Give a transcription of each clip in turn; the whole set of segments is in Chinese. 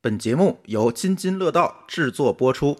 本节目由津津乐道制作播出。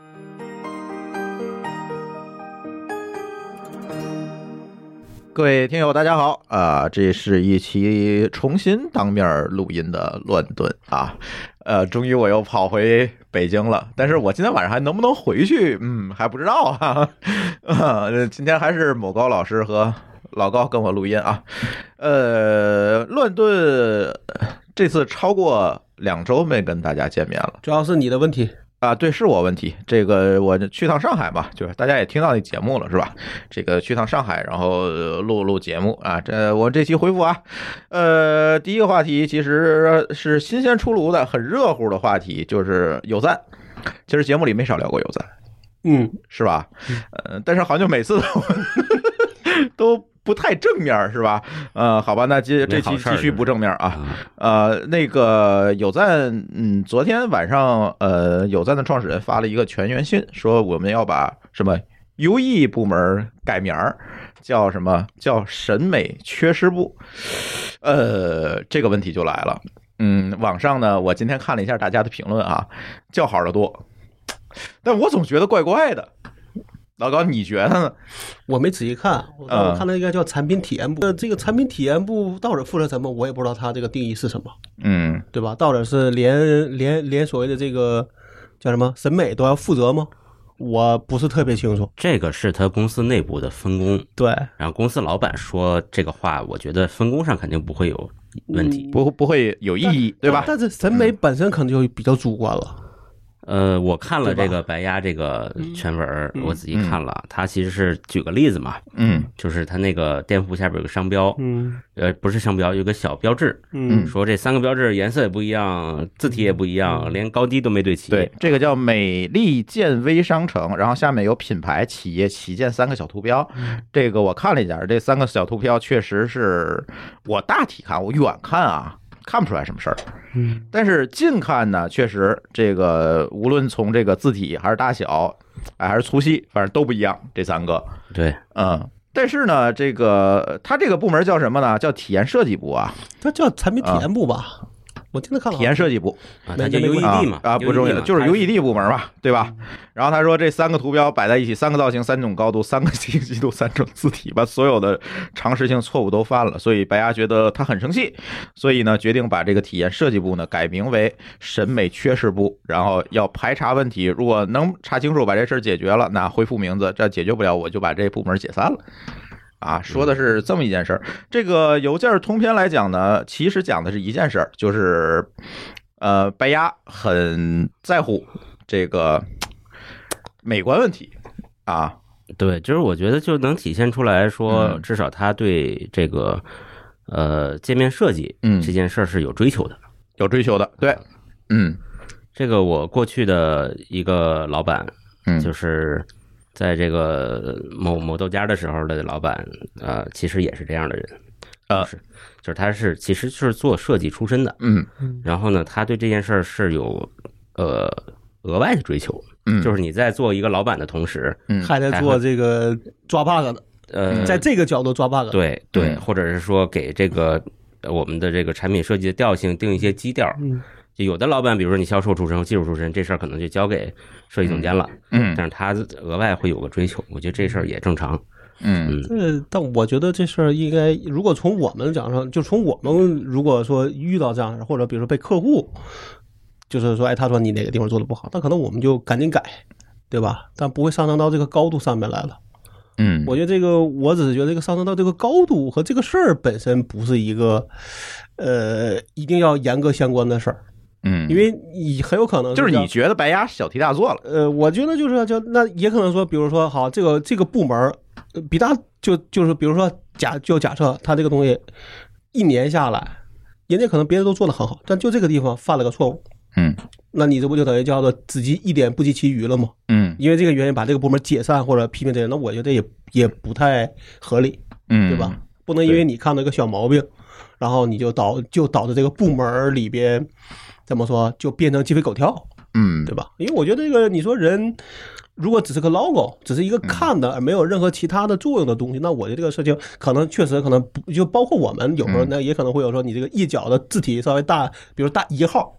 各位听友大家好这是一期重新当面录音的乱炖啊，终于我又跑回北京了，但是我今天晚上还能不能回去还不知道今天还是某高老师和老高跟我录音啊。乱炖这次超过2周没跟大家见面了， 主要是你的问题啊，对，是我问题。这个我去趟上海嘛，就是大家也听到那节目了是吧？这个去趟上海，然后录节目啊。我这期回复啊，第一个话题其实是新鲜出炉的、很热乎的话题，就是有赞。其实节目里没少聊过有赞，是吧？但是好像每次都不太正面是吧？好吧，那这期继续不正面啊。那个有赞，昨天晚上有赞的创始人发了一个全员信，说我们要把什么 UE 部门改名叫什么？叫审美缺失部。这个问题就来了。网上呢，我今天看了一下大家的评论啊，叫好的多，但我总觉得怪怪的。老高，你觉得呢？ 我没仔细看，我看到一个叫产品体验部，这个产品体验部到底负责什么，我也不知道它这个定义是什么，对吧？到底是连所谓的这个叫什么审美都要负责吗？我不是特别清楚。 这个是他公司内部的分工， 对。 然后公司老板说这个话，我觉得分工上肯定不会有问题， 不会有意义，对吧？ 但是审美本身可能就比较主观了。 我看了这个白鸭这个全文，我仔细看了，他其实是举个例子嘛，就是他那个店铺下边有个商标，不是商标，有个小标志，说这3个标志颜色也不一样，字体也不一样，连高低都没对齐。 对，这个叫美丽健微商城，然后下面有品牌、企业、旗舰3个小图标。这个我看了一下，这3个小图标确实是我大体看，我远看啊。看不出来什么事儿，但是近看呢，确实这个无论从这个字体还是大小，还是粗细，反正都不一样。这3个， 对， 但是呢，这个它这个部门叫什么呢？叫体验设计部啊， 它叫产品体验部吧？我听他看了， 体验设计部它叫 UED 嘛不重要，就是 UED 部门吧，对吧？然后他说这3个图标摆在一起，3个造型，3种高度，3个清晰度，3种字体，把所有的常识性错误都犯了，所以白鸭觉得他很生气，所以呢决定把这个体验设计部呢改名为审美缺失部，然后要排查问题，如果能查清楚把这事解决了，那恢复名字；这解决不了，我就把这部门解散了。说的是这么一件事儿。这个邮件通篇来讲呢，其实讲的是一件事儿，就是白鸭很在乎这个美观问题啊。 对，就是我觉得就能体现出来说，至少他对这个界面设计这件事儿是有追求的，对，这个我过去的一个老板，就是在这个某豆家的时候的老板，其实也是这样的人，就是他是其实是做设计出身的，然后呢，他对这件事儿是有额外的追求，就是你在做一个老板的同时， 还在做这个抓 bug 的，在这个角度抓 bug， 对，或者是说给这个我们的这个产品设计的调性定一些基调，就有的老板，比如说你销售出身、技术出身，这事儿可能就交给设计总监了，但是他额外会有个追求，我觉得这事儿也正常。 但我觉得这事儿应该，如果从我们讲上，就从我们如果说遇到这样的，或者比如说被客户，就是说，他说你哪个地方做的不好，那可能我们就赶紧改，对吧？但不会上升到这个高度上面来了。我觉得这个，我只是觉得这个上升到这个高度和这个事儿本身不是一个，一定要严格相关的事儿。因为你很有可能就是你觉得白鸭小题大做了。 我觉得就那也可能说，比如说好，这个部门比他就是比如说假设他这个东西1年下来，人家可能别人都做得很好，但就这个地方犯了个错误。那你这不就等于叫做只记一点不记其余了吗？因为这个原因把这个部门解散或者批评这个，那我觉得也不太合理，对吧？不能因为你看到一个小毛病，然后你就导致这个部门里边怎么说就变成鸡飞狗跳，对吧？因为我觉得这个你说人如果只是个 logo， 只是一个看的而没有任何其他的作用的东西，那我觉得这个事情可能确实不就包括我们有时候那也可能会有说你这个一角的字体稍微大，比如大1号，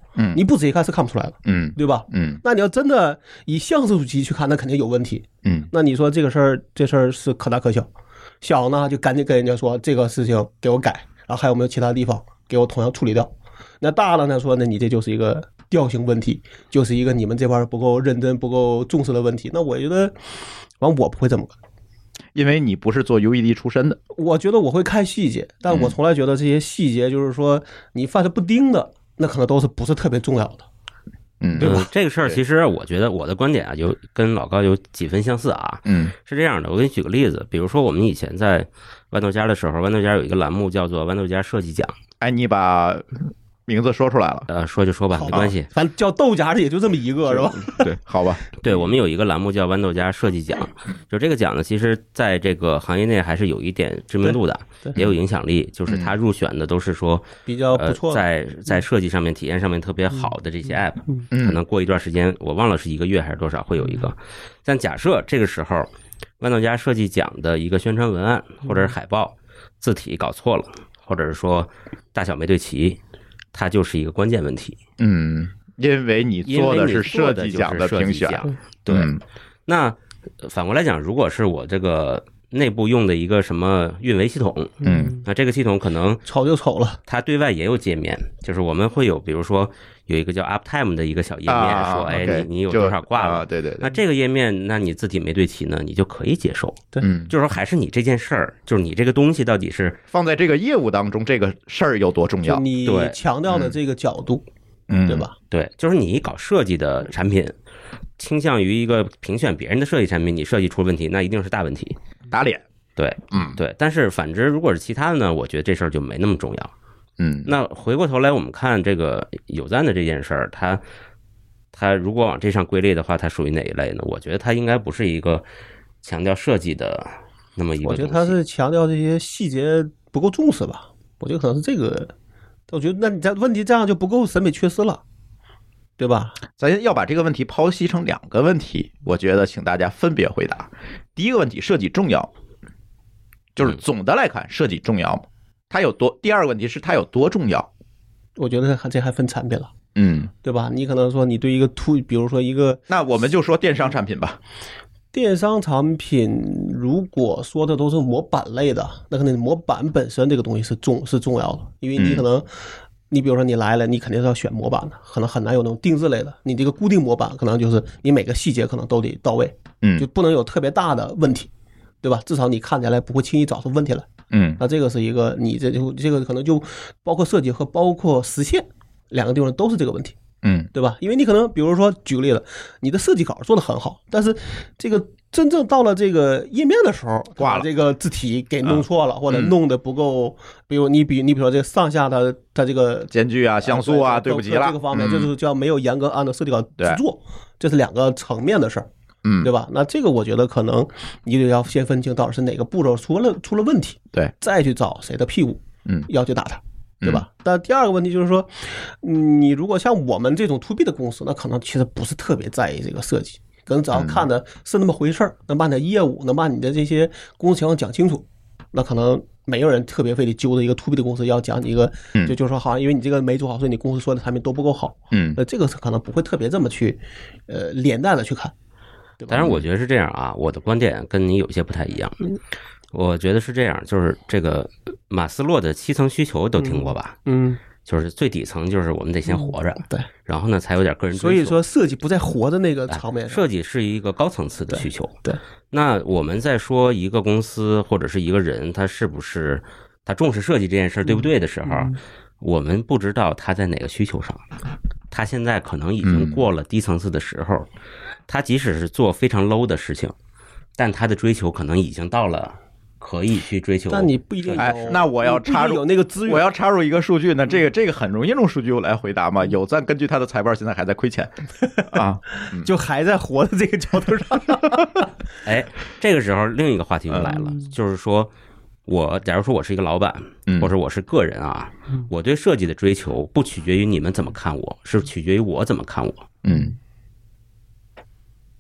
你不仔细看是看不出来的，对吧？那你要真的以像素级去看，那肯定有问题，那你说这事儿是可大可小，小呢就赶紧跟人家说这个事情给我改，然后还有没有其他地方给我同样处理掉。那大了呢说，那你这就是一个调性问题，就是一个你们这边不够认真、不够重视的问题。那我觉得，我不会这么干， 因为你不是做 UED 出身的。 我觉得我会看细节，但我从来觉得这些细节就是说，你犯的不盯的，那可能都是不是特别重要的。对吧？ 这个事儿其实我觉得我的观点啊，就跟老高有几分相似啊。是这样的，我给你举个例子，比如说我们以前在豌豆荚的时候，豌豆荚有一个栏目叫做豌豆荚设计奖。 哎，你把名字说出来了。 说就说吧，没关系。 反正叫豆荚的也就这么一个，是吧？ 对，好吧。 对，我们有一个栏目叫豌豆荚设计奖，就这个奖呢，其实在这个行业内还是有一点知名度的，也有影响力。就是它入选的都是说比较不错， 在设计上面、体验上面特别好的这些 app，可能过一段时间，我忘了是1个月还是多少会有一个。但假设这个时候豌豆荚设计奖的一个宣传文案或者是海报字体搞错了，或者是说大小没对齐，它就是一个关键问题。 因为你做的是设计奖的评选。 对，那反过来讲，如果是我这个内部用的一个什么运维系统，那这个系统可能丑就丑了， 它对外也有界面，就是我们会有，比如说有一个叫 Uptime 的一个小页面，说，哎，你有多少挂了？ 对对。 那这个页面，那你字体没对齐呢，你就可以接受。 对， 就是说还是你这件事儿，就是你这个东西到底是放在这个业务当中，这个事儿有多重要？ 你强调的这个角度，对吧？ 对，就是你搞设计的产品，倾向于一个评选别人的设计产品，你设计出问题，那一定是大问题， 打脸。 对，对。但是反之，如果是其他的呢，我觉得这事儿就没那么重要。那回过头来，我们看这个有赞的这件事儿，它如果往这上归类的话，它属于哪一类呢？我觉得它应该不是一个强调设计的那么一个东西。 我觉得它是强调这些细节不够重视吧。我觉得可能是这个。我觉得那你这问题这样就不够审美缺失了，对吧？ 咱要把这个问题剖析成2个问题，我觉得请大家分别回答。第一个问题，设计重要，就是总的来看，设计重要吗？它有多？第二个问题是它有多重要？ 我觉得这还分产品了，对吧？你可能说你对一个比如说一个， 那我们就说电商产品吧。 电商产品如果说的都是模板类的，那可能模板本身这个东西是重要的，因为你可能你比如说你来了，你肯定是要选模板的，可能很难有那种定制类的。你这个固定模板可能就是你每个细节可能都得到位，就不能有特别大的问题，对吧？至少你看起来不会轻易找出问题来。那这个是一个你这个可能就包括设计和包括实现2个地方都是这个问题。对吧？因为你可能比如说举个例子，你的设计稿做得很好，但是这个真正到了这个页面的时候，把这个字体给弄错了，或者弄得不够，比如你比如说这个上下它这个间距啊、像素啊，对不起了， 这个方面就是叫没有严格按照设计稿去做，这是2个层面的事儿，对吧？那这个我觉得可能你得要先分清到底是哪个步骤出了问题， 对， 再去找谁的屁股，要去打它。对吧？但第二个问题就是说，你如果像我们这种 to B 的公司，那可能其实不是特别在意这个设计，可能只要看的是那么回事儿，能把你的业务，能把你的这些公司情况讲清楚，那可能没有人特别非得揪着一个 to B 的公司要讲你一个，就是说好像因为你这个没做好，所以你公司所有的产品都不够好，那这个是可能不会特别这么去连带的去看。 当然，我觉得是这样啊，我的观点跟你有些不太一样。我觉得是这样，就是这个马斯洛的7层需求都听过吧？就是最底层就是我们得先活着， 对， 然后呢才有点个人追求。 所以说设计不在活的那个层面上， 设计是一个高层次的需求。 对， 那我们在说一个公司或者是一个人，他是不是他重视设计这件事对不对的时候，我们不知道他在哪个需求上。他现在可能已经过了低层次的时候，他即使是做非常 low 的事情，但他的追求可能已经到了可以去追求， 但你不一定有。 那我要插入有那个资源， 我要插入一个数据呢。这个很容易用数据来回答嘛。有赞根据他的财报，现在还在亏钱啊， 就还在活的这个角度上。 哎，这个时候另一个话题就来了，就是说假如说我是一个老板，或者我是个人啊，我对设计的追求不取决于你们怎么看我，是取决于我怎么看我。对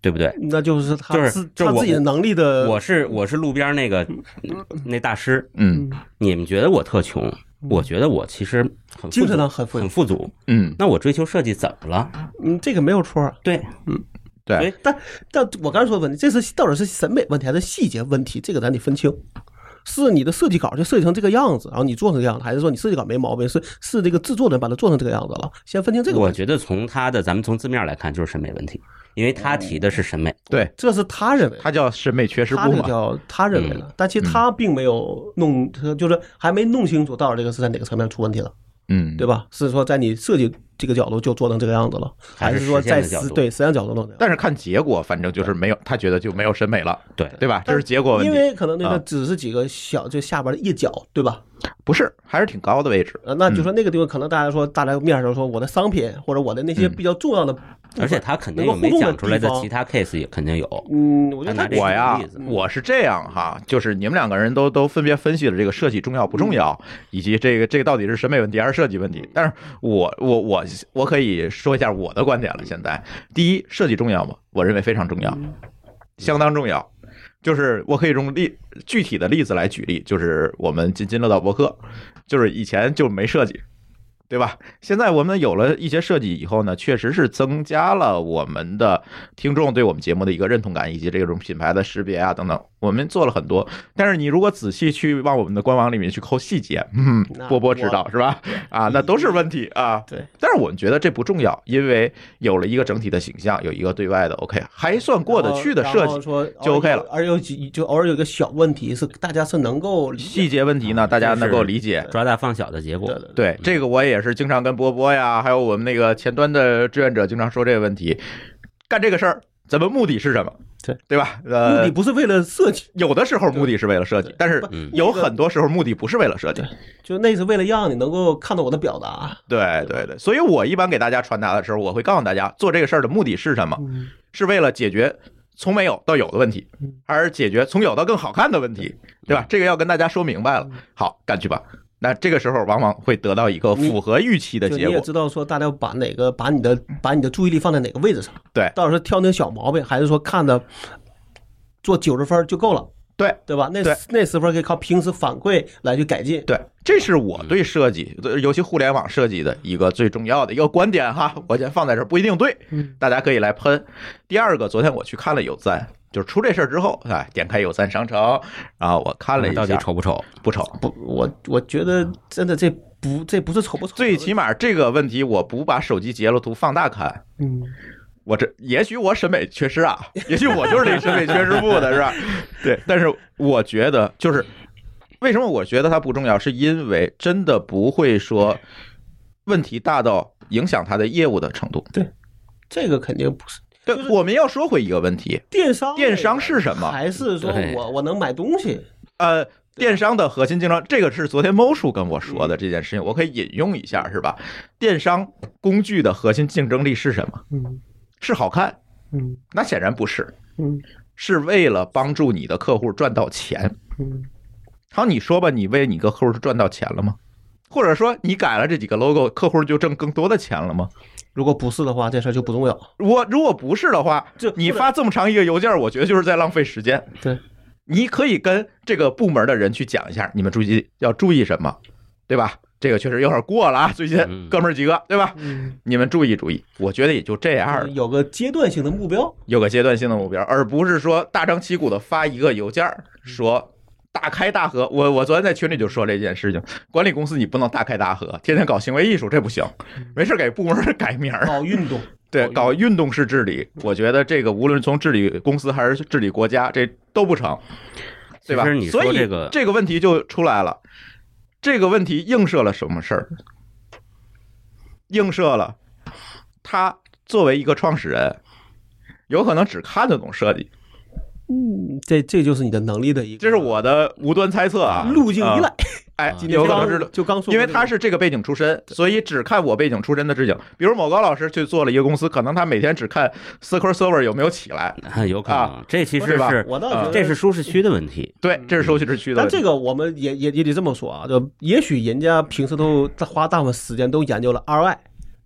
对不对？ 那就是他他自己的能力的。 我是路边那大师，你们觉得我特穷，我觉得我其实精神上很富足，那我追求设计怎么了？ 这个没有错， 对， 对。 但我刚才说的问题，这是到底是审美问题还是细节问题？这个咱得分清。是你的设计稿就设计成这个样子，然后你做成这样，还是说你设计稿没毛病，是这个制作人把它做成这个样子了？先分清这个问题。 我觉得咱们从字面来看就是审美问题，因为他提的是审美， 对， 这是他认为， 他叫审美缺失部嘛， 叫他认为的，但其实他并没有就是还没弄清楚到底这个是在哪个层面出问题了。对吧？是说在你设计这个角度就做成这个样子了，还是说在实践角度弄的？ 但是看结果，反正就是没有，他觉得就没有审美了，对吧？这是结果问题。 因为可能那个只是几个就下边的一角，对吧？ 不是，还是挺高的位置。 那就说那个地方可能大家面上说我的商品或者我的那些比较重要的， 而且他肯定有没讲出来的其他 case 也肯定有。 我觉得我是这样哈，就是你们两个人都分别分析了这个设计重要不重要，以及这个到底是审美问题还是设计问题。但是我可以说一下我的观点了。现在，第一，设计重要吗？我认为非常重要，相当重要。就是我可以用具体的例子来举例，就是我们金乐道博客，就是以前就没设计，对吧？现在我们有了一些设计以后呢，确实是增加了我们的听众对我们节目的一个认同感，以及这种品牌的识别啊等等，我们做了很多。但是你如果仔细去往我们的官网里面去抠细节，波波知道是吧？那都是问题啊。 对。 但是我们觉得这不重要，因为有了一个整体的形象，有一个对外的 OK， 还算过得去的设计就 OK 了。 而就偶尔有一个小问题是大家是能够细节问题呢，大家能够理解， 抓大放小的结果。 对，这个我也是经常跟波波呀，还有我们那个前端的志愿者经常说这个问题。干这个事儿，咱们目的是什么？对吧？ 目的不是为了设计， 有的时候目的是为了设计，但是有很多时候目的不是为了设计， 就那是为了让你能够看到我的表达。 对，所以我一般给大家传达的时候，我会告诉大家做这个事儿的目的是什么，是为了解决从没有到有的问题，还是解决从有到更好看的问题，对吧？这个要跟大家说明白了。好，干去吧。那这个时候往往会得到一个符合预期的结果。 你也知道说大家把你的注意力放在哪个位置上？ 对， 到底是挑那个小毛病，还是说看的做90分就够了？对吧？那10分可以靠平时反馈来去改进。 对，这是我对设计，尤其互联网设计的一个最重要的一个观点哈。我先放在这儿，不一定对，大家可以来喷。第二个，昨天我去看了有赞。就是出这事儿之后，点开有赞商城，然后我看了一下， 到底丑不丑？ 不丑。 不，我觉得真的这不是丑不丑。 最起码这个问题，我不把手机截了图放大看。也许我审美缺失啊，也许我就是这审美缺失部的是吧？对，但是我觉得就是为什么我觉得它不重要，是因为真的不会说问题大到影响它的业务的程度。 对，这个肯定不是。 对，我们要说回一个问题，电商是什么？ 还是说我能买东西？ 电商的核心竞争，这个是昨天猫叔跟我说的这件事情，我可以引用一下，是吧？电商工具的核心竞争力是什么？是好看？那显然不是。是为了帮助你的客户赚到钱。好，你说吧，你为你的客户赚到钱了吗？或者说你改了这几个 logo， 客户就挣更多的钱了吗？ 如果不是的话，这事就不重要。 如果不是的话，就你发这么长一个邮件，我觉得就是在浪费时间。 对， 你可以跟这个部门的人去讲一下，你们要注意什么，对吧？这个确实有点过了啊，最近哥们儿几个，对吧？你们注意注意。我觉得也就这样， 有个阶段性的目标， 而不是说大张旗鼓的发一个邮件说。大开大合，我昨天在群里就说这件事情，管理公司你不能大开大合，天天搞行为艺术，这不行，没事给部门改名， 搞运动， 对，搞运动式治理，我觉得这个无论从治理公司还是治理国家，这都不成，对吧？所以这个问题就出来了，这个问题映射了什么事儿？映射了他作为一个创始人，有可能只看得懂设计。 这就是你的能力的一个， 这是我的无端猜测啊， 路径依赖。 有可能是就刚说， 因为他是这个背景出身，所以只看我背景出身的事情。比如某高老师去做了一个公司，可能他每天只看 SQL Server 有没有起来， 有可能。这其实是这是舒适区的问题， 对，这是舒适区的问题。 但这个我们也得这么说啊，就也许人家平时都花大部分时间都研究了 ROI，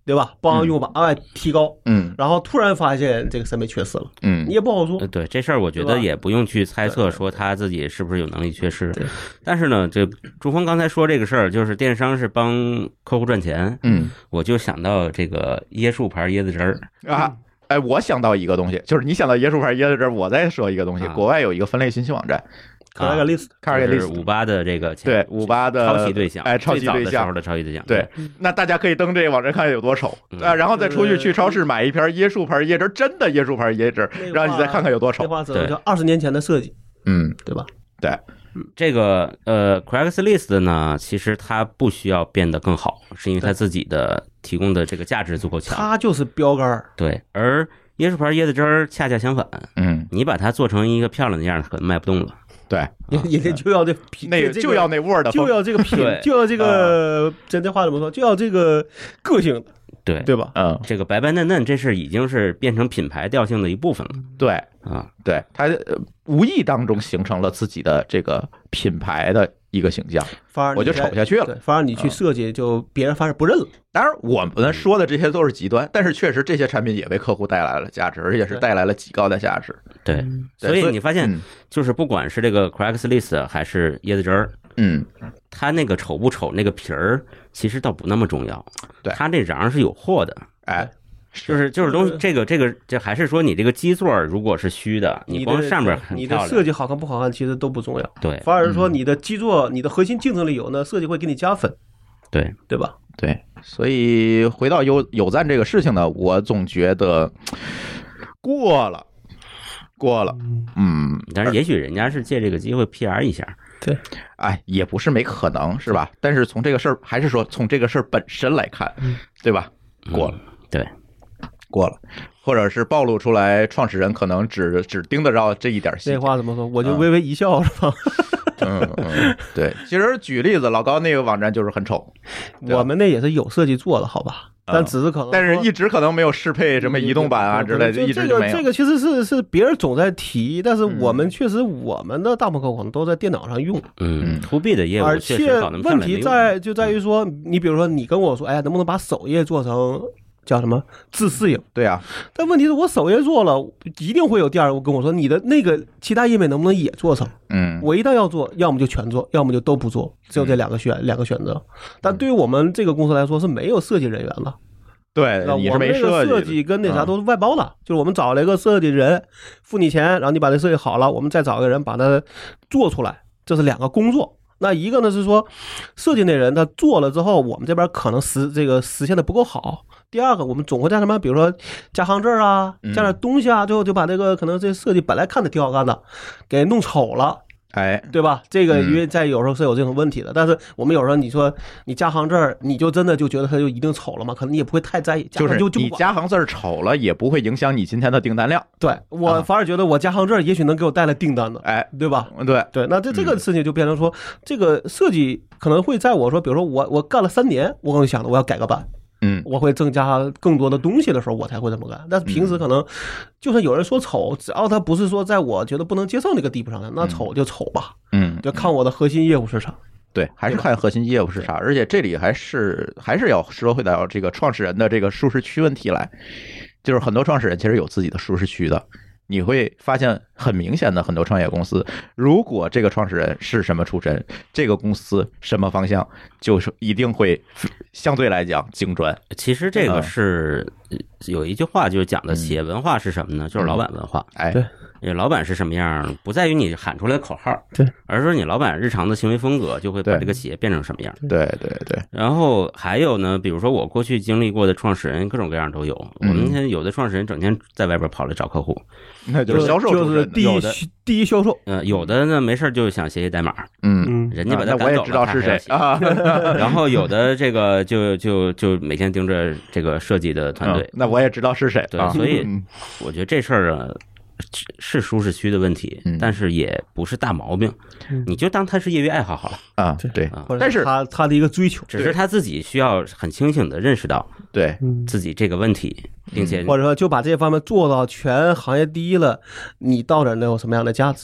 对吧？帮用户把 ROI 提高，然后突然发现这个审美缺失了，你也不好说。 对这事儿，我觉得也不用去猜测说他自己是不是有能力缺失。但是呢，这朱峰刚才说这个事儿，就是电商是帮客户赚钱，我就想到这个椰树牌椰子汁儿啊。哎，我想到一个东西，就是你想到椰树牌椰子汁儿，我再说一个东西，国外有一个分类信息网站。 就是58的这个对58的抄袭对象， 抄袭对象的抄袭对象。 对，那大家可以登这个网站看看有多丑然后再出去超市买一瓶椰树牌椰汁，真的椰树牌椰汁，然后你再看看有多丑。 这话叫20年前的设计，对吧？ 对， 这个Craigslist 呢，其实它不需要变得更好，是因为它自己的提供的这个价值足够强， 它就是标杆。 对，而椰树牌椰子汁儿恰恰相反，你把它做成一个漂亮的样子，可能卖不动了。 对， 人家就要这那就要那味儿的， 就要这个品，就要这个，这话怎么说？就要这个个性的，对吧？ 这个白白嫩嫩，这是已经是变成品牌调性的一部分了。 对对，它无意当中形成了自己的这个品牌的一个形象，我就瞅下去了。 反而你去设计，就别人反而不认了。 当然，我们说的这些都是极端，但是确实这些产品也为客户带来了价值，而且是带来了极高的价值。 对，所以你发现，就是不管是这个 Craigslist 还是椰子汁儿，它那个丑不丑，那个皮儿其实倒不那么重要。 对， 它这瓤是有货的， 哎。 就是东西，这还是说你这个基座如果是虚的，你光上面很漂亮， 你的设计好看不好看其实都不重要。 对， 反而是说你的基座、你的核心竞争力有，那设计会给你加分。对吧？ 对，所以回到有赞这个事情呢，我总觉得过了， 但是也许人家是借这个机会 PR 一下。 对， 哎，也不是没可能，是吧？但是从这个事儿，还是说从这个事儿本身来看，对吧？过了， 对。 过了，或者是暴露出来，创始人可能只盯得着这一点细节。 这话怎么说？我就微微一笑，是吧？ 对。其实举例子，老高那个网站就是很丑， 我们那也是有设计做的，好吧？但只是可能， 但是一直可能没有适配什么移动版啊之类的，一直就没有。 这个其实是别人总在提，但是我们确实我们的大部分客户都在电脑上用。 to B 的业务确实搞那么漂亮， 问题就在于说，你比如说你跟我说，哎，能不能把首页做成？叫什么自适应？ 对啊， 但问题是我首页做了，一定会有第二个跟我说，你的那个其他页面能不能也做成？我一旦要做，要么就全做，要么就都不做，只有这两个选择。但对于我们这个公司来说是没有设计人员的。 对，你是没设计跟那啥都是外包的，就是我们找了一个设计人，付你钱，然后你把这设计好了，我们再找一个人把它做出来，这是两个工作。那一个呢是说，设计那人他做了之后，我们这边可能实现的不够好。第二个，我们总会在什么，比如说加行字啊，加点东西啊，最后就把这个可能这设计本来看着挺好看的，给弄丑了。 哎， 对吧？这个因为在有时候是有这种问题的，但是我们有时候你说你加行字，你就真的就觉得它就一定丑了吗？可能你也不会太在意， 就是你加行字丑了，也不会影响你今天的订单量。 对，我反而觉得我加行字也许能给我带来订单的， 哎， 对吧？ 对， 那这个事情就变成说，这个设计可能会在我说，比如说我干了3年，我可能想着我要改个版。我会增加更多的东西的时候，我才会这么干。但是平时可能，就算有人说丑，只要他不是说在我觉得不能接受那个地步上，那丑就丑吧。就看我的核心业务市场。 对，还是看核心业务市场。而且这里还是要说回到这个创始人的这个舒适区问题来，就是很多创始人其实有自己的舒适区的。你会发现很明显的，很多创业公司，如果这个创始人是什么出身，这个公司什么方向，就是一定会相对来讲精专。 其实这个是有一句话就是讲的，企业文化是什么呢？就是老板文化。 哎， 对，老板是什么样，不在于你喊出来的口号， 对， 而是说你老板日常的行为风格就会把这个企业变成什么样。 对。 然后还有呢，比如说我过去经历过的创始人，各种各样都有。我们现在有的创始人整天在外边跑来找客户， 那就是销售， 就是第一销售。 有的呢没事就想写代码，人家把他赶走了， 我也知道是谁啊。 然后有的这个就每天盯着这个设计的团队， 那我也知道是谁。 对，所以我觉得这事儿啊是舒适区的问题，但是也不是大毛病，你就当它是业余爱好好了啊。对，但是他的一个追求， 只是他自己需要很清醒的认识到对自己这个问题，并且或者说就把这些方面做到全行业第一了，你到底能有什么样的价值？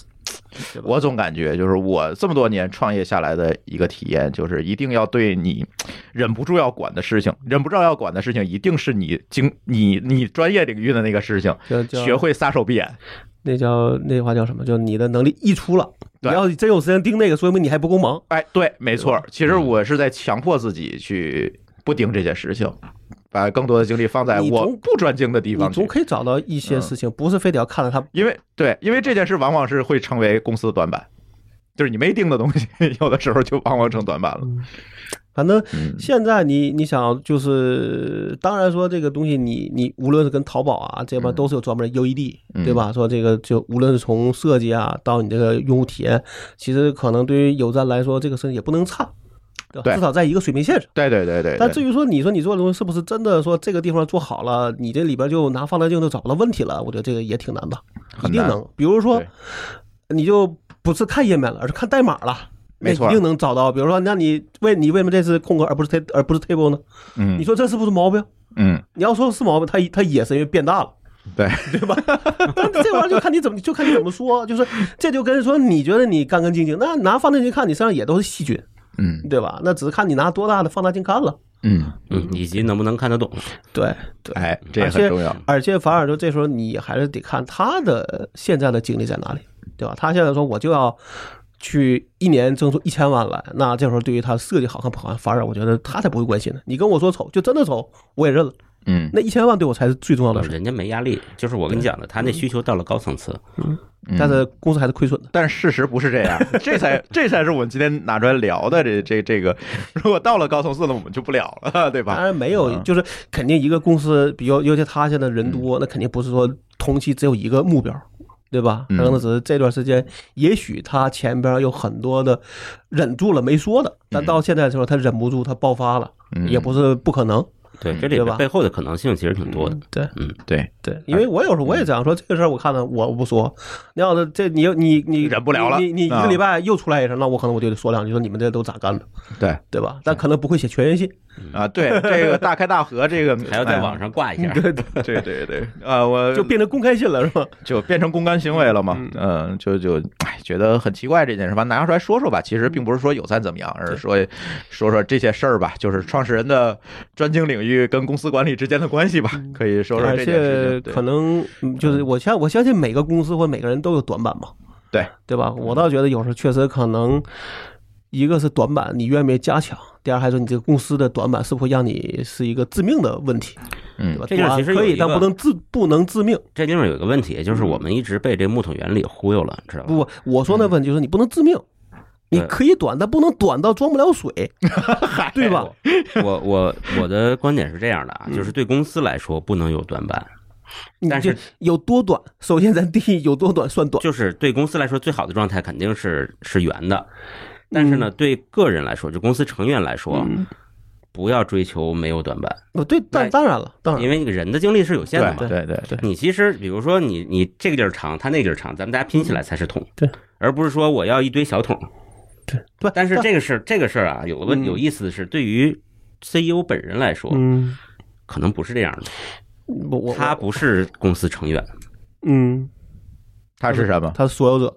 我总感觉就是我这么多年创业下来的一个体验，就是一定要对你忍不住要管的事情，一定是你专业领域的那个事情，学会撒手闭眼。 那话叫什么？就你的能力溢出了，你要真有时间盯那个，说明你还不够忙。 哎，对，没错。其实我是在强迫自己去不盯这些事情，把更多的精力放在我不专精的地方。 你总可以找到一些事情，不是非得要看着它。 因为这件事往往是会成为公司的短板，就是你没盯的东西，有的时候就往往成短板了。 反正现在你想就是当然说这个东西你无论是跟淘宝啊这边都是有专门的 UED 对吧，说这个就无论是从设计啊到你这个用户体验，其实可能对于有站来说这个事情也不能差，对吧？至少在一个水平线上。 对。但至于说你做的东西是不是真的说这个地方做好了，你这里边就拿放大镜都找不到问题了，我觉得这个也挺难的。一定能，比如说你就不是看页面了，而是看代码了。 没错， 一定能找到。比如说，那你为什么这次空格而不是 table 呢？你说这是不是毛病？你要说是毛病，它也是因为变大了，对吧？但这玩意儿就看你怎么说，就是这就跟说你觉得你干干净净，那拿放大镜看你身上也都是细菌，对吧？那只是看你拿多大的放大镜看了。 以及能不能看得懂？ 对， 哎，这也很重要。 而且反而就这时候你还是得看他的现在的精力在哪里，对吧？他现在说我就要去1年挣出1000万来，那这时候对于他设计好看不好看，反而我觉得他才不会关心呢。你跟我说丑，就真的丑，我也认了。那1000万对我才是最重要的事。 人家没压力，就是我跟你讲的，他那需求到了高层次， 但是公司还是亏损的。 但是事实不是这样，这才是我们今天拿出来聊的这个。如果到了高层次了，我们就不聊了，对吧？ 当然没有，就是肯定一个公司，尤其他现在人多，那肯定不是说同期只有一个目标。对吧？可能只是这段时间，也许他前边有很多的忍住了没说的，但到现在的时候他忍不住，他爆发了，也不是不可能。 对，这里边背后的可能性其实挺多的。 对，因为我有时候我也这样说，这个事儿我看了我不说，你要是这你忍不了了， 你一个礼拜又出来一声，那我可能我就得说两句，说你们这都咋干的？对吧？但可能不会写全员信啊。对，这个大开大合，这个还要在网上挂一下。 对啊，我就变成公开信了是吧？ 就变成公干行为了嘛。就觉得很奇怪这件事吧，拿出来说说吧。其实并不是说有赞怎么样，而是说这些事儿吧，就是创始人的专精领域跟公司管理之间的关系吧，可以说说这件事情。 可能就是我相信每个公司或每个人都有短板嘛，对吧？我倒觉得有时候确实可能一个是短板，你愿不愿意加强；第二还是你这个公司的短板是不是会让你是一个致命的问题，对吧？ 这就是其实可以，但不能致命。 这地方有一个问题，就是我们一直被这木桶原理忽悠了，知道吧？ 不，我说那问题就是你不能致命。你可以短，但不能短到装不了水，对吧？ 我的观点是这样的啊，就是对公司来说不能有短板，但是有多短，首先咱定义有多短算短。 就是对公司来说最好的状态肯定是圆的，但是呢，对个人来说，就公司成员来说，不要追求没有短板。 对，当然了， 因为那个人的精力是有限的嘛。 对， 你其实比如说你这个地儿长，他那个地儿长，咱们大家拼起来才是桶， 对， 而不是说我要一堆小桶。 对， 但是这个事儿啊，有意思的是，对于 CEO 本人来说，可能不是这样的。他不是公司成员， 他是什么？ 他是所有者。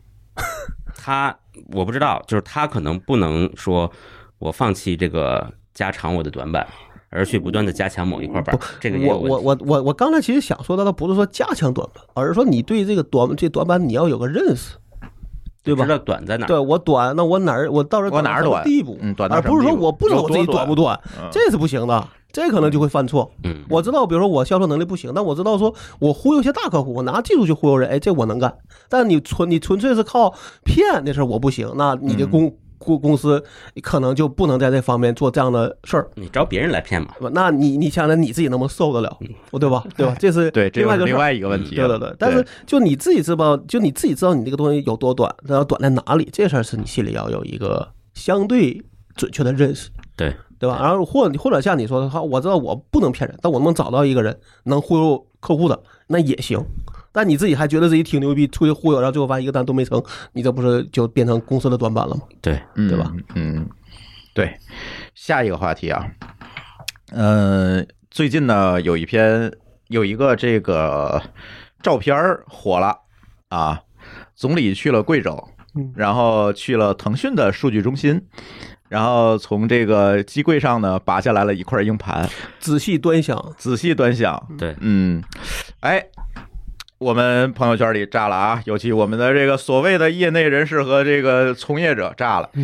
我不知道，就是他可能不能说我放弃这个加长我的短板，而去不断的加强某一块板。这个也有问题。 我刚才其实想说的，倒不是说加强短板，而是说你对这个短板你要有个认识。对吧？ 知道短在哪？ 对，我短，那我到时候哪儿短地步， 而不是说我不知道我自己短不短，这是不行的，这可能就会犯错。我知道，比如说我销售能力不行，但我知道说我忽悠一些大客户，我拿技术去忽悠人，哎，这我能干。但你纯粹是靠骗那事儿我不行，那你的公司可能就不能在这方面做这样的事儿。 你找别人来骗嘛？ 那你想想你自己能不能受得了，对吧？这是另外一个问题。 对。但是就你自己知道，你这个东西有多短，然后短在哪里，这事儿是你心里要有一个相对准确的认识，对吧？然后或者像你说的话，我知道我不能骗人，但我能找到一个人能忽悠客户的，那也行。但你自己还觉得自己挺牛逼，出去忽悠，然后最后发现一个单都没成，你这不是就变成公司的短板了吗？ 对， 对吧？ 对。下一个话题啊，最近呢有一个这个照片火了啊， 总理去了贵州，然后去了腾讯的数据中心，然后从这个机柜上呢拔下来了一块硬盘， 仔细端详。 对， 哎，我们朋友圈里炸了啊，尤其我们的这个所谓的业内人士和这个从业者炸了。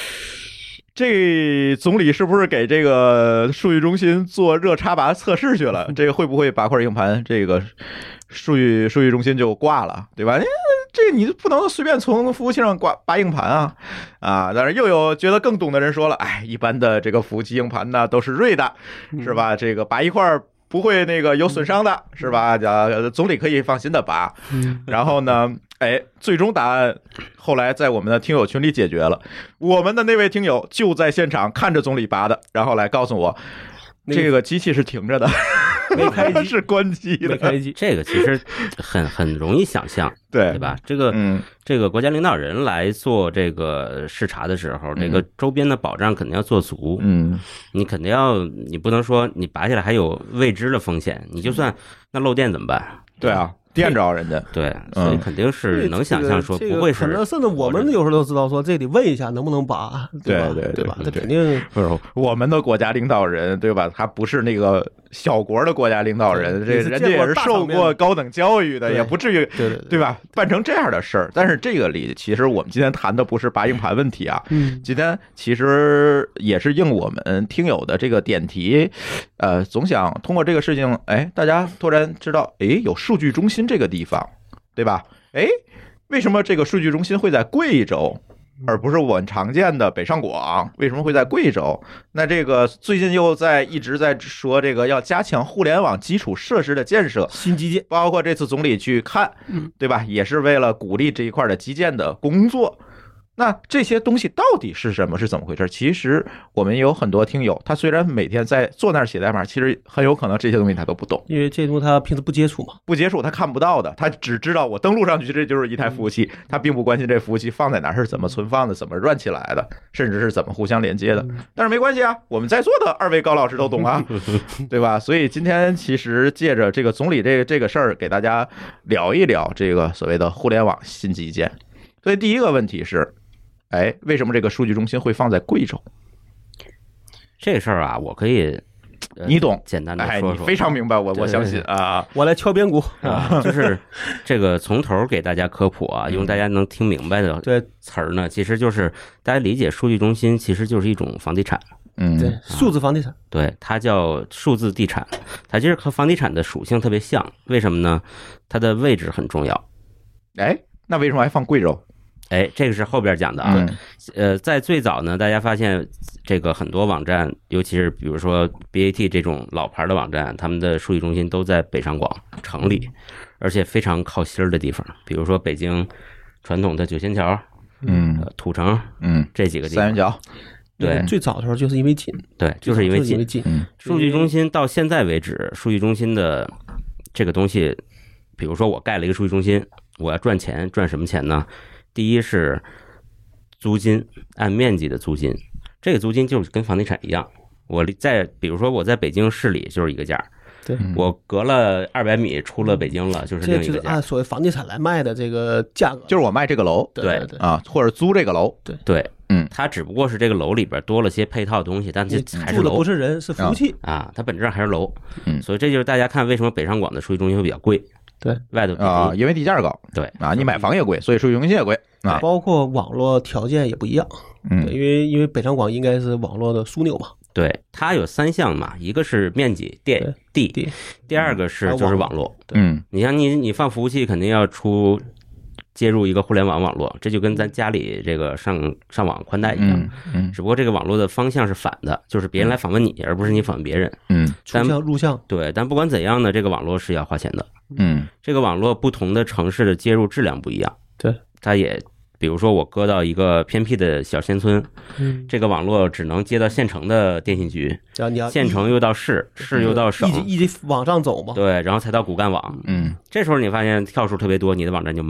这总理是不是给这个数据中心做热插拔测试去了？这个会不会拔块硬盘，这个数据中心就挂了，对吧？这个你不能随便从服务器上拔硬盘啊！但是又有觉得更懂的人说了，哎，一般的这个服务器硬盘呢都是锐的，是吧？这个拔一块不会那个有损伤的，是吧？总理可以放心的拔。然后呢，最终答案后来在我们的听友群里解决了。我们的那位听友就在现场看着总理拔的，然后来告诉我，这个机器是停着的， 没开机， 是关机的。 没开机。 这个其实很容易想象，对吧？这个国家领导人来做这个视察的时候，这个周边的保障肯定要做足。你肯定要，你不能说你拔下来还有未知的风险，你就算那漏电怎么办？ 对啊。电着人家， 对，所以肯定是能想象说不会是， 可能甚至我们有时候都知道说这得问一下能不能拔，对吧？这肯定不是我们的国家领导人，对吧？他不是那个小国的国家领导人，这人家也是受过高等教育的，也不至于对吧？办成这样的事儿。但是这个里其实我们今天谈的不是拔硬盘问题啊，今天其实也是应我们听友的这个点题，总想通过这个事情，大家突然知道，有数据中心这个地方，对吧？为什么这个数据中心会在贵州，而不是我们常见的北上广？为什么会在贵州？那这个最近又一直在说这个要加强互联网基础设施的建设， 新基建， 包括这次总理去看，对吧？也是为了鼓励这一块的基建的工作。那这些东西到底是什么？是怎么回事？其实我们有很多听友，他虽然每天在坐那儿写代码，其实很有可能这些东西他都不懂， 因为这东西他平时不接触嘛， 他看不到的，他只知道我登录上去这就是一台服务器，他并不关心这服务器放在哪儿是怎么存放的，怎么乱起来的，甚至是怎么互相连接的。但是没关系啊，我们在座的二位高老师都懂啊，对吧？所以今天其实借着这个总理这个事儿，给大家聊一聊这个所谓的互联网新基建。所以第一个问题是，为什么这个数据中心会放在贵州？ 这个事儿啊，我可以， 你懂， 简单的说说， 你非常明白，我相信啊。 我来敲边鼓啊，就是这个从头给大家科普啊，用大家能听明白的词儿呢，其实就是大家理解数据中心其实就是一种房地产。 对，数字房地产， 对，它叫数字地产，它其实和房地产的属性特别像，为什么呢？它的位置很重要。 那为什么还放贵州？ 这个是后边讲的啊。在最早呢，大家发现这个很多网站，尤其是比如说 BAT 这种老牌的网站，他们的数据中心都在北上广城里，而且非常靠心儿的地方，比如说北京传统的九仙桥，土城，这几个地方， 三元桥。 对， 最早的时候就是因为近， 对，就是因为近。数据中心到现在为止，数据中心的这个东西，比如说我盖了一个数据中心，我要赚钱，赚什么钱呢？第一是租金，按面积的租金，这个租金就是跟房地产一样。比如说我在北京市里就是一个价， 对， 我隔了200米出了北京了，就是另一个价。 这就是按所谓房地产来卖的这个价格， 就是我卖这个楼， 对啊，或者租这个楼， 对，它只不过是这个楼里边多了些配套的东西，但这还是楼， 住的不是人，是服务器啊，它本质上还是楼。所以这就是大家看为什么北上广的数据中心会比较贵。 对， 外头啊，因为地价高。 对啊，你买房也贵，所以数据中心也贵啊。 包括网络条件也不一样。因为北上广应该是网络的枢纽嘛。 对，它有3项嘛，一个是面积地，第二个就是网络。你像你放服务器肯定要接入一个互联网网络，这就跟咱家里这个上网宽带一样。只不过这个网络的方向是反的，就是别人来访问你，而不是你访问别人。 出向入向。 对，但不管怎样呢，这个网络是要花钱的。这个网络不同的城市的接入质量不一样。 对， 它也比如说我搁到一个偏僻的小县村，这个网络只能接到县城的电信局，县城又到市又到省， 一直往上走嘛。 对，然后才到骨干网。这时候你发现跳数特别多，你的网站就慢。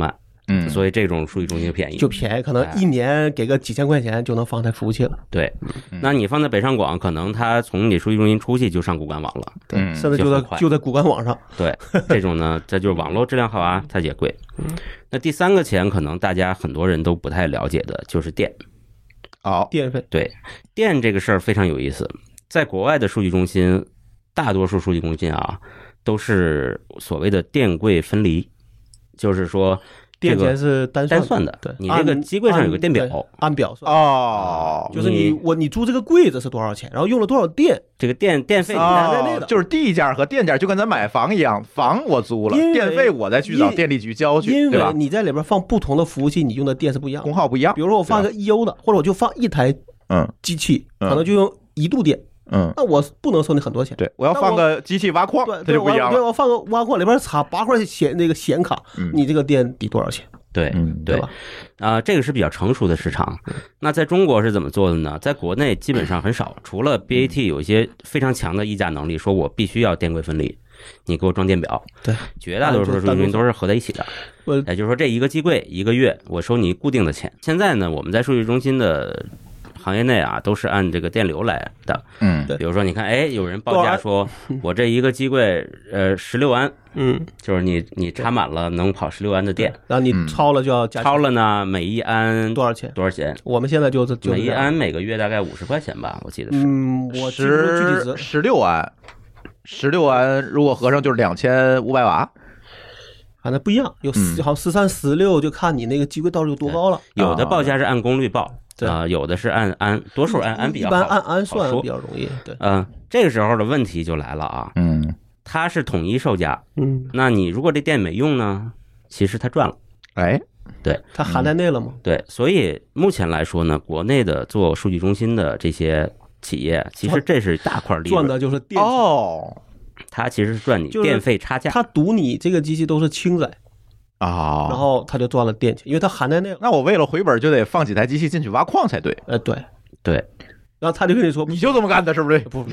所以这种数据中心便宜， 就便宜，可能一年给个几千块钱就能放台服务器了。 对，那你放在北上广，可能它从你数据中心出去就上骨干网了， 对，甚至就在骨干网上。 对，这种呢，这就是网络质量好啊，它也贵。那第三个钱，可能大家很多人都不太了解的，就是电。 电费。 对，电这个事儿非常有意思，在国外的数据中心，大多数数据中心啊，都是所谓的电柜分离，就是说。 电钱是单算的， 对， 你这个机柜上有个电表， 按表算。 就是你租这个柜子是多少钱，然后用了多少电， 这个电费在内的， 就是地价和电价就跟咱买房一样，房我租了，电费我再去找电力局交去， 因为你在里边放不同的服务器，你用的电是不一样， 功耗不一样。 比如说我放个 EO 的，或者我就放一台机器，可能就用1度电。那我不能收你很多钱。 对，我要放个机器挖矿，它就不一样了。 对，我放个挖矿里边插8块显卡，你这个电抵多少钱？ 对，对吧？这个是比较成熟的市场。那在中国是怎么做的呢？在国内基本上很少，除了 BAT 有一些非常强的议价能力，说我必须要电柜分离，你给我装电表。 对， 绝大多数数据中心都是合在一起的。也就是说，这一个机柜1个月我收你固定的钱。现在呢，我们在数据中心的行业内啊，都是按这个电流来的。 对。 比如说，你看，有人报价说，我这一个机柜16安，就是你插满了能跑16安的电， 然后你超了就要加。 超了呢，每一安多少钱？我们现在就每一安每个月大概50块钱吧，我记得是。 我记得具体值 16安如果合上就是2500瓦。 反正不一样，有好13、16，就看你那个机柜到底有多高了。 有的报价是按功率报。有的是按安，多数按安比较好， 一般按安算比较容易。对， 这个时候的问题就来了啊，它是统一售价，那你如果这电没用呢，其实它赚了，对， 它含在内了吗？ 对，所以目前来说呢，国内的做数据中心的这些企业，其实这是大块利润， 赚的就是电它其实是赚你电费差价， 它赌你这个机器都是轻载。然后他就赚了电钱，因为他含在内了。 那我为了回本就得放几台机器进去挖矿才对。 对。然后他就跟你说， 你就这么干的，是不是？ 不，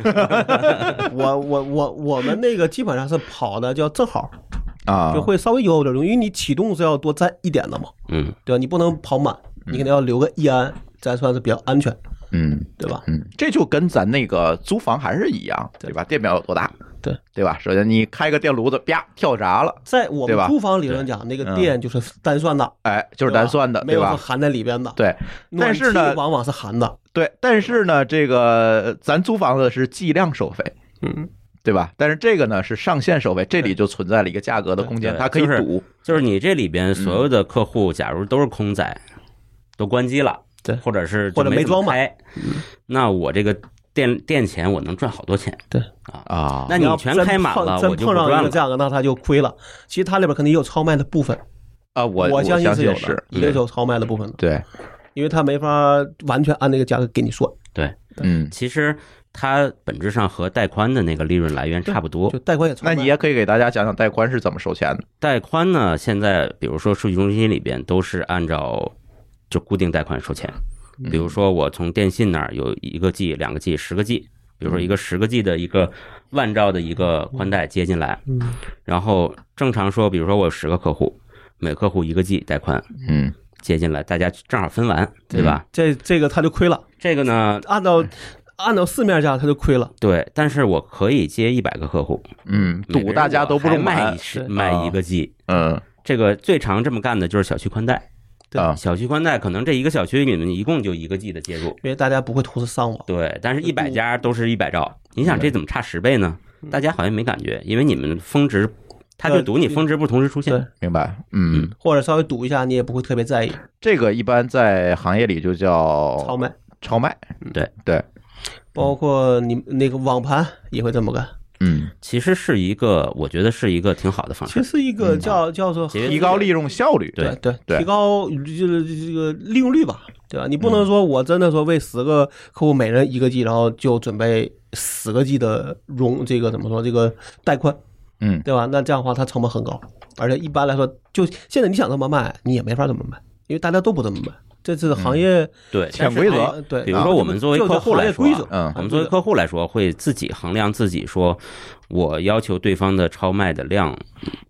我们那个基本上是跑的叫正好就会稍微有点用，因为你启动是要多占1点的嘛。对吧？你不能跑满，你肯定要留个1安，才算是比较安全。对吧？ 这就跟咱那个租房还是一样，对吧？电表有多大？对吧？首先你开个电炉子，啪跳闸了， 在我们租房理论讲，那个电就是单算的， 就是单算的， 没有含在里边的。 对，但是呢， 往往是含的。 对，但是呢，这个咱租房子是计量收费，对吧？但是这个呢是上限收费，这里就存在了一个价格的空间，它可以赌， 就是你这里边所有的客户，假如都是空载，都关机了， 对， 或者没装满， 那我这个。电钱我能赚好多钱， 对那你全开满了，我就不赚了。 碰上一个价格，那他就亏了。其实它里边肯定也有超卖的部分我相信是有的，一定是有超卖的部分的。 对， 因为它没法完全按那个价格给你算。 对，其实它本质上和带宽的那个利润来源差不多， 就带宽也超卖。 那你也可以给大家讲讲带宽是怎么收钱的？ 带宽呢，现在比如说数据中心里边都是按照就固定带宽收钱。比如说我从电信那儿有1个 G、2个 G、10个 G， 比如说一个10个 G 的一个10000兆的一个宽带接进来，然后正常说，比如说我有10个客户，每客户1个 G 带宽，接进来，大家正好分完，对吧？ 这个他就亏了。这个呢， 按照市面价他就亏了。 对，但是我可以接100个客户， 赌大家都不用卖1个 G，这个最常这么干的就是小区宽带。小区宽带可能这一个小区里面一共就1个 G 的接入， 因为大家不会同时上网。 对，但是100家都是100兆，你想这怎么差10倍呢？大家好像没感觉，因为你们峰值，他就赌你峰值不同时出现。 明白？ 或者稍微赌一下，你也不会特别在意。 这个一般在行业里就叫超卖。对， 包括你那个网盘也会这么干。 其实是一个，我觉得是一个挺好的方式。 其实是一个叫做提高利用效率， 对，提高就是这个利用率吧，对吧？你不能说我真的说为10个客户每人1个 G， 然后就准备10个 G 的这个怎么说这个带宽，对吧？那这样的话它成本很高，而且一般来说，就现在你想这么卖，你也没法这么卖，因为大家都不这么卖。这是行业对潜规则， 对， 比如说我们作为客户来说， 我们作为客户来说会自己衡量自己，说我要求对方的超卖的量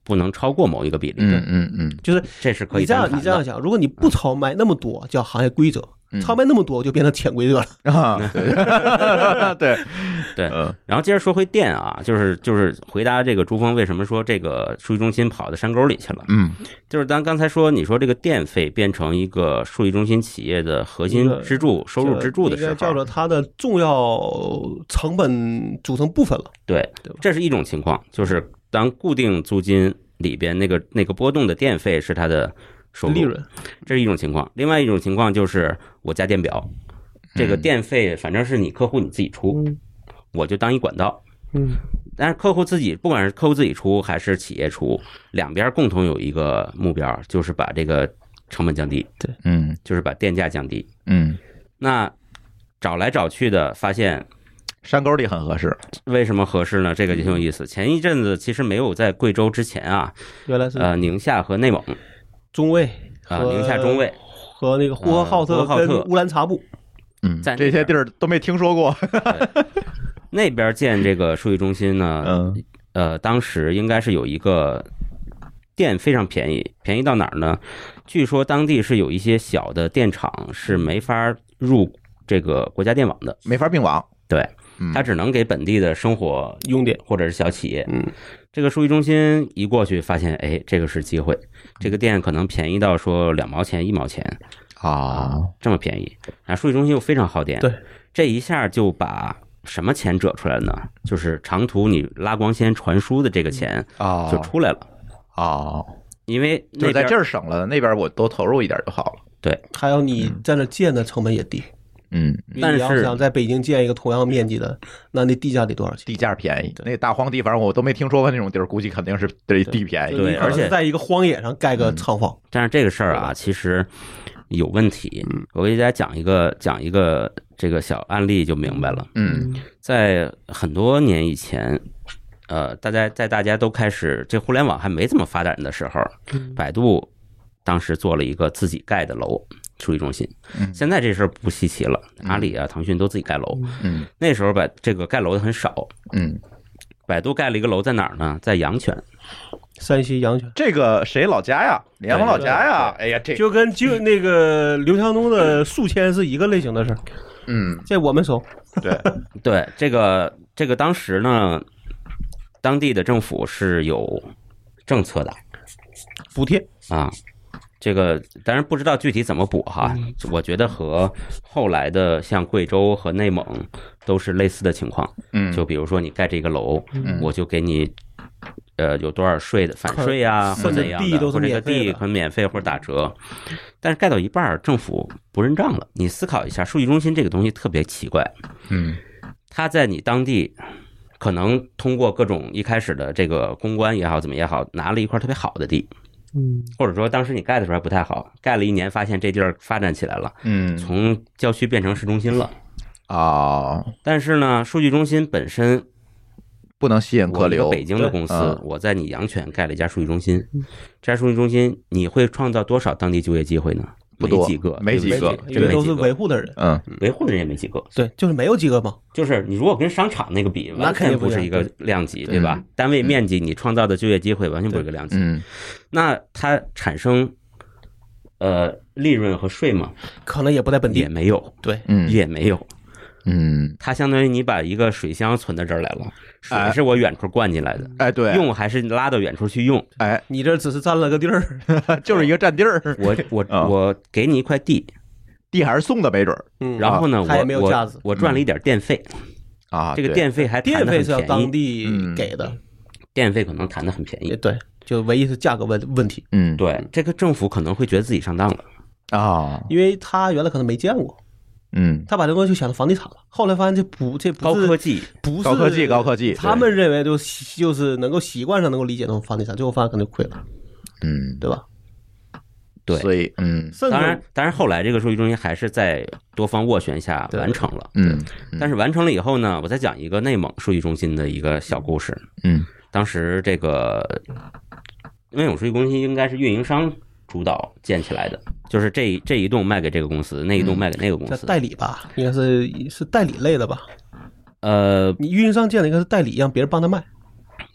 不能超过某一个比例。 就是这是可以你这样想，如果你不超卖那么多叫行业规则，超卖那么多就变成潜规则了啊。对然后接着说回电啊，就是回答这个朱峰为什么说这个数据中心跑到山沟里去了。就是刚才说你说这个电费变成一个数据中心企业的核心支柱、收入支柱的时候， 应该叫做它的重要成本组成部分了。 对，这是一种情况，就是当固定租金里边那个波动的电费是它的收入利润， 这是一种情况。另外一种情况就是我加电表，这个电费反正是你客户你自己出，我就当一管道。但是客户自己，不管是客户自己出还是企业出，两边共同有一个目标，就是把这个成本降低。 对， 就是把电价降低。那找来找去的发现山沟里很合适。 为什么合适呢？这个就挺有意思。前一阵子其实没有在贵州之前啊， 原来是宁夏和内蒙中卫宁夏中卫和那个呼和浩特跟乌兰察布， 在这些地儿都没听说过。 那边建这个数据中心呢，当时应该是有一个电非常便宜，便宜到哪儿呢？据说当地是有一些小的电厂是没法入这个国家电网的， 没法并网。 对，它只能给本地的生活用电或者是小企业。这个数据中心一过去，发现哎，这个是机会，这个电可能便宜到说2毛钱、1毛钱啊， 这么便宜。啊，数据中心又非常耗电， 对， 这一下就把什么钱折出来呢？就是长途你拉光纤传输的这个钱就出来了因为就在这儿省了，那边我多投入一点就好了。 对， 还有你在那建的成本也低。 但是你要想在北京建一个同样面积的，那地价得多少钱？ 地价便宜，那大荒地反正我都没听说过那种地儿，估计肯定是地便宜。 对，而且在一个荒野上盖个厂房。 但是这个事儿啊，其实有问题。我给大家讲一个这个小案例就明白了。在很多年以前，大家都开始这互联网还没这么发展的时候，百度当时做了一个自己盖的楼。数据中心，现在这事儿不稀奇了，阿里啊、腾讯都自己盖楼。那时候这个盖楼的很少。百度盖了一个楼在哪儿呢？在阳泉， 山西阳泉。 这个谁老家呀？李彦宏老家呀？哎呀，这就跟那个刘强东的宿迁是一个类型的事儿。这我们熟。 对，这个当时呢，当地的政府是有政策的补贴啊。这个当然不知道具体怎么补哈，我觉得和后来的像贵州和内蒙都是类似的情况。就比如说你盖这个楼，我就给你有多少税的返税啊，或者怎样的，或者这个地很免费或者打折。但是盖到一半，政府不认账了。你思考一下，数据中心这个东西特别奇怪。它在你当地可能通过各种一开始的这个公关也好，怎么也好，拿了一块特别好的地。或者说当时你盖的时候还不太好，盖了1年发现这地儿发展起来了，从郊区变成市中心了但是呢，数据中心本身不能吸引客流。 我一个北京的公司，我在你阳泉盖了一家数据中心，这家数据中心你会创造多少当地就业机会呢？ 不多， 没几个， 因为都是维护的人。 维护的人也没几个。 对，就是没有几个嘛。 就是你如果跟商场那个比，完全不是一个量级，对吧？单位面积你创造的就业机会完全不是一个量级。那它产生利润和税吗？ 可能也不在本地， 也没有。 对， 也没有。它相当于你把一个水箱存到这儿来了，水是我远处灌进来的， 对， 用还是拉到远处去用， 你这只是占了个地儿， 就是一个占地儿。 我给你一块地还是送的没准儿， 然后呢， 也没有价值， 我赚了一点电费这个电费还谈得很便宜， 电费是要当地给的， 电费可能谈得很便宜， 对，就唯一是价格问题， 对，这个政府可能会觉得自己上当了因为他原来可能没见过。他把这东西就想到房地产了，后来发现这不是高科技， 不是高科技， 他们认为就是能够习惯上能够理解那种房地产，最后发现可能亏了，对吧？ 对， 所以当然后来这个数据中心还是在多方斡旋下完成了，但是完成了以后呢，我再讲一个内蒙数据中心的一个小故事，当时这个内蒙数据中心应该是运营商主导建起来的，就是这一栋卖给这个公司，那一栋卖给那个公司， 代理吧，应该是代理类的吧？你运营商建的应该是代理，让别人帮他卖。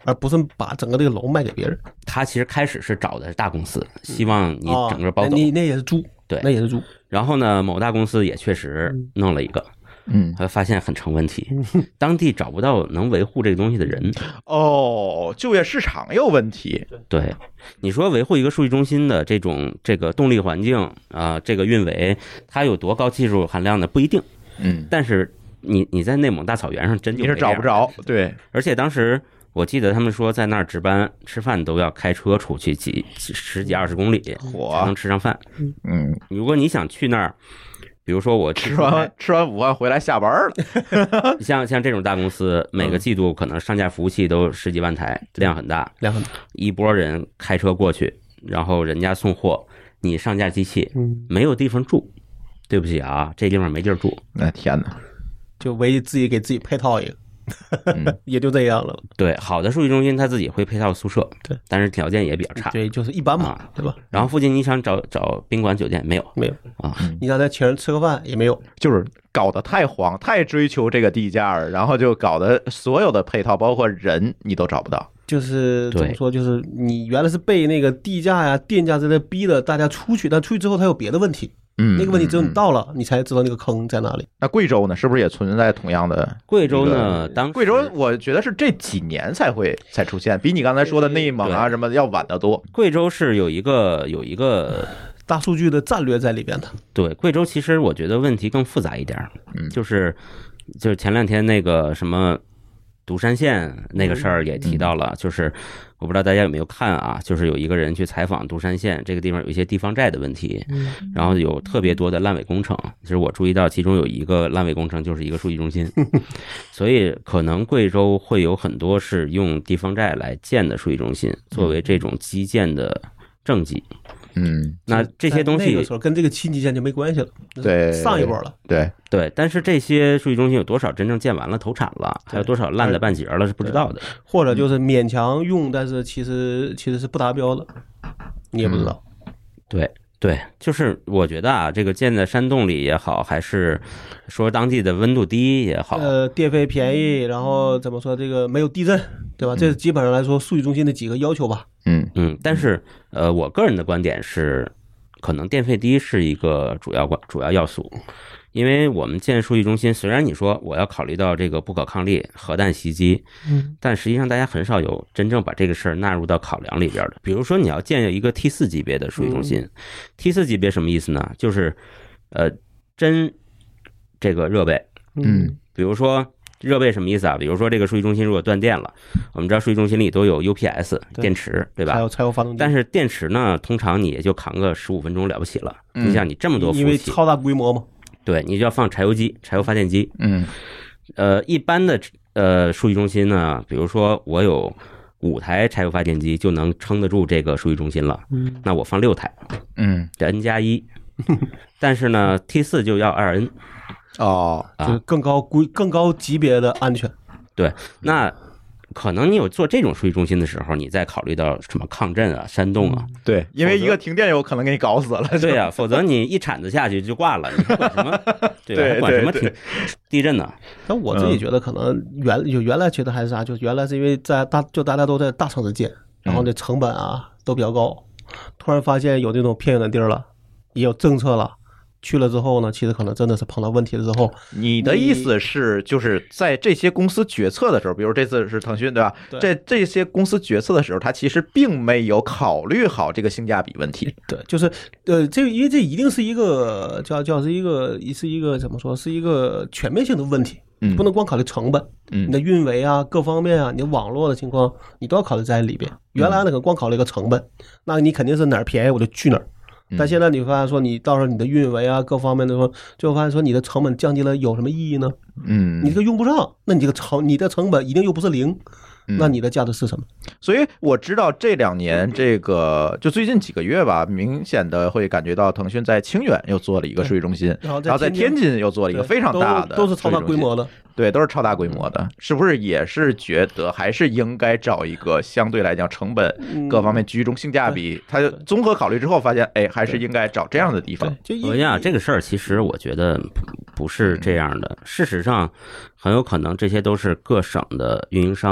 而不是把整个这个楼卖给别人。 他其实开始是找的是大公司，希望你整个包走， 你那也是租， 对， 那也是租。 然后呢，某大公司也确实弄了一个。他发现很成问题，当地找不到能维护这个东西的人。 就业市场有问题。 对，你说维护一个数据中心的这个动力环境啊，这个运维，它有多高技术含量呢？不一定。但是你在内蒙大草原上真就你是找不着。对， 而且当时我记得他们说在那儿值班吃饭都要开车出去十几20公里才能吃上饭。如果你想去那儿。比如说我吃完午饭回来下班了， 像这种大公司，每个季度可能上架服务器都10几万台，量很大，一波人开车过去，然后人家送货，你上架机器，没有地方住，对不起啊，这地方没地儿住， 那天哪， 就唯一自己给自己配套一个。也就这样了。 对，好的数据中心他自己会配套宿舍， 对， 但是条件也比较差。 对，就是一般嘛，对吧？ 然后附近你想找宾馆酒店没有啊？ 你想再请人吃个饭也没有， 就是搞得太荒，太追求这个地价，然后就搞得所有的配套，包括人你都找不到。 就是怎么说？就是你原来是被那个地价呀、电价之类逼的大家出去，但出去之后它有别的问题。那个问题只有你到了，你才知道那个坑在哪里。 那贵州呢？是不是也存在同样的？ 贵州呢？ 贵州我觉得是这几年才出现，比你刚才说的内蒙啊什么的要晚得多。 贵州是有一个大数据的战略在里边的。对， 贵州其实我觉得问题更复杂一点，就是前2天那个什么独山县那个事儿也提到了，就是我不知道大家有没有看啊，就是有一个人去采访独山县这个地方有一些地方债的问题，然后有特别多的烂尾工程，其实我注意到其中有一个烂尾工程就是一个数据中心，所以可能贵州会有很多是用地方债来建的数据中心，作为这种基建的政绩。那这些东西那个时候跟这个7基建就没关系了， 对， 上一波了， 对，但是这些数据中心有多少真正建完了投产了，还有多少烂的半截了是不知道的， 或者就是勉强用，但是其实是不达标的，你也不知道。 对，就是我觉得啊，这个建在山洞里也好，还是说当地的温度低也好， 电费便宜，然后怎么说这个没有地震，对吧？这基本上来说数据中心的几个要求吧。 但是我个人的观点是，可能电费低是一个主要要素。因为我们建数据中心，虽然你说我要考虑到这个不可抗力、核弹袭击，但实际上大家很少有真正把这个事儿纳入到考量里边的。比如说你要建一个 T4 级别的数据中心，T4 级别什么意思呢？就是真这个热备，比如说热备什么意思啊？比如说这个数据中心如果断电了，我们知道数据中心里都有 UPS 电池，对吧？ 还有发动机。 但是电池呢，通常你也就扛个15分钟了不起了。你像你这么多服务器， 因为超大规模嘛。 对，你就要放柴油发电机。一般的数据中心呢，比如说我有5台柴油发电机就能撑得住这个数据中心了。那我放6台，这 N+1。但是呢 ，T4 就要2N。 就是更高级别的安全。 对，那可能你有做这种数据中心的时候，你再考虑到什么抗震啊、山洞啊。 对，因为一个停电有可能给你搞死了。 对呀，否则你一铲子下去就挂了，你管什么？对吧？管什么地震呢？ 但我自己觉得可能原来觉得还是啥，就原来是因为大家都在大城市建，然后这成本啊都比较高，突然发现有这种偏远的地儿了，也有政策了。去了之后呢，其实可能真的是碰到问题了之后， 你的意思是就是在这些公司决策的时候，比如这次是腾讯，对吧？在这些公司决策的时候，它其实并没有考虑好这个性价比问题。 对，就是因为这一定是一个是一个怎么说，是一个全面性的问题，不能光考虑成本，你的运维啊各方面啊，你的网络的情况，你都要考虑在里边。原来呢可能光考虑一个成本，那你肯定是哪儿便宜我就去哪儿。但现在你发现说，你到时候你的运维啊各方面的说，最后发现说你的成本降低了，有什么意义呢？你这个用不上，那你的成本一定又不是0，那你的价值是什么？ 所以我知道这2年这个就最近几个月吧，明显的会感觉到腾讯在清远又做了一个数据中心，然后在天津又做了一个非常大的， 都是超大规模的。 对，都是超大规模的，是不是也是觉得还是应该找一个相对来讲成本各方面居中性价比，他就综合考虑之后发现，哎，还是应该找这样的地方。 我想这个事儿其实我觉得不是这样的，事实上很有可能这些都是各省的运营商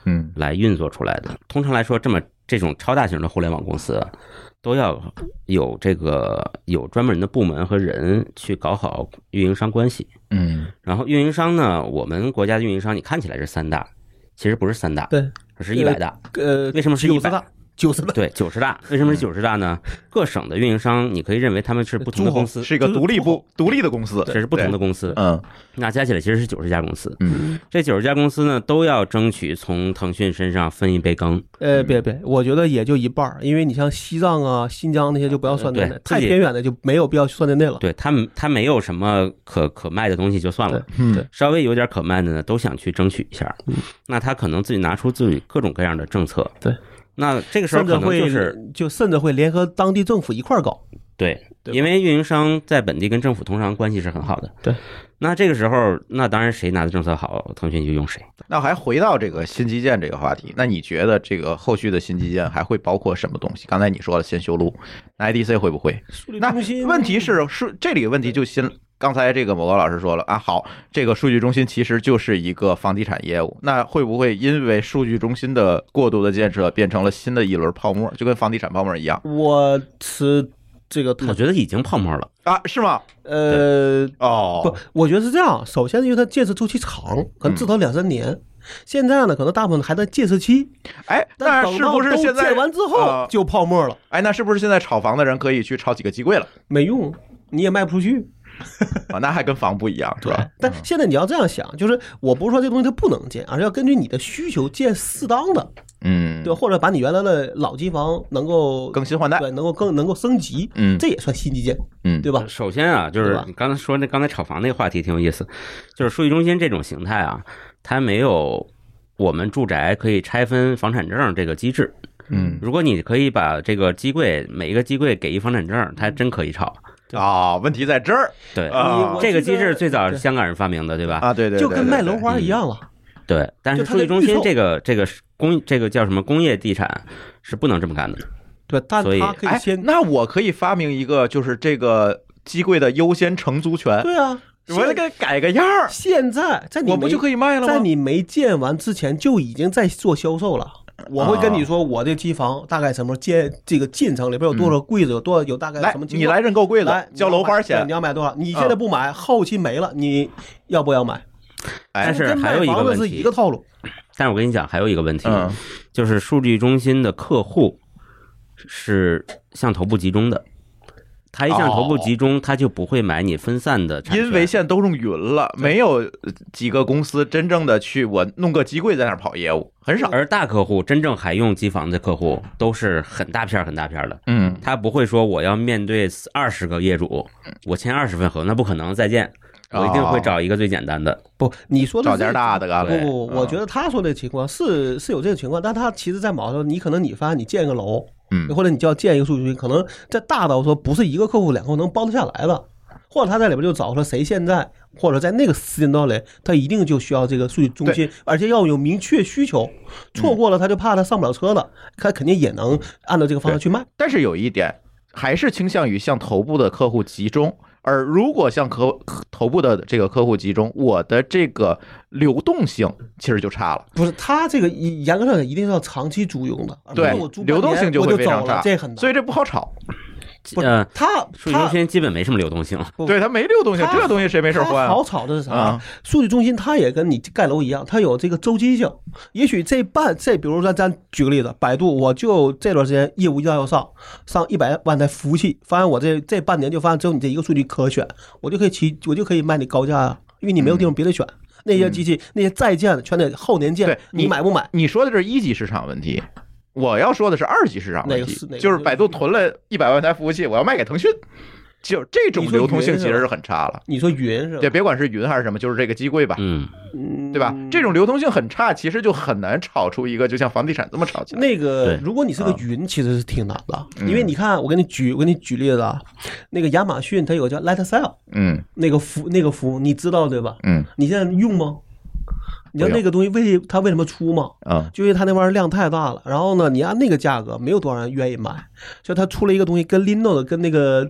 来运作出来的。通常来说，这种超大型的互联网公司都要有有专门的部门和人去搞好运营商关系。然后运营商呢，我们国家的运营商你看起来是3大，其实不是3大， 对， 是100大。为什么是100大 ？90大， 对，90大。为什么是90大呢？各省的运营商，你可以认为他们是不同的公司， 是一个独立的公司， 这是不同的公司。那加起来其实是90家公司。这90家公司呢，都要争取从腾讯身上分一杯羹。 别，我觉得也就一半，因为你像西藏啊、新疆那些就不要算在内，太偏远的就没有必要算在内了。 对，他没有什么可卖的东西就算了。 对， 稍微有点可卖的呢，都想去争取一下。那他可能自己拿出自己各种各样的政策。 对。 那这个时候可能甚至会联合当地政府一块搞。 对，因为运营商在本地跟政府通常关系是很好的。 对， 那这个时候，那当然谁拿的政策好，腾讯就用谁。 那还回到这个新基建这个话题，那你觉得这个后续的新基建还会包括什么东西？刚才你说了先修路，那 IDC 会不会？那问题是这里问题就刚才这个某高老师说了啊，好，这个数据中心其实就是一个房地产业务，那会不会因为数据中心的过度的建设变成了新的一轮泡沫，就跟房地产泡沫一样？ 我觉得已经泡沫了啊？是吗？ 不，我觉得是这样。首先，因为它建设周期长，可能至少2-3年。现在呢，可能大部分还在建设期。 那是不是现在建完之后就泡沫了？ 那是不是现在炒房的人可以去炒几个机柜了？ 没用，你也卖不出去。 那还跟房不一样，是吧？ 但现在你要这样想，就是我不是说这东西它不能建，而是要根据你的需求建适当的，对，或者把你原来的老机房能够更新换代， 对，能够升级，这也算新基建，对吧？ 首先啊，就是你刚才说刚才炒房那个话题挺有意思，就是数据中心这种形态啊，它没有我们住宅可以拆分房产证这个机制。如果你可以把这个机柜每一个机柜给一房产证，它真可以炒。 问题在这儿。 对，这个机制最早是香港人发明的，对吧？ 对， 就跟卖楼花一样了。 对，但是数据中心这个叫什么工业地产是不能这么干的。 对，但它可以先。 那我可以发明一个，就是这个机柜的优先承租权。 对啊， 我得给改个样儿。 现在我不就可以卖了吗？ 在你没建完之前就已经在做销售了。我会跟你说，我这机房大概什么这个进程里边有多少柜子，有大概什么情况。 你来认购柜子，交楼花钱。 你要买多少？你现在不买，后期没了，你要不要买？ 但是还有一个问题， 是一个套路。 但是我跟你讲，还有一个问题，就是数据中心的客户是向头部集中的。他一向头部集中，他就不会买你分散的产权， 因为现在都用云了，没有几个公司真正的去我弄个机柜在那儿跑业务，很少。 而大客户真正还用机房的客户都是很大片的，他不会说我要面对20个业主，我签20份合同，那不可能，再见。我一定会找一个最简单的。 不，你说的找点大的干了。 不，我觉得他说的情况是有这个情况，但他其实在某种，你可能你发现你建一个楼，或者你就要建一个数据中心，可能在大到说不是一个客户2个客户能包得下来的，或者他在里边就找出谁现在或者在那个时间段里，他一定就需要这个数据中心，而且要有明确需求，错过了他就怕他上不了车了，他肯定也能按照这个方向去卖。 但是有一点，还是倾向于向头部的客户集中。而如果向头部的这个客户集中，我的这个流动性其实就差了。 不是，它这个严格上一定是要长期租用的， 对，流动性就会非常差， 这很难， 所以这不好炒。 它数据中心基本没什么流动性， 对，它没流动性，这个东西谁没事换？ 好炒的是啥？数据中心它也跟你盖楼一样，它有这个周期性。也许比如说咱举个例子，百度，我就这段时间业务要上100万台服务器，发现我这半年就发现只有你这一个数据可选，我就可以卖你高价啊，因为你没有地方别的选。那些机器那些在建的全得后年建，你买不买？ 你说的是1级市场问题。我要说的是2级市场问题，就是百度囤了100万台服务器，我要卖给腾讯，就这种流通性其实是很差了。 你说云是吧？ 对，别管是云还是什么，就是这个机柜吧，对吧？这种流通性很差，其实就很难炒出一个就像房地产这么炒起来。 那个，如果你是个云，其实是挺难的，因为你看，我给你举例子啊，那个亚马逊它有个叫 Lightsail，那个服务你知道对吧？你现在用吗？你知道那个东西它为什么出吗？就因为它那玩意儿量太大了，然后呢，你按那个价格，没有多少人愿意买，所以它出了一个东西跟 Linode 跟那个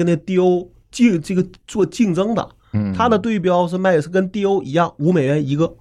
DO 这个做竞争的，它的对标是卖的是跟 DO 一样，$5一个，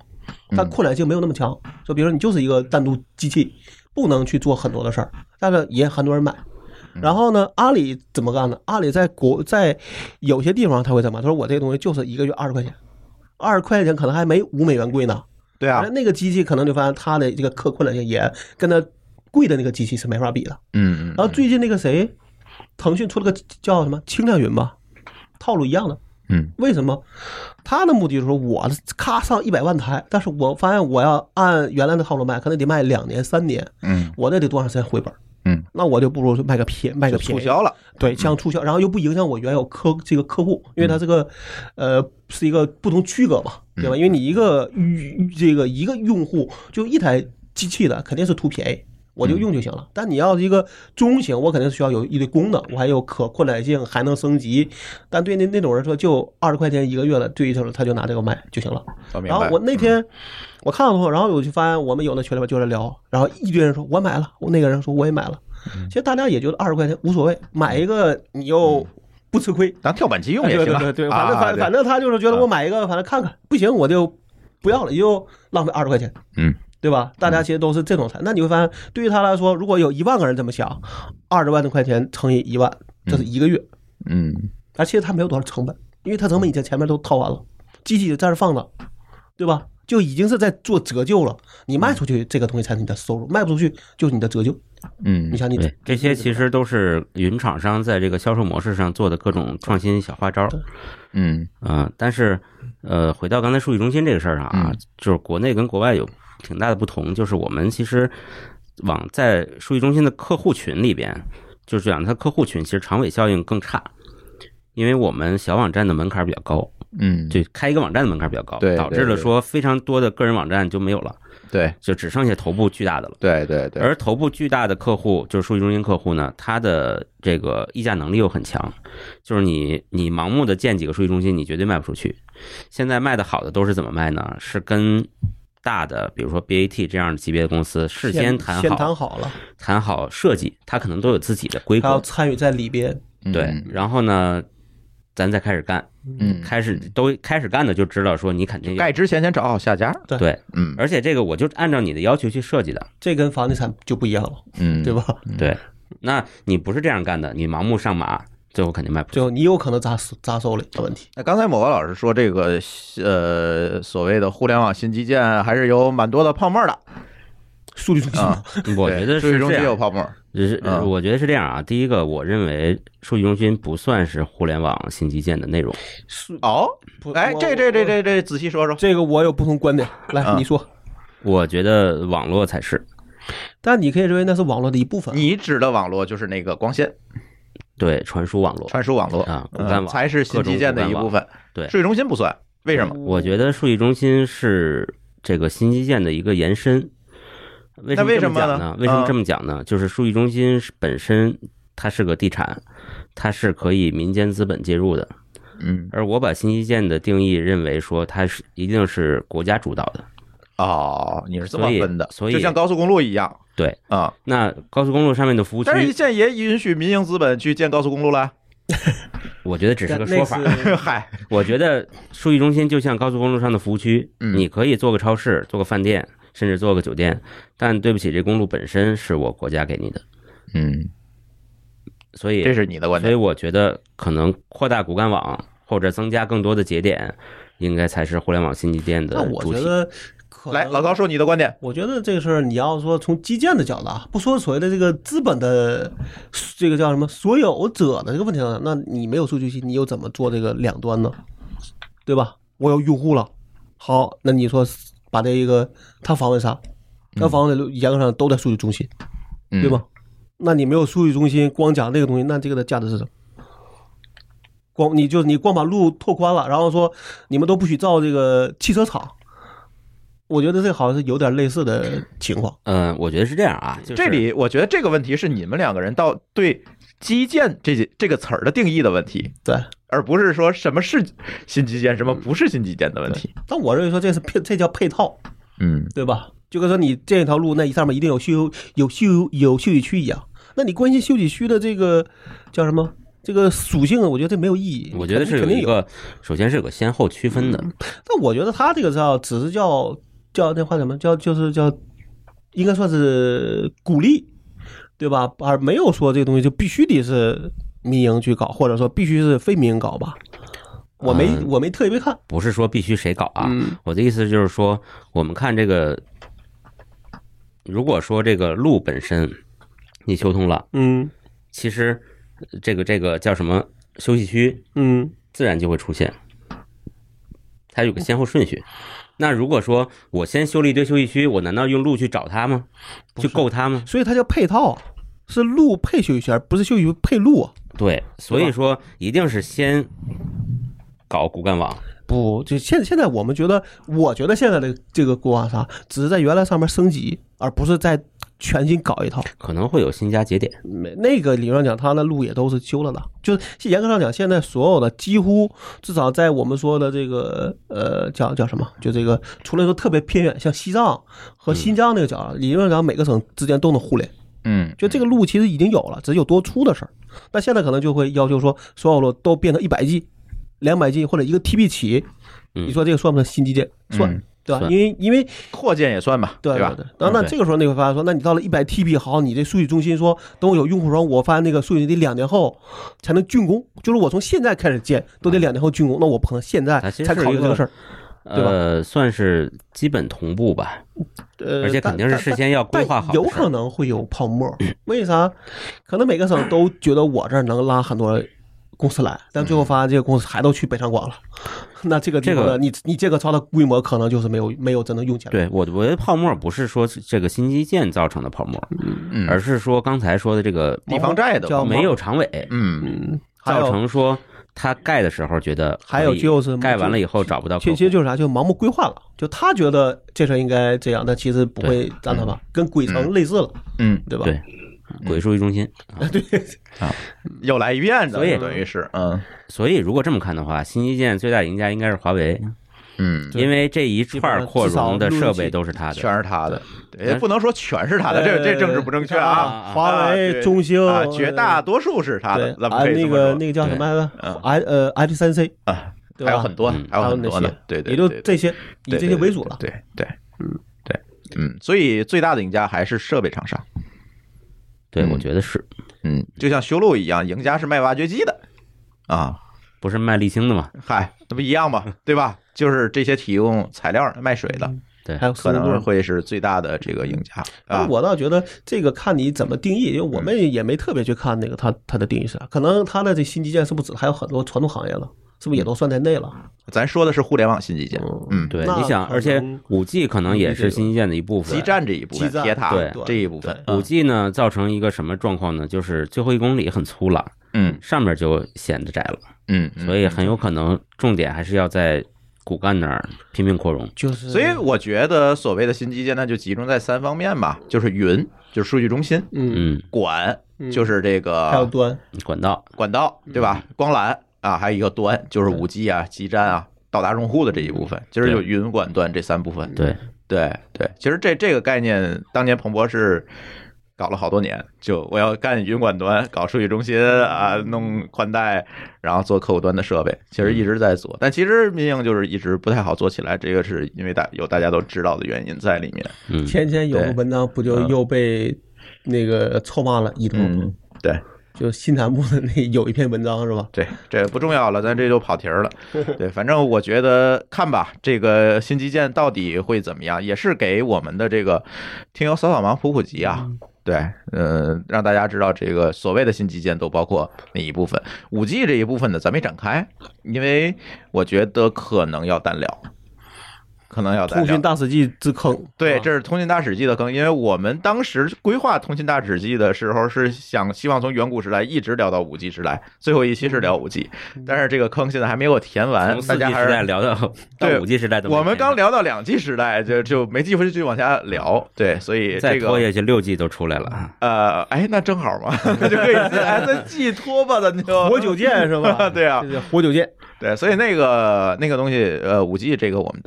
它扩展性没有那么强。就比如说你就是一个单独机器，不能去做很多的事儿，但是也很多人买。然后呢，阿里怎么干呢？阿里在有些地方他会怎么？他说我这个东西就是一个月20块钱，20块钱可能还没5美元贵呢。 对啊， 那个机器可能就发现它的这个可扩展性也跟它贵的那个机器是没法比的。然后最近那个谁，腾讯出了个叫什么轻量云吧，套路一样的。为什么？他的目的就是说，我咔上100万台，但是我发现我要按原来的套路卖，可能得卖2年3年。我那得多长时间回本？那我就不如卖个便宜， 促销了。 对，像促销，然后又不影响我原有这个客户，因为它这个是一个不同区隔嘛，对吧？因为你一个用户就一台机器的，肯定是图便宜。我就用就行了，但你要是一个中型，我肯定是需要有一堆功能，我还有可扩展性，还能升级。但对那种人说，就20块钱1个月了，对于他就拿这个卖就行了。然后我那天我看到之后，然后我就发现我们有的群里边就在聊，然后一堆人说我买了，那个人说我也买了。其实大家也觉得20块钱无所谓，买一个你又不吃亏， 当跳板机用也行。 对，反正他就是觉得我买一个，反正看看不行我就不要了，也就浪费20块钱。对吧？大家其实都是这种菜。那你会发现，对于他来说，如果有1万个人这么想，20万块钱乘以1万，这是1个月。而且他没有多少成本，因为他成本已经前面都掏完了，机器在这放着，对吧？就已经是在做折旧了。你卖出去这个东西才是你的收入，卖不出去就是你的折旧。你想你这些其实都是云厂商在这个销售模式上做的各种创新小花招。但是回到刚才数据中心这个事儿啊，就是国内跟国外有挺大的不同，就是我们其实在数据中心的客户群里边，就是讲它客户群其实长尾效应更差，因为我们小网站的门槛比较高，就开一个网站的门槛比较高，导致了说非常多的个人网站就没有了， 对， 就只剩下头部巨大的了， 对。 而头部巨大的客户就是数据中心客户呢，他的这个议价能力又很强，就是你盲目的建几个数据中心，你绝对卖不出去。现在卖的好的都是怎么卖呢？是跟大的比如说 BAT 这样的级别的公司事先谈好设计，他可能都有自己的规格， 他要参与在里边。 对，然后呢咱再开始干，开始干的就知道说你肯定盖之前先找好下家。 对，而且这个我就按照你的要求去设计的， 这跟房地产就不一样了，对吧？ 对，那你不是这样干的，你盲目上马，最后肯定卖不出， 最后你有可能砸手里的问题。 那刚才某个老师说这个所谓的互联网新基建还是有蛮多的泡沫的。 数据中心， 我觉得数据中心有泡沫。 我觉得是这样啊。第一个，我认为数据中心不算是互联网新基建的内容。 哎，这仔细说说。 这个我有不同观点，来你说。 我觉得网络才是， 但你可以认为那是网络的一部分。 你指的网络就是那个光纤， 对，传输网络啊， 骨干网才是新基建的一部分。 对， 数据中心不算，为什么？ 我觉得数据中心是这个新基建的一个延伸。为什么这么讲呢？为什么这么讲呢？就是数据中心本身它是个地产，它是可以民间资本介入的。而我把新基建的定义认为说它是一定是国家主导的。 你是这么分的， 所以就像高速公路一样。 对啊，那高速公路上面的服务区， 但是现在也允许民营资本去建高速公路了。 我觉得只是个说法。 嗨， 我觉得数据中心就像高速公路上的服务区，你可以做个超市，做个饭店，甚至做个酒店，但对不起，这公路本身是我国家给你的。所以这是你的观点。 所以我觉得可能扩大骨干网或者增加更多的节点，应该才是互联网新基建的主体。 那我觉得来，老高说你的观点。 我觉得这个事儿，你要说从基建的角度啊，不说所谓的这个资本的这个叫什么所有者的这个问题上，那你没有数据系，你又怎么做这个两端呢？对吧？我有用户了，好，那你说把这一个他访问啥？他访问的严格上都在数据中心，对吧？那你没有数据中心，光讲这个东西，那这个的价值是什么？你光把路拓宽了，然后说你们都不许造这个汽车厂。我觉得这好像是有点类似的情况。 我觉得是这样啊。 这里我觉得这个问题是你们两个人到对基建这个词儿的定义的问题， 对， 而不是说什么是新基建，什么不是新基建的问题。 但我认为说这叫配套，对吧？就跟说你建一条路，那上面一定有休息区一样。那你关心休息区的这个叫什么？这个属性，我觉得这没有意义。 我觉得是有一个，首先是有个先后区分的。 但我觉得他这个只是叫叫那话什么叫就是叫，应该算是鼓励，对吧？而没有说这个东西就必须得是民营去搞，或者说必须是非民营搞吧。我没特别看， 不是说必须谁搞啊。我的意思就是说，我们看这个，如果说这个路本身你修通了，其实这个叫什么休息区，自然就会出现，它有个先后顺序。那如果说我先修了一堆休息区，我难道用路去找它吗？去够它吗？ 所以它叫配套啊，是路配休息区，而不是休息区配路啊。 对，所以说一定是先搞骨干网。 不，就现在我们觉得，我觉得现在的这个国网啥，只是在原来上面升级，而不是在全新搞一套。 可能会有新加节点， 那个理论上讲，它的路也都是修了的。就是严格上讲，现在所有的几乎至少在我们说的这个叫什么，就这个除了说特别偏远，像西藏和新疆那个角，理论上每个省之间都能互联。就这个路其实已经有了，只是有多出的事儿。那现在可能就会要求说，所有路都变成100G。200G 或者1个 TB 起，你说这个算不算新基建？算，对吧？因为扩建也算吧，对吧？ 然后那这个时候你会发现说，那你到了100 TB， 好，你这数据中心说等我有用户说，我发现那个数据得2年后才能竣工，就是我从现在开始建都得2年后竣工，那我不可能现在才考虑这个事儿，对吧？ 算是基本同步吧。而且肯定是事先要规划好， 有可能会有泡沫。为啥？可能每个省都觉得我这儿能拉很多公司来，但最后发现这个公司还都去北上广了。那这个地方你这个超的规模可能就是没有真的用起来。 对，我觉得泡沫不是说这个新基建造成的泡沫，而是说刚才说的这个地方债的没有常委，造成说他盖的时候觉得， 还有就是盖完了以后找不到客户， 其实就是啥，就盲目规划了，就他觉得这事应该这样，但其实不会让他吧，跟鬼城类似了，对吧？ 对。鬼数据中心， 对啊，又来一遍的， 所以等于是， 所以如果这么看的话，新基建最大赢家应该是华为，因为这一串扩容的设备都是他的， 全是他的，也不能说全是他的，这政治不正确啊。 华为、中兴， 绝大多数是他的， 那个叫什么来着？H3C 啊，还有很多，还有很多呢，对， 也就这些，以这些为主了， 对，所以最大的赢家还是设备厂商。 对，我觉得是， 就像修路一样，赢家是卖挖掘机的啊， 不是卖沥青的吗？ 嗨，那不一样吗？对吧？就是这些提供材料卖水的， 对， 还有可能会是最大的这个赢家啊。我倒觉得这个看你怎么定义，因为我们也没特别去看那个它的定义是啥，可能它的这新基建是不是还有很多传统行业了？是不是也都算在内了？ 咱说的是互联网新基建， 对，你想，而且5G 可能也是新基建的一部分， 基站这一部分，铁塔对这一部分。 5G 呢，造成一个什么状况呢？就是最后1公里很粗了，上面就显得窄了，所以很有可能重点还是要在骨干那儿拼命扩容。 所以我觉得所谓的新基建呢，就集中在3方面吧，就是云，就是数据中心，管，就是这个还有端管道， 对吧？光缆。啊，还有一个端就是5G 啊、基站啊，到达用户的这一部分，就是有云管端这3部分。 对， 其实这个概念，当年彭博是搞了好多年，就我要干云管端，搞数据中心啊，弄宽带，然后做客户端的设备，其实一直在做，但其实民营就是一直不太好做起来，这个是因为有大家都知道的原因在里面。 前有个文章不就又被那个臭骂了一通？ 对。 就新南部的那有一篇文章是吧？ 对，这不重要了，咱这就跑题了。对，反正我觉得看吧，这个新基建到底会怎么样，也是给我们的这个听友扫扫盲普及啊。对，让大家知道这个所谓的新基建都包括哪一部分。5G 这一部分呢，咱没展开，因为我觉得可能要单聊。通信大使季之坑， 对，这是通信大使季的坑，因为我们当时规划通信大使季的时候是希望从远古时代一直聊到5G 时代，最后一期是聊5G，但是这个坑现在还没有填完，大家还是 4G 时代聊到5G 时代， 我们刚聊到2G 时代就没机会继续往下聊，对，所以再拖下去6G 都出来了， 那正好嘛，那就可以再继拖吧，咱就活久见是吧？ 对啊， 活久见。 对，所以那个东西，5G 这个我们单聊，因为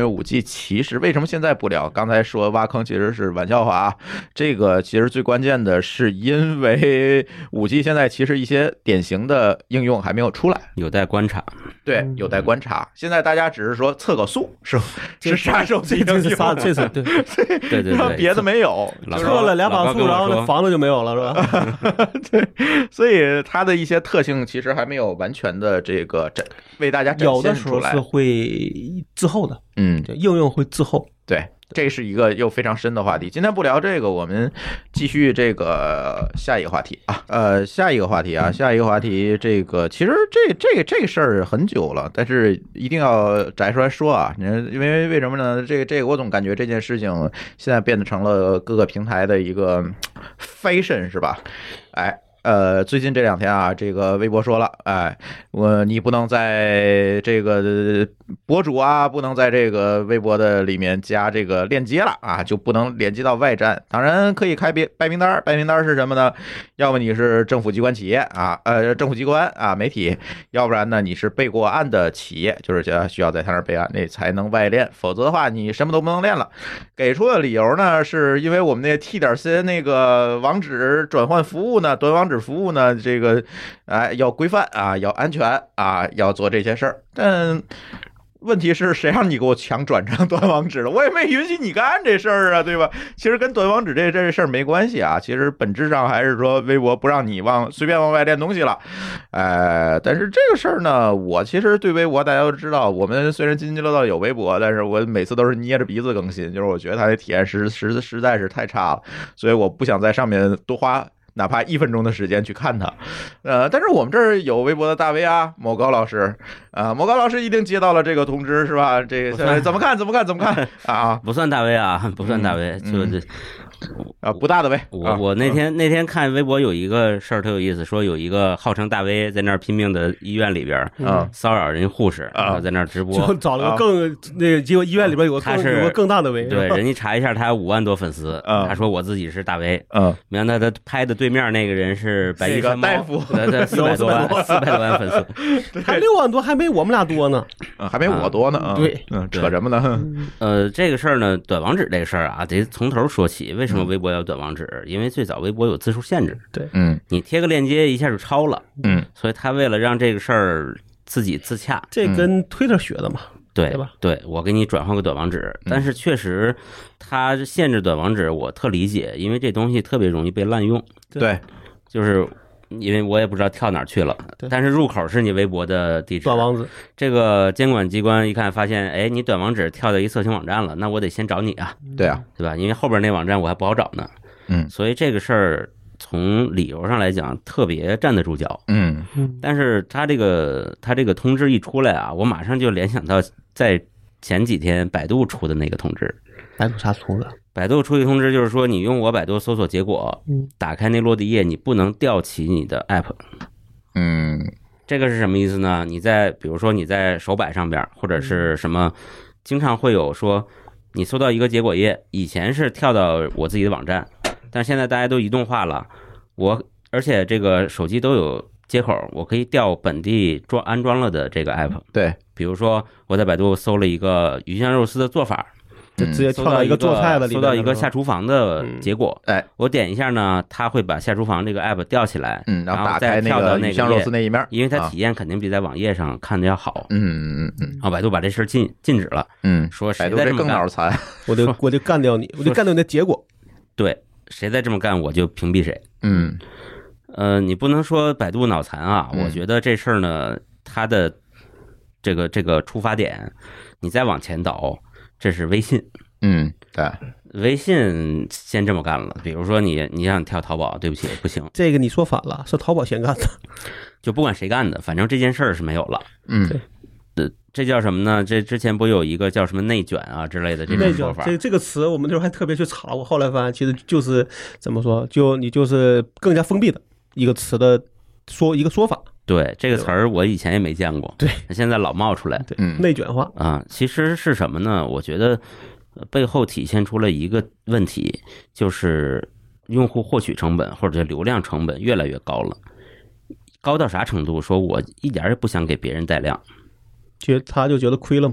5G 其实为什么现在不聊？刚才说挖坑其实是玩笑话啊，这个其实最关键的是因为5G 现在其实一些典型的应用还没有出来， 有待观察。 对，有待观察。现在大家只是说测个速，是啥手机应用？ 这是对， 别的没有， 测了2把速，然后那房子就没有了，是吧？ 对，所以它的一些特性其实还没有完全的这个为大家展现出来。 有的时候是会滞后的，对，应用会滞后。 对，这是一个又非常深的话题。今天不聊这个，我们继续这个下一个话题啊。下一个话题，这个其实这个事儿很久了，但是一定要摘出来说啊。因为什么呢？这个我总感觉这件事情现在变得成了各个平台的一个 fashion 是吧？最近这2天啊，这个微博说了，你不能在这个博主啊，不能在这个微博的里面加这个链接了啊，就不能连接到外站。当然可以开白名单，白名单是什么呢？要么你是政府机关企业啊，政府机关啊媒体，要不然呢你是备过案的企业，就是需要在他那儿备案，那才能外链，否则的话你什么都不能链了。给出的理由呢，是因为我们那 T.C 那个网址转换服务呢，短网址服务呢，这个要规范啊，要安全啊，要做这些事儿。但问题是谁让你给我强转成短网址了？我也没允许你干这事儿啊，对吧？其实跟短网址这事儿没关系啊，其实本质上还是说微博不让你随便往外链东西了。但是这个事儿呢，我其实对微博大家都知道，我们虽然津津乐道有微博，但是我每次都是捏着鼻子更新，就是我觉得它的体验实在是太差了，所以我不想在上面多花哪怕1分钟的时间去看它，但是我们这儿有微博的大 V 啊，某高老师啊，某高老师一定接到了这个通知是吧？这个怎么看啊？ 不算大 V 啊，不算大 V，就这。 不大的 V。 我那天看微博有一个事儿特有意思，说有一个号称大 V 在那儿拼命的医院里边骚扰人护士，在那儿直播， 就找了个结果医院里边有个更大的 V。 对，人家查一下他5万多粉丝，他说我自己是大 V，没想到他拍的对面那个人是白衣山猫大夫 ，400多万粉丝， 还6万多，还没我们俩多呢， 还没我多呢。 对， 扯什么呢？ 这个事儿呢，短网址这个事儿啊，得从头说起。为什么微博要短网址？因为最早微博有字数限制， 对， 你贴个链接一下就超了，所以他为了让这个事儿自己自洽， 这跟 Twitter 学的嘛， 对吧？ 对，我给你转换个短网址，但是确实他限制短网址，我特理解，因为这东西特别容易被滥用， 对， 就是因为我也不知道跳哪儿去了，但是入口是你微博的地址， 短网址。 这个监管机关一看发现，哎，你短网址跳到一色情网站了，那我得先找你啊， 对啊， 对吧？因为后边那网站我还不好找呢，所以这个事儿从理由上来讲特别站得住脚，但是他这个通知一出来啊，我马上就联想到在前几天百度出的那个通知。 百度啥出的？ 百度出一通知，就是说你用我百度搜索结果，打开那落地页，你不能调起你的 app。这个是什么意思呢？比如说你在手摆上边或者是什么，经常会有说你搜到一个结果页，以前是跳到我自己的网站，但现在大家都移动化了，而且这个手机都有接口，我可以调本地安装了的这个 app。 对， 比如说我在百度搜了一个鱼香肉丝的做法。 就直接跳到一个做菜的里面， 搜到一个下厨房的结果，我点一下呢，它会把下厨房这个 app 调起来， 然后打开那个鱼香肉丝那一面， 因为它体验肯定比在网页上看的要好。然后百度把这事禁止了，说谁再这么干， 更脑残， 我就干掉你，我就干掉你的结果。 对，谁再这么干，我就屏蔽谁。你不能说百度脑残啊，我觉得这事儿呢，它的这个出发点，你再往前倒。这是微信， 对， 微信先这么干了。比如说你想跳淘宝，对不起，不行， 这个你说反了，是淘宝先干的， 就不管谁干的，反正这件事儿是没有了。 对， 这叫什么呢？这之前不有一个叫什么内卷啊之类的这种说法？ 这个词我们那时候还特别去查过，后来发现其实就是怎么说，你就是更加封闭的一个词的一个说法。 对，这个词儿我以前也没见过， 对， 现在老冒出来， 对，内卷化啊，其实是什么呢？我觉得背后体现出了一个问题，就是用户获取成本或者流量成本越来越高了，高到啥程度？说我一点也不想给别人带量， 他就觉得亏了嘛。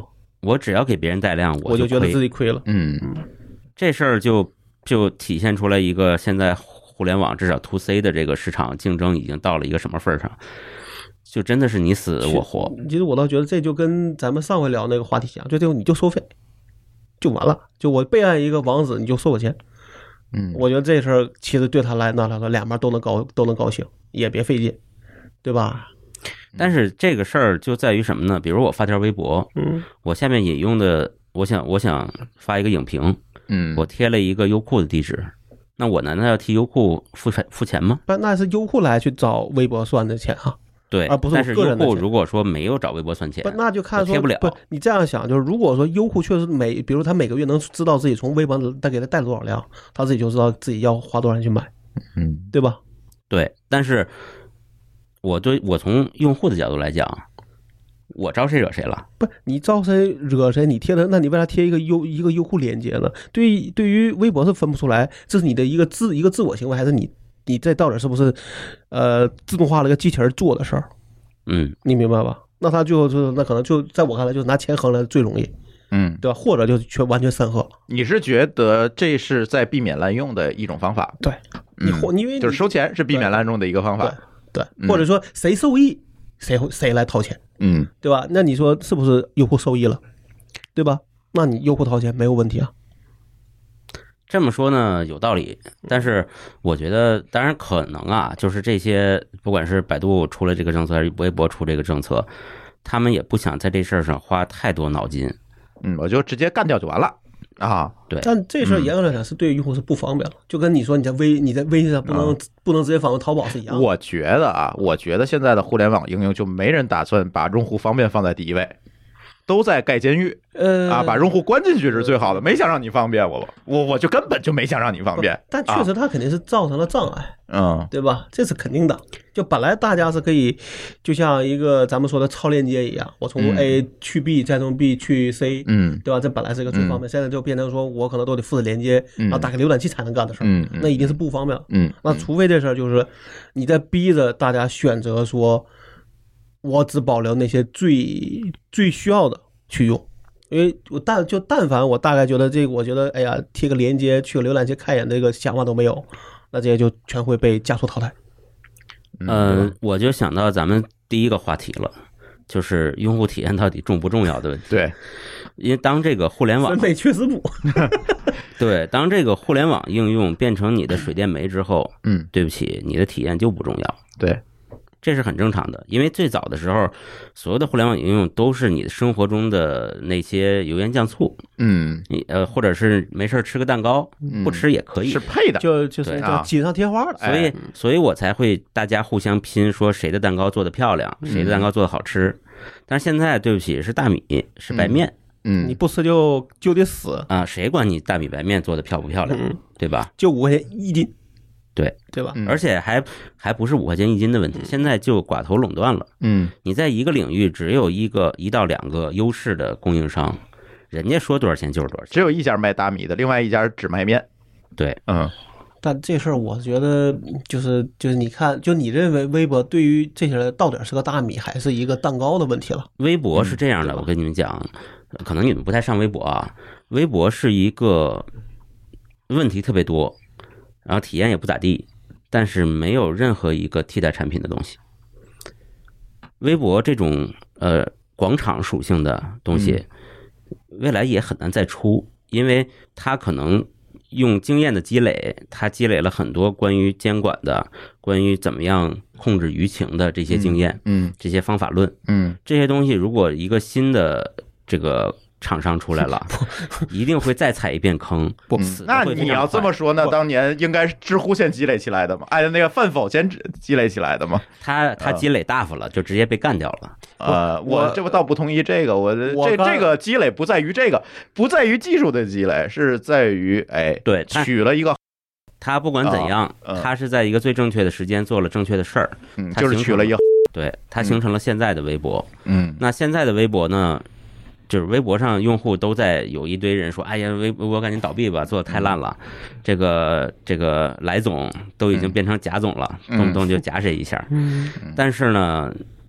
我只要给别人带量， 我就觉得自己亏了。 这事儿就体现出来一个现在互联网至少 to C 的这个市场竞争已经到了一个什么份上，就真的是你死我活。 其实我倒觉得这就跟咱们上回聊那个话题一样，就这种你就收费就完了，就我备案一个网址你就收我钱。我觉得这事儿其实对他来说两边都能高兴，也别费劲，对吧？ 但是这个事儿就在于什么呢？比如我发条微博，我下面引用的，我想发一个影评，我贴了一个优酷的地址，那我难道要替优酷付钱吗？ 不，那是优酷来去找微博算的钱啊。 对， 而不是但是优酷如果说没有找微博算钱， 那就看说贴不了。 不，你这样想，就是如果说优酷确实比如他每个月能知道自己从微博带给他带了多少量，他自己就知道自己要花多少钱去买，对吧？ 对，但是我从用户的角度来讲，我招谁惹谁了？ 不，你招谁惹谁？你贴的，那你为啥贴一个优酷链接呢？对于微博是分不出来，这是你的一个自我行为，还是你这到底是不是自动化了一个机器人做的事儿？你明白吧？那他最后那可能就在我看来就是拿钱衡量最容易，对吧？或者就完全审核。 你是觉得这是在避免滥用的一种方法？ 对，因为就是收钱是避免滥用的一个方法， 对，或者说谁受益谁来掏钱，对吧？那你说是不是优酷受益了，对吧？那你优酷掏钱没有问题啊。 这么说呢有道理，但是我觉得当然可能啊，就是这些不管是百度出了这个政策还是微博出这个政策，他们也不想在这事儿上花太多脑筋， 我就直接干掉就完了啊。 对， 但这事儿严格来讲是对用户是不方便了，就跟你说你在微信上不能直接访问淘宝是一样的。 我觉得现在的互联网应用就没人打算把用户方便放在第一位，都在盖监狱，把用户关进去是最好的，没想让你方便我就根本就没想让你方便。 但确实它肯定是造成了障碍，对吧？这是肯定的。就本来大家是可以，就像一个咱们说的超链接一样，我从 A 去 B， 再从 B 去 C，对吧？这本来是一个最方便，现在就变成说我可能都得复制连接，然后打开浏览器才能干的事儿，那已经是不方便了。那除非这事儿就是你在逼着大家选择说，我只保留那些最需要的去用。因为但凡我大概觉得这个，我觉得哎呀，贴个连接去个浏览器看一眼，这个想法都没有，那这些就全会被加速淘汰。 我就想到咱们第一个话题了，就是用户体验到底重不重要的问题。 对， 因为当这个互联网审美确实不对，当这个互联网应用变成你的水电煤之后，对不起，你的体验就不重要。 对。 这是很正常的，因为最早的时候，所有的互联网应用都是你生活中的那些油盐酱醋，你或者是没事吃个蛋糕，不吃也可以， 是配的， 就是锦上添花的。所以我才会大家互相拼，说谁的蛋糕做的漂亮，谁的蛋糕做的好吃。但是现在对不起，是大米，是白面， 你不吃就得死啊！谁管你大米白面做的漂不漂亮，对吧？ 就5块钱1斤。对吧？ 而且还不是5块钱1斤的问题，现在就寡头垄断了。你在一个领域只有1到2个优势的供应商，人家说多少钱就是多少钱。 只有一家卖大米的，另外一家只卖面。 对， 但这事儿我觉得就是你看，就你认为微博对于这些人到底是个大米还是一个蛋糕的问题了？ 微博是这样的，我跟你们讲，可能你们不太上微博啊。微博是一个问题特别多，然后体验也不咋地，但是没有任何一个替代产品的东西。微博这种广场属性的东西，未来也很难再出，因为它可能用经验的积累，它积累了很多关于监管的、关于怎么样控制舆情的这些经验，这些方法论，这些东西如果一个新的这个厂商出来了，一定会再踩一遍坑。 那你要这么说呢？当年应该是知乎先积累起来的嘛？那个饭否先积累起来的嘛？ 他积累大发了，就直接被干掉了。 我倒不同意这个。这个积累不在于这个，不在于技术的积累，是在于对， 取了一个。 他不管怎样，他是在一个最正确的时间做了正确的事儿， 就是取了一个。 对，他形成了现在的微博。那现在的微博呢？就是微博上用户都在有一堆人说，哎呀，微博赶紧倒闭吧，做的太烂了。这个来总都已经变成贾总了，动不动就夹谁一下。但是呢，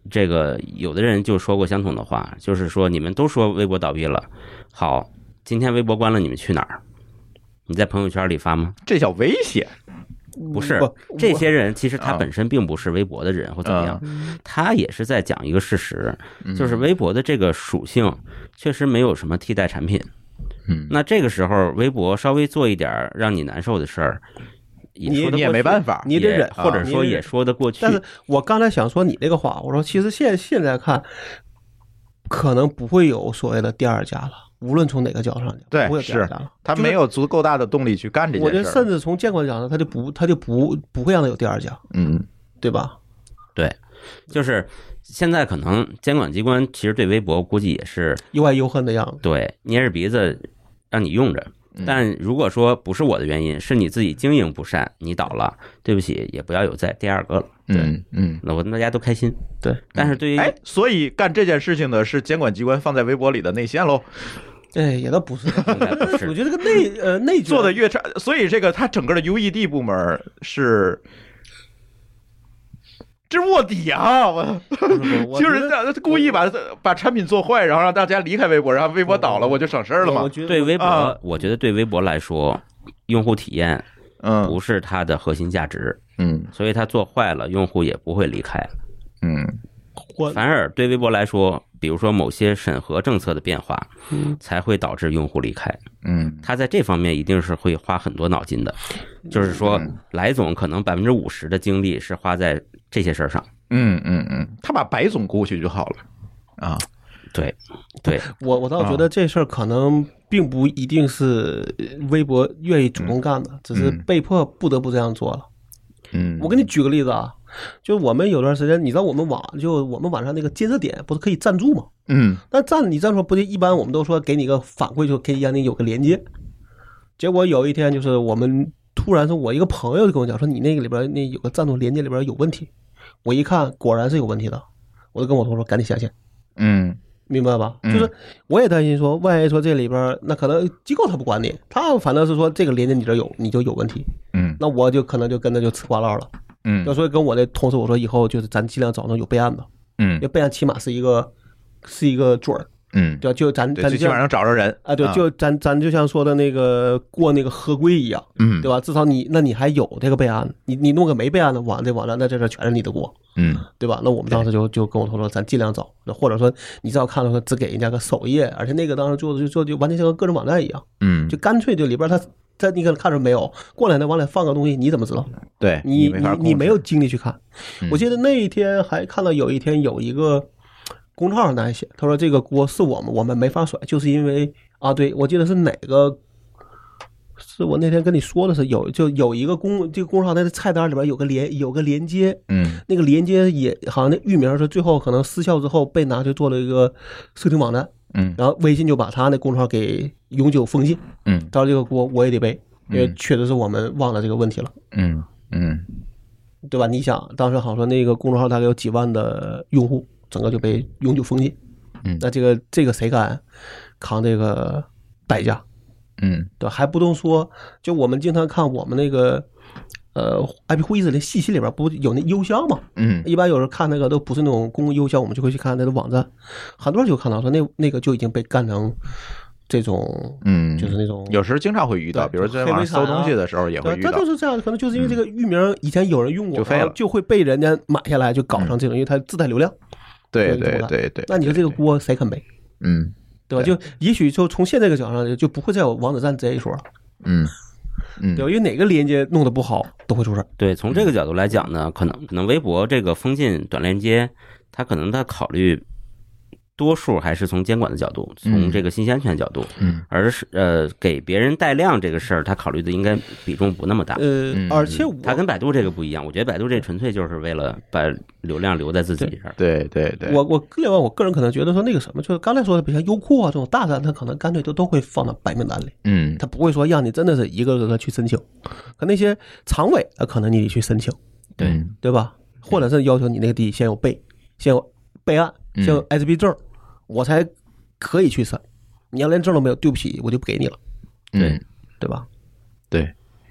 这个有的人就说过相同的话，就是说你们都说微博倒闭了，好，今天微博关了，你们去哪儿？你在朋友圈里发吗？ 这叫危险。 不是，这些人其实他本身并不是微博的人或怎么样，他也是在讲一个事实，就是微博的这个属性确实没有什么替代产品。那这个时候微博稍微做一点让你难受的事儿， 你也没办法， 你得忍， 或者说也说得过去。 但是我刚才想说你那个话，我说其实现在看，可能不会有所谓的第二家了。无论从哪个角度上讲， 对， 不会有第二家了。 他没有足够大的动力去干这件事。 我觉得甚至从监管角度，他就不会让他有第二家，对吧？ 对，就是现在可能监管机关其实对微博估计也是又爱又恨的样子， 对，捏着鼻子让你用着。但如果说不是我的原因，是你自己经营不善，你倒了，对不起，也不要有再第二个了。那大家都开心。 对， 但是对于所以干这件事情的是监管机关放在微博里的内线喽。 也倒不是，我觉得这个内做的越差，所以这个他整个的 UED 部门是。这是卧底啊！我就是故意把产品做坏，然后让大家离开微博，然后微博倒了，我就省事儿了嘛。 对微博，我觉得对微博来说，用户体验不是它的核心价值，所以它做坏了，用户也不会离开，反而对微博来说，比如说某些审核政策的变化，才会导致用户离开。他在这方面一定是会花很多脑筋的，就是说，来总可能50%的精力是花在这些事儿上。 他把白总雇去就好了啊。 对， 我倒觉得这事儿可能并不一定是微博愿意主动干的，只是被迫不得不这样做了。我给你举个例子啊。就是我们有段时间，你知道我们网上那个监测点不是可以赞助吗？但你赞助不就一般我们都说给你个反馈，就可以让你有个连接。结果有一天就是我们突然是我一个朋友就跟我讲说，你那个里边那有个赞助连接里边有问题。我一看果然是有问题的，我就跟我同事说赶紧下线。明白吧？就是我也担心说，万一说这里边那可能机构他不管你，他反正是说这个连接你这有你就有问题。那我就可能就跟着就吃瓜唠了。所以跟我的同事我说，以后就是咱尽量找那有备案的，因为备案起码是一个准儿，对，就咱最起码能找着人啊，对，就咱就像说的那个过那个合规一样，对吧？至少你还有这个备案，你弄个没备案的网站，那这事全是你的锅，对吧？那我们当时就跟我说咱尽量找，或者说你只要看到说只给人家个首页，而且那个当时做就完全像个个人网站一样，就干脆就里边它你可能看着没有，过两天往里放个东西，你怎么知道？ 对， 你没有精力去看。我记得那一天还看到有一天有一个公众号上写，他说这个锅是我们没法甩，就是因为啊，对我记得是哪个，是我那天跟你说的是有一个这个公众号在菜单里边有个连接，那个连接也好像那域名是最后可能失效之后被拿去做了一个色情网站。然后微信就把他那公众号给永久封禁。到这个锅我也得背，因为确实是我们忘了这个问题了。对吧？你想当时好像说那个公众号大概有几万的用户，整个就被永久封禁。那这个谁敢扛这个代价？对，还不动说，就我们经常看我们那个IP 会议室的信息里边不有那邮箱嘛？一般有人看那个都不是那种公共邮箱，我们就会去看那个网站，很多人就看到说那个就已经被干成这种，就是那种有时经常会遇到，比如在网上搜东西的时候也会遇到。 它就是这样，可能就是因为这个域名以前有人用过，就废了，就会被人家买下来，就搞成这种，因为它自带流量。 对。 那你说这个锅谁肯背？对吧？就也许就从现在这个角度上，就不会再有王者战这一说了。对，因为哪个连接弄得不好都会出事。 对，从这个角度来讲呢，可能微博这个封禁短链接，它可能在考虑多数还是从监管的角度，从这个信息安全角度，而是给别人带量这个事儿，他考虑的应该比重不那么大。 而且他跟百度这个不一样，我觉得百度这纯粹就是为了把流量留在自己这儿。 对。 另外我个人可能觉得说那个什么，就是刚才说的，比如像优酷啊这种大站，他可能干脆都会放到白名单里。他不会说让你真的是一个个去申请，可那些常委可能你得去申请，对吧？或者是要求你那个地先有备案。像 SB 证，我才可以去审。你要连证都没有，对不起，我就不给你了。对吧？ 对。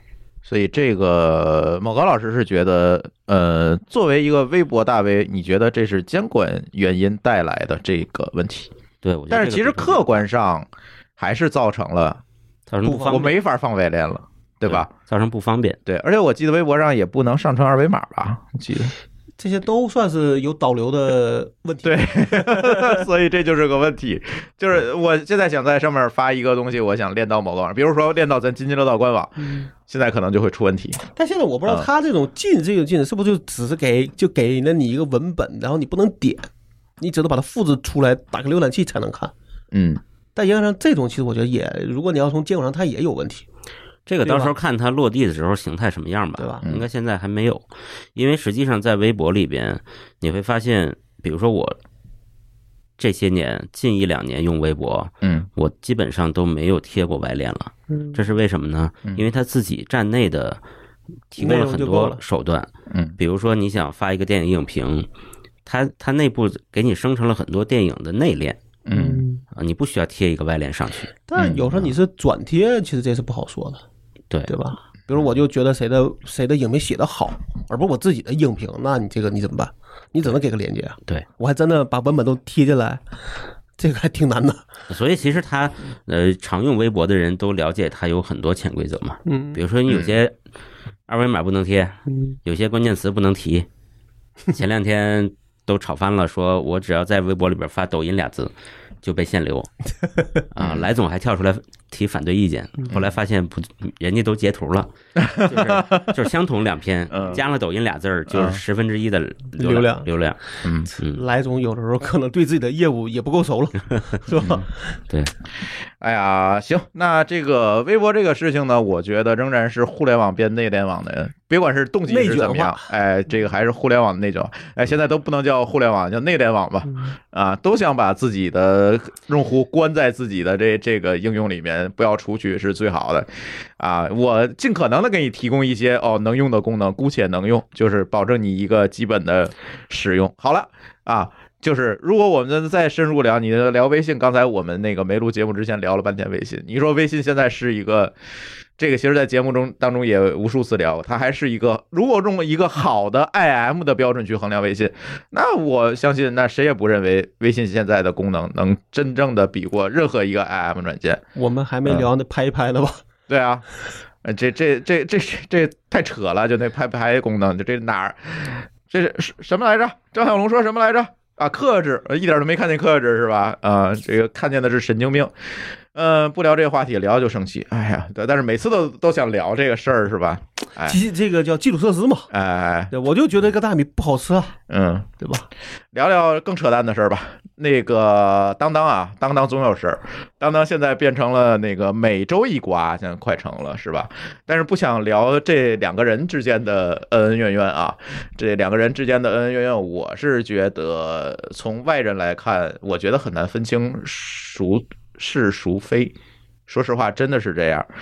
所以这个某高老师是觉得，作为一个微博大 V，你觉得这是监管原因带来的这个问题？ 对， 但是其实客观上还是造成了我没法放外链了，对吧？ 造成不方便。 对，而且我记得微博上也不能上传二维码吧？我记得这些都算是有导流的问题。 对，所以这就是个问题。就是我现在想在上面发一个东西，我想链到某个网，比如说链到咱津津乐道官网，现在可能就会出问题。 但现在我不知道他这种禁是不是就只是给了你一个文本，然后你不能点，你只能把它复制出来，打个浏览器才能看。但应该上这种其实我觉得也，如果你要从监管上，它也有问题。 这个到时候看它落地的时候形态什么样吧， 对吧？ 应该现在还没有，因为实际上在微博里边你会发现，比如说我这些年近1-2年用微博，我基本上都没有贴过外链了。这是为什么呢？因为它自己站内的提供了很多手段，比如说你想发一个电影影评，它内部给你生成了很多电影的内链。你不需要贴一个外链上去， 但有时候你是转贴，其实这是不好说的，对吧？比如我就觉得谁的影评写得好，而不是我自己的影评，那你这个你怎么办？你只能给个链接啊。 对， 我还真的把文本都贴进来，这个还挺难的。 所以其实他常用微博的人都了解他有很多潜规则嘛。比如说你有些二维码不能贴，有些关键词不能提。前2天都吵翻了，说我只要在微博里边发抖音2字就被限流啊！来总还跳出来提反对意见，后来发现不，人家都截图了，就是相同2篇加了抖音2字就是1/10的流量。 来总有的时候可能对自己的业务也不够熟了，是吧？ 对。 哎呀，行，那这个微博这个事情呢，我觉得仍然是互联网变内联网的，别管是动机是怎么样，哎，这个还是互联网的内卷，哎，现在都不能叫互联网，叫内联网吧，啊，都想把自己的用户关在自己的这个应用里面，不要出去是最好的，啊，我尽可能的给你提供一些能用的功能，姑且能用，就是保证你一个基本的使用。好了啊。就是如果我们再深入聊，你聊微信，刚才我们那个没录节目之前聊了半天微信，你说微信现在是一个，这个其实在节目当中也无数次聊，它还是一个，如果用一个好的 IM 的标准去衡量微信，那我相信那谁也不认为微信现在的功能能真正的比过任何一个 IM 软件。 我们还没聊那拍一拍的吧？ 对啊，这太扯了，就那拍拍功能，就这哪儿，这是什么来着？张小龙说什么来着？啊，克制，一点都没看见克制是吧？这个看见的是神经病。不聊这个话题，聊就生气。哎呀，对，但是每次都想聊这个事儿是吧？哎， 这个叫基础设施嘛。 哎， 对，我就觉得这个大米不好吃啊，对吧？ 聊聊更扯淡的事儿吧。那个当当总有事儿，当当现在变成了那个每周一瓜，现在快成了是吧？但是不想聊这2个人之间的恩恩怨怨啊，这2个人之间的恩恩怨怨，我是觉得从外人来看，我觉得很难分清孰是孰非。说实话，真的是这样。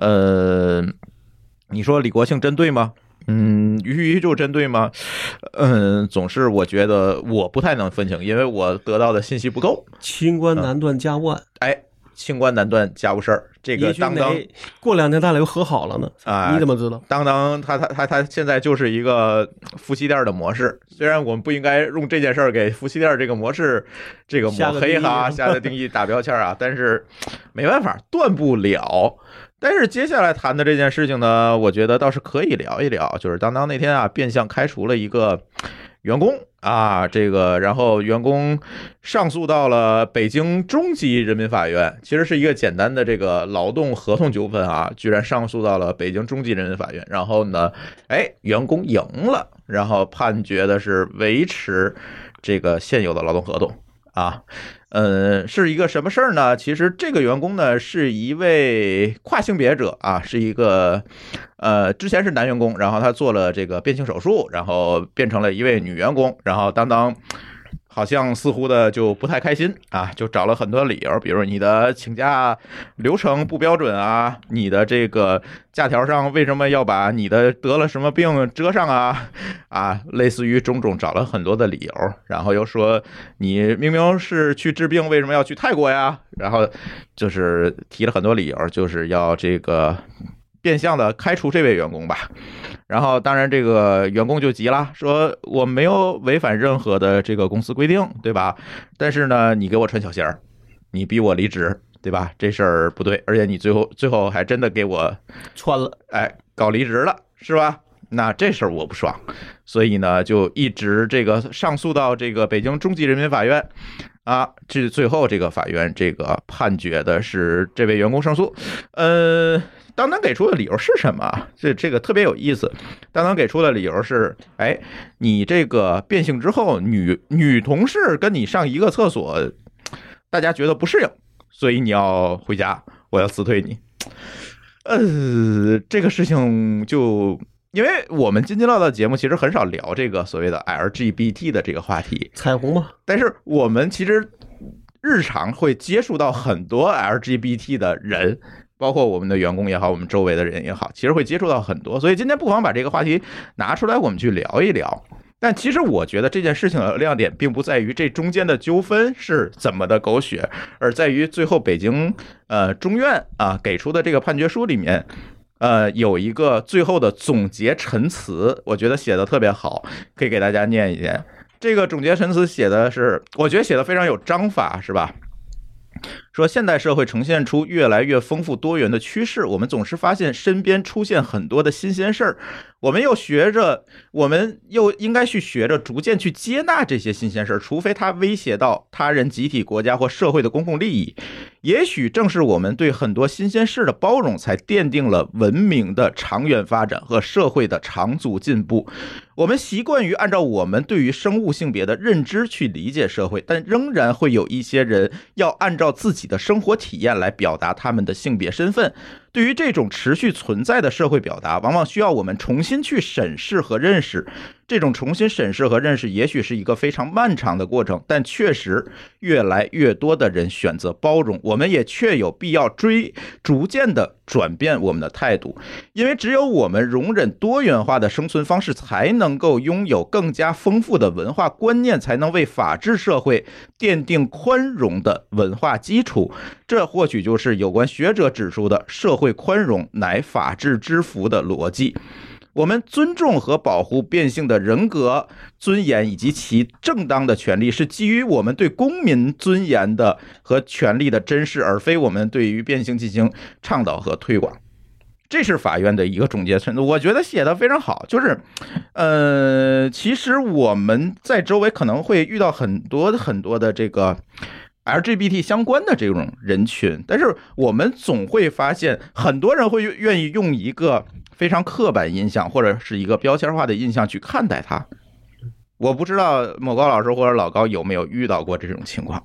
你说李国庆针对吗？于就针对吗？总是我觉得我不太能分清，因为我得到的信息不够。 清官难断家务案， 清官难断家务事儿。这个当当过2天他俩又和好了呢你怎么知道？ 当当他现在就是一个夫妻店的模式，虽然我们不应该用这件事儿给夫妻店这个模式这个抹黑哈，下的定义打标签啊，但是没办法，断不了。但是接下来谈的这件事情呢，我觉得倒是可以聊一聊，就是当当那天啊变相开除了一个员工啊，这个然后员工上诉到了北京中级人民法院，其实是一个简单的这个劳动合同纠纷啊，居然上诉到了北京中级人民法院，然后呢，员工赢了，然后判决的是维持这个现有的劳动合同啊。是一个什么事儿呢？其实这个员工呢是一位跨性别者啊，是一个之前是男员工，然后他做了这个变性手术，然后变成了一位女员工，然后当当好像似乎的就不太开心啊，就找了很多理由，比如你的请假流程不标准啊，你的这个假条上为什么要把你的得了什么病遮上啊，类似于种种找了很多的理由，然后又说你明明是去治病，为什么要去泰国呀？然后就是提了很多理由，就是要这个变相的开除这位员工吧。然后当然这个员工就急了，说我没有违反任何的这个公司规定，对吧？但是呢，你给我穿小鞋儿，你逼我离职，对吧？这事儿不对，而且你最后还真的给我穿了， 搞离职了，是吧？那这事儿我不爽，所以呢，就一直这个上诉到这个北京中级人民法院啊，这最后这个法院这个判决的是这位员工胜诉。当当给出的理由是什么？这个特别有意思。当当给出的理由是，你这个变性之后，女同事跟你上一个厕所，大家觉得不适应，所以你要回家，我要辞退你。这个事情就。因为我们津津乐道的节目其实很少聊这个所谓的 LGBT 的这个话题， 彩虹嘛。但是我们其实日常会接触到很多 LGBT 的人，包括我们的员工也好，我们周围的人也好，其实会接触到很多。所以今天不妨把这个话题拿出来，我们去聊一聊。但其实我觉得这件事情的亮点并不在于这中间的纠纷是怎么的狗血，而在于最后北京中院给出的这个判决书里面。有一个最后的总结陈词，我觉得写的特别好，可以给大家念一念。这个总结陈词写的是，我觉得写的非常有章法，是吧？说现代社会呈现出越来越丰富多元的趋势，我们总是发现身边出现很多的新鲜事儿，我们又应该去学着逐渐去接纳这些新鲜事儿，除非它威胁到他人、集体、国家或社会的公共利益。也许正是我们对很多新鲜事的包容，才奠定了文明的长远发展和社会的长足进步。我们习惯于按照我们对于生物性别的认知去理解社会，但仍然会有一些人要按照自己的生活体验来表达他们的性别身份。对于这种持续存在的社会表达，往往需要我们重新去审视和认识。这种重新审视和认识也许是一个非常漫长的过程，但确实越来越多的人选择包容，我们也确有必要逐渐的转变我们的态度，因为只有我们容忍多元化的生存方式，才能够拥有更加丰富的文化观念，才能为法治社会奠定宽容的文化基础。这或许就是有关学者指出的社会宽容乃法治之福的逻辑。我们尊重和保护变性的人格尊严以及其正当的权利，是基于我们对公民尊严的和权利的珍视，而非我们对于变性进行倡导和推广。这是法院的一个总结程度，我觉得写得非常好。就是其实我们在周围可能会遇到很多的这个LGBT 相关的这种人群，但是我们总会发现很多人会愿意用一个非常刻板印象或者是一个标签化的印象去看待它。我不知道某高老师或者老高有没有遇到过这种情况。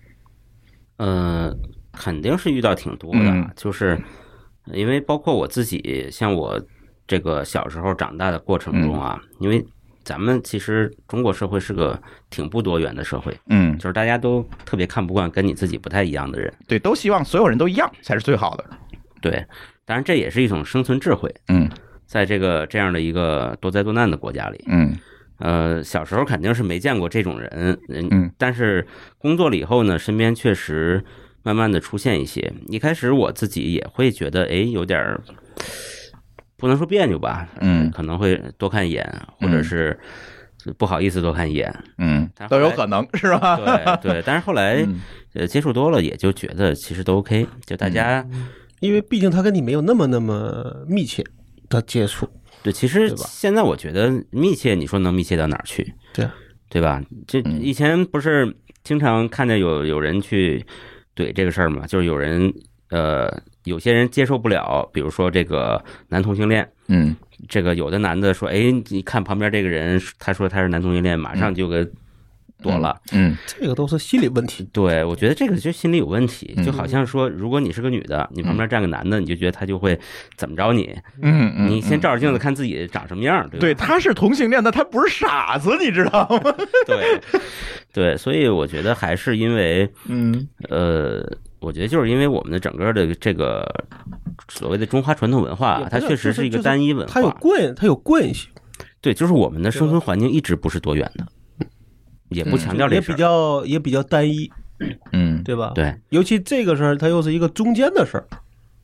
肯定是遇到挺多的，就是因为包括我自己，像我这个小时候长大的过程中啊，因为咱们其实中国社会是个挺不多元的社会，就是大家都特别看不惯跟你自己不太一样的人， 对，都希望所有人都一样才是最好的， 对，当然这也是一种生存智慧，在这样的一个多灾多难的国家里，小时候肯定是没见过这种人，但是工作了以后呢，身边确实慢慢的出现一些，一开始我自己也会觉得，有点不能说别扭吧，可能会多看一眼，或者是不好意思多看一眼， 都有可能是吧？ 对，但是后来接触多了，也就觉得其实都 OK， 就大家， 因为毕竟他跟你没有那么密切的接触。 对，其实现在我觉得密切，你说能密切到哪儿去？对吧？这以前不是经常看见有人去怼这个事儿嘛，就是有人有些人接受不了，比如说这个男同性恋，这个有的男的说，你看旁边这个人，他说他是男同性恋，马上就给躲了， 这个都是心理问题。 对，我觉得这个就心理有问题，就好像说，如果你是个女的，你旁边站个男的，你就觉得他就会怎么着你，你先照着镜子看自己长什么样，对吧？ 对，他是同性恋，但他不是傻子，你知道吗？ 对，所以我觉得还是因为，我觉得就是因为我们的整个的这个所谓的中华传统文化，它确实是一个单一文化， 它有惯性。 对，就是我们的生存环境一直不是多元的。也不强调这事儿，也比较单一，对吧？ 对， 尤其这个事儿，它又是一个中间的事儿，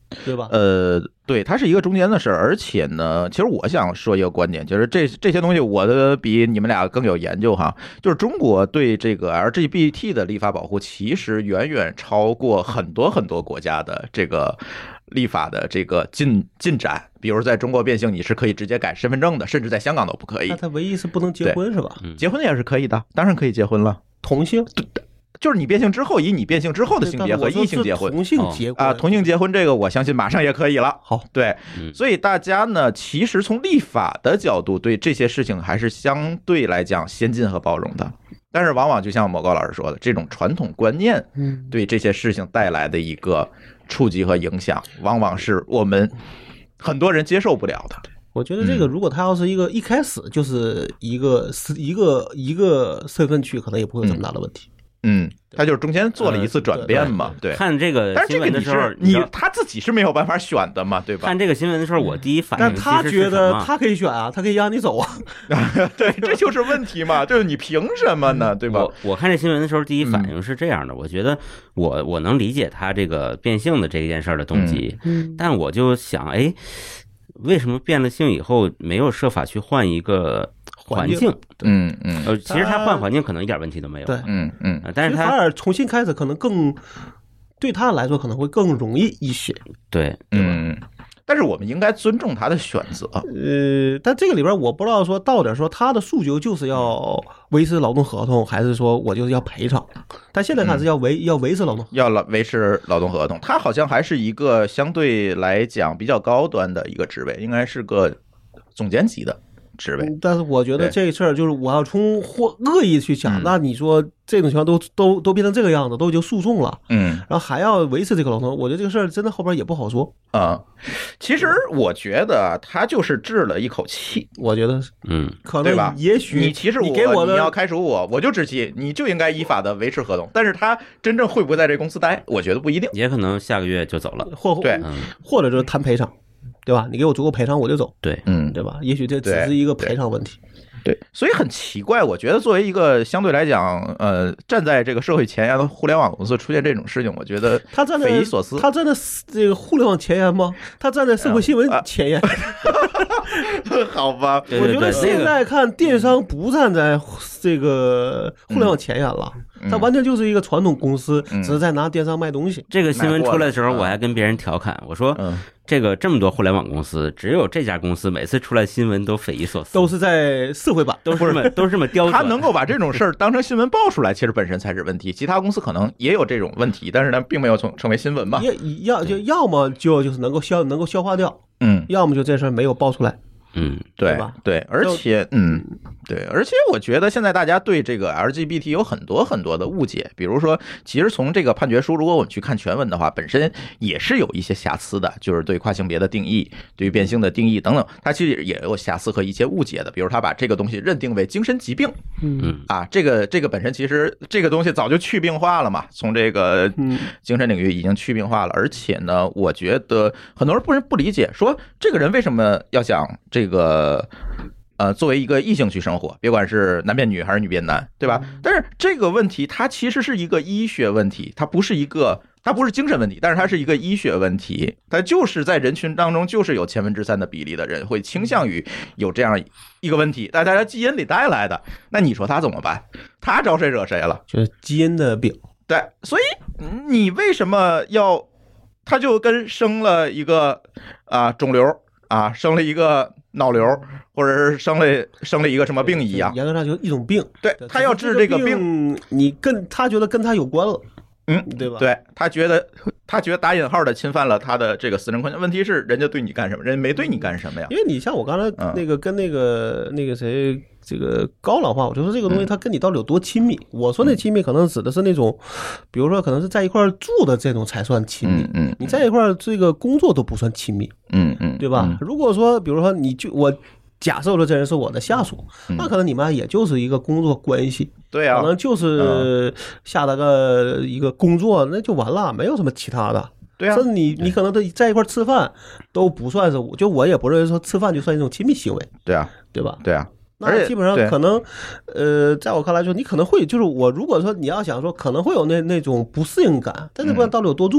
对吧？ 对，它是一个中间的事儿，而且呢，其实我想说一个观点，就是这些东西我的比你们俩更有研究哈，就是中国对这个 LGBT 的立法保护，其实远远超过很多很多国家的这个立法的这个进展。比如在中国变性，你是可以直接改身份证的，甚至在香港都不可以。 那他唯一是不能结婚是吧？ 结婚也是可以的，当然可以结婚了。 同性？ 就是你变性之后，以你变性之后的性别和异性结婚， 同性结婚同性结婚这个我相信马上也可以了。 好， 对，所以大家呢，其实从立法的角度对这些事情还是相对来讲先进和包容的，但是往往就像某高老师说的，这种传统观念对这些事情带来的一个触及和影响，往往是我们很多人接受不了的。 我觉得这个，如果他要是一开始就是一个身份区，可能也不会有这么大的问题。 他就是中间做了一次转变嘛，对。 看这个新闻的时候， 他自己是没有办法选的嘛，对吧？ 看这个新闻的时候，我第一反应， 但他觉得他可以选啊，他可以让你走啊。 对，这就是问题嘛，就是你凭什么呢，对吧？ 我看这新闻的时候，第一反应是这样的，我觉得我能理解他这个变性的这件事的动机，但我就想，为什么变了性以后没有设法去换一个环境？其实他换环境可能一点问题都没有。 对， 但是他反而重新开始可能更对他来说可能会更容易一些。 对， 但是我们应该尊重他的选择。 但这个里边我不知道说到底说他的诉求就是要维持劳动合同，还是说我就是要赔偿？但现在看是要维持劳动， 要维持劳动合同。他好像还是一个相对来讲比较高端的一个职位，应该是个总监级的职位。 但是我觉得这事儿就是我要从恶意去想，那你说这种情况都变成这个样子，都已经诉讼了，然后还要维持这个劳动，我觉得这个事儿真的后边也不好说啊。其实我觉得他就是置了一口气， 我觉得可能对吧？ 也许你歧视你给我的， 你要开除我就置气，你就应该依法的维持合同。但是他真正会不会在这公司待，我觉得不一定， 也可能下个月就走了， 或者就是谈赔偿。对吧？你给我足够赔偿，我就走。 对， 对吧？也许这只是一个赔偿问题。 对，所以很奇怪。我觉得作为一个相对来讲，站在这个社会前沿的互联网公司出现这种事情，我觉得匪夷所思。 他站在这个互联网前沿吗？他站在社会新闻前沿。 好吧， 我觉得现在看电商不站在这个互联网前沿了。它完全就是一个传统公司，只是在拿电商卖东西。 这个新闻出来的时候，我还跟别人调侃，我说这么多互联网公司，只有这家公司每次出来新闻都匪夷所思， 都是在社会版， 都是这么刁钻。 他能够把这种事儿当成新闻报出来，其实本身才是问题。其他公司可能也有这种问题，但是呢，并没有成为新闻嘛。 要么就是能够消化掉，要么就这事儿没有爆出来。 对，而且我觉得现在大家对这个 LGBT 有很多很多的误解，比如说，其实从这个判决书，如果我们去看全文的话，本身也是有一些瑕疵的，就是对跨性别的定义、对于变性的定义等等，它其实也有瑕疵和一些误解的，比如他把这个东西认定为精神疾病，这个本身其实这个东西早就去病化了嘛，从这个精神领域已经去病化了，而且呢，我觉得很多人不理解，说这个人为什么要想这个作为一个异性去生活，别管是男变女还是女变男，对吧？但是这个问题它其实是一个医学问题，它不是精神问题，但是它是一个医学问题，它就是在人群当中就是有3%的比例的人会倾向于有这样一个问题，但大家基因里带来的，那你说他怎么办？他招谁惹谁了？ 就是基因的病。 对，所以你为什么他就跟生了一个肿瘤生了一个脑瘤，或者是生了一个什么病一样， 严格上就是一种病。 对，他要治这个病， 他觉得跟他有关了，对吧？ 对，他觉得打引号的侵犯了他的这个私人空间。问题是人家对你干什么？人家没对你干什么呀？ 因为你像我刚才跟那个谁。这个高朗话，我就说这个东西它跟你到底有多亲密？我说那亲密可能指的是那种，比如说可能是在一块住的这种才算亲密。你在一块这个工作都不算亲密。对吧？如果说比如说我假设说这人是我的下属，那可能你们也就是一个工作关系。 对啊， 可能就是下达一个工作，那就完了，没有什么其他的。 对啊， 甚至你可能都在一块吃饭都不算是，我也不认为说吃饭就算一种亲密行为。 对啊， 对吧？ 对啊。 那基本上可能，在我看来说，你可能会就是我如果说你要想说可能会有那种不适应感，但是不知道到底有多重。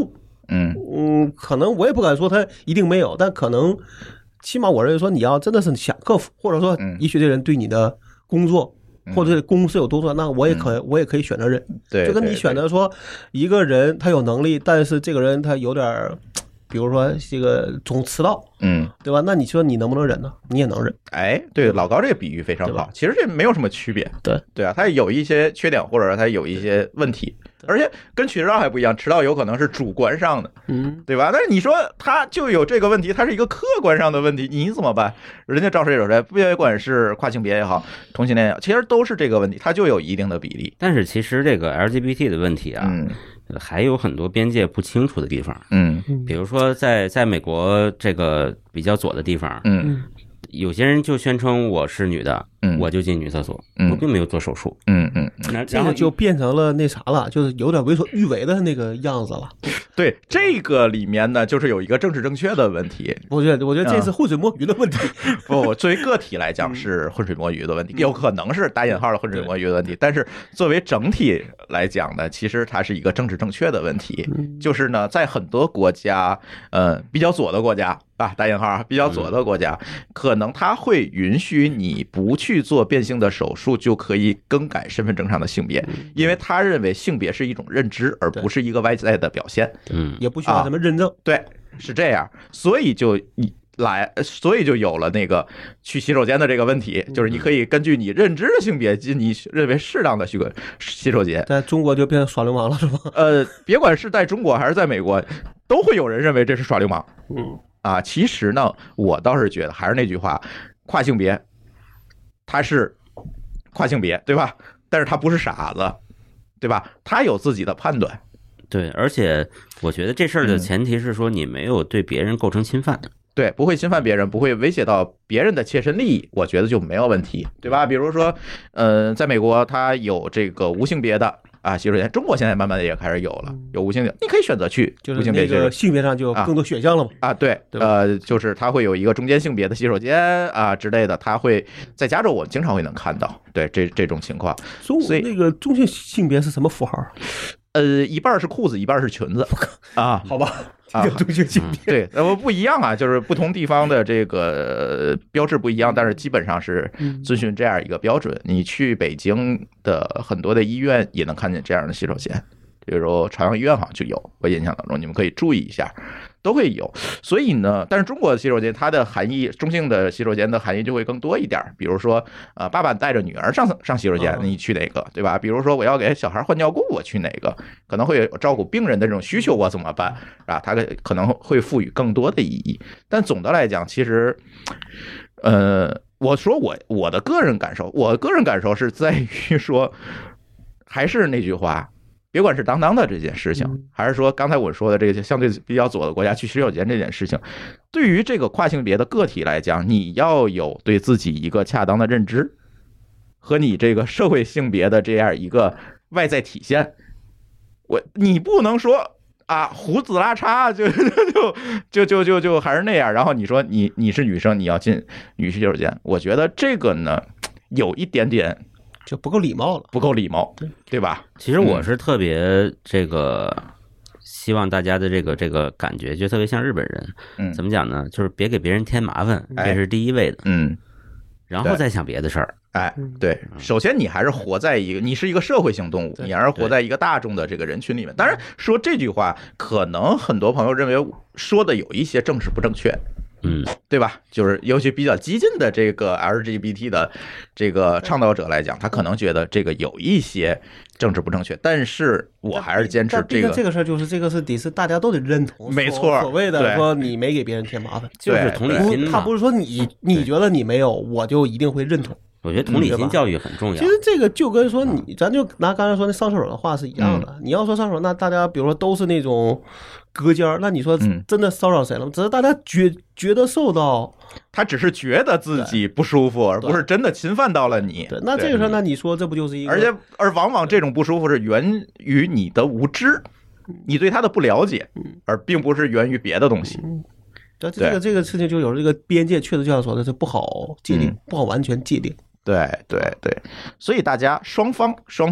可能我也不敢说它一定没有，但可能起码我认为说你要真的是想克服，或者说也许这人对你的工作或者公司有多做，那我也可以选择忍。 对， 就跟你选择说一个人他有能力，但是这个人他有点，比如说这个总迟到，对吧？那你说你能不能忍呢？你也能忍。 哎，对，老高这个比喻非常好。其实这没有什么区别。对啊，他有一些缺点，或者说他有一些问题，而且跟迟到还不一样，迟到有可能是主观上的，对吧？但是你说他就有这个问题，他是一个客观上的问题，你怎么办？人家照谁惹谁，不管是跨性别也好，同性恋也好，其实都是这个问题，它就有一定的比例。 但是其实这个 LGBT 的问题啊，还有很多边界不清楚的地方。比如说在美国这个比较左的地方，有些人就宣称我是女的，我就进女厕所，我并没有做手术。 这个就变成了那啥了，就是有点为所欲为的那个样子了。 对，这个里面呢，就是有一个政治正确的问题。 我觉得这是浑水摸鱼的问题。 不，作为个体来讲是浑水摸鱼的问题，有可能是打引号的浑水摸鱼的问题。但是作为整体来讲呢，其实它是一个政治正确的问题。就是呢，在很多国家，比较左的国家啊，打引号比较左的国家，可能它会允许你不去做变性的手术，就可以更改身份证上的性别，因为他认为性别是一种认知，而不是一个外在的表现。 也不需要什么认证。 对，是这样，所以就有了那个去洗手间的这个问题，就是你可以根据你认知的性别进你认为适当的去洗手间。 在中国就变成耍流氓了，是吗？ 别管是在中国还是在美国，都会有人认为这是耍流氓。其实呢，我倒是觉得还是那句话，跨性别，他是跨性别，对吧？但是他不是傻子，对吧？他有自己的判断。 对，而且我觉得这事儿的前提是说你没有对别人构成侵犯。 对，不会侵犯别人，不会威胁到别人的切身利益，我觉得就没有问题，对吧？比如说，在美国，它有这个无性别的洗手间，中国现在慢慢的也开始有了，有无性别，你可以选择去无性别， 就是那个性别上就有更多选项了嘛。 对，就是它会有一个中间性别的洗手间之类的，它会在加州我经常会能看到，对这种情况。 所以那个中性性别是什么符号？ 一半是裤子，一半是裙子好吧。中性性别对，不一样就是不同地方的这个标志不一样，但是基本上是遵循这样一个标准。你去北京的很多的医院也能看见这样的洗手间，比如说朝阳医院好像就有，我印象当中你们可以注意一下，都会有。所以呢，但是中国的洗手间它的含义，中性的洗手间的含义就会更多一点。比如说爸爸带着女儿上洗手间，你去哪个，对吧？比如说我要给小孩换尿布，我去哪个？可能会有照顾病人的这种需求，我怎么办它可能会赋予更多的意义。但总的来讲，其实我说我的个人感受是在于说，还是那句话，别管是当的这件事情，还是说刚才我说的这个相对比较左的国家去洗手间这件事情，对于这个跨性别的个体来讲，你要有对自己一个恰当的认知和你这个社会性别的这样一个外在体现。你不能说胡子拉碴就还是那样，然后你说你是女生，你要进女洗手间，我觉得这个呢有一点点就不够礼貌了， 对吧？ 其实我是特别希望大家的这个感觉就特别像日本人，怎么讲呢？就是别给别人添麻烦，这是第一位的，然后再想别的事儿。 对，首先你还是活在你是一个社会性动物，你还是活在一个大众的这个人群里面。当然说这句话，可能很多朋友认为说的有一些政治不正确，对吧？就是尤其比较激进的这个 LGBT 的这个倡导者来讲，他可能觉得这个有一些政治不正确，但是我还是坚持这个事儿，就是这个是得是大家都得认同， 没错。 所谓的说你没给别人添麻烦， 就是同理心嘛。 他不是说你觉得你没有，我就一定会认同。 我觉得同理心教育很重要。 其实这个就跟说咱就拿刚才说那上厕所的话是一样的。你要说上厕所，那大家比如说都是那种隔间，那你说真的骚扰谁了？只是大家觉得受到， 他只是觉得自己不舒服，而不是真的侵犯到了你。 对，那这个时候，那你说这不就是一个？ 而往往这种不舒服是源于你的无知，你对他的不了解，而并不是源于别的东西。 这个事情就有这个边界，确实就像说的是不好界定，不好完全界定。 对，所以大家双方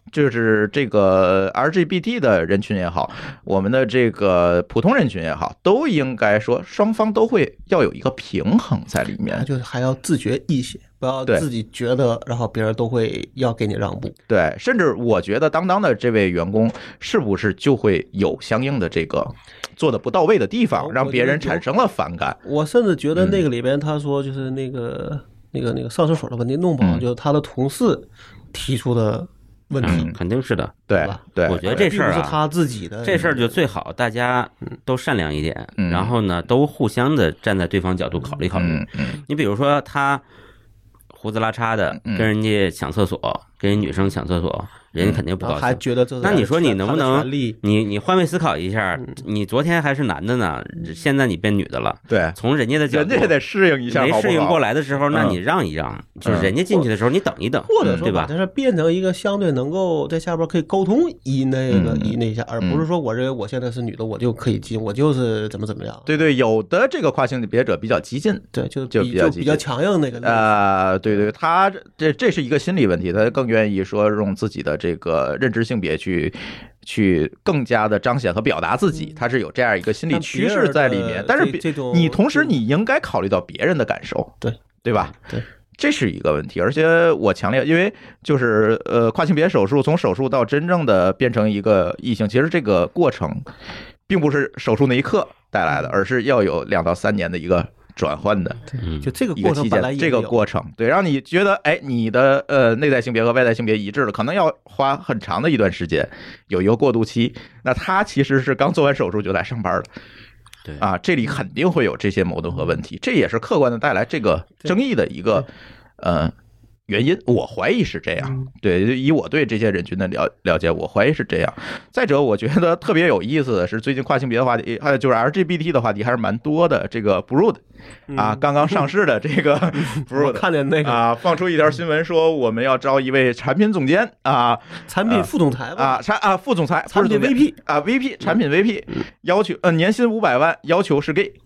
就是这个 LGBT 的人群也好，我们的这个普通人群也好，都应该说双方都会要有一个平衡在里面， 就是还要自觉一些，不要自己觉得，然后别人都会要给你让步。 对，甚至我觉得当当的这位员工是不是就会有相应的这个做的不到位的地方，让别人产生了反感。 我甚至觉得那个里边他说就是那个上厕所的问题弄不好就是他的同事提出的问题， 肯定是的， 对对，我觉得这事儿是他自己的， 这事儿就最好大家都善良一点，然后呢，都互相的站在对方角度考虑考虑。你比如说他胡子拉碴的跟人家抢厕所，跟人女生抢厕所，人家肯定不高兴， 还觉得这是那你说你能不能你换位思考一下，你昨天还是男的呢，现在你变女的了， 对， 从人家的角度， 人家也得适应一下， 没适应过来的时候，那你让一让，就是人家进去的时候你等一等， 或者说把这事变成一个相对能够在下边可以沟通以那一下，而不是说我认为我现在是女的我就可以进，我就是怎么样。 对对，有的这个跨性别者比较激进， 对，就比较强硬那个对对，他这是一个心理问题，他更愿意说用自己的这个认知性别去更加的彰显和表达自己，他是有这样一个心理趋势在里面。但是你同时你应该考虑到别人的感受，对吧？ 对， 这是一个问题。而且我强烈，因为就是跨性别手术从手术到真正的变成一个异性，其实这个过程并不是手术那一刻带来的，而是要有2到3年的一个转换的， 就这个过程本来这个过程，对，让你觉得哎，你的内在性别和外在性别一致了，可能要花很长的一段时间，有一个过渡期。那他其实是刚做完手术就来上班了， 对啊，这里肯定会有这些矛盾和问题，这也是客观的带来这个争议的一个原因，我怀疑是这样。对，以我对这些人群的了解，我怀疑是这样。再者，我觉得特别有意思的是，最近跨性别的话题，还有就是 LGBT 的话题还是蛮多的。这个 Brood 啊，刚刚上市的这个 Brood， 看见那个啊，放出一条新闻说我们要招一位产品总监啊， 产品副总裁副总裁， 产品 VP 啊 VP 产品 VP， 要求年薪500万，要求是 gay，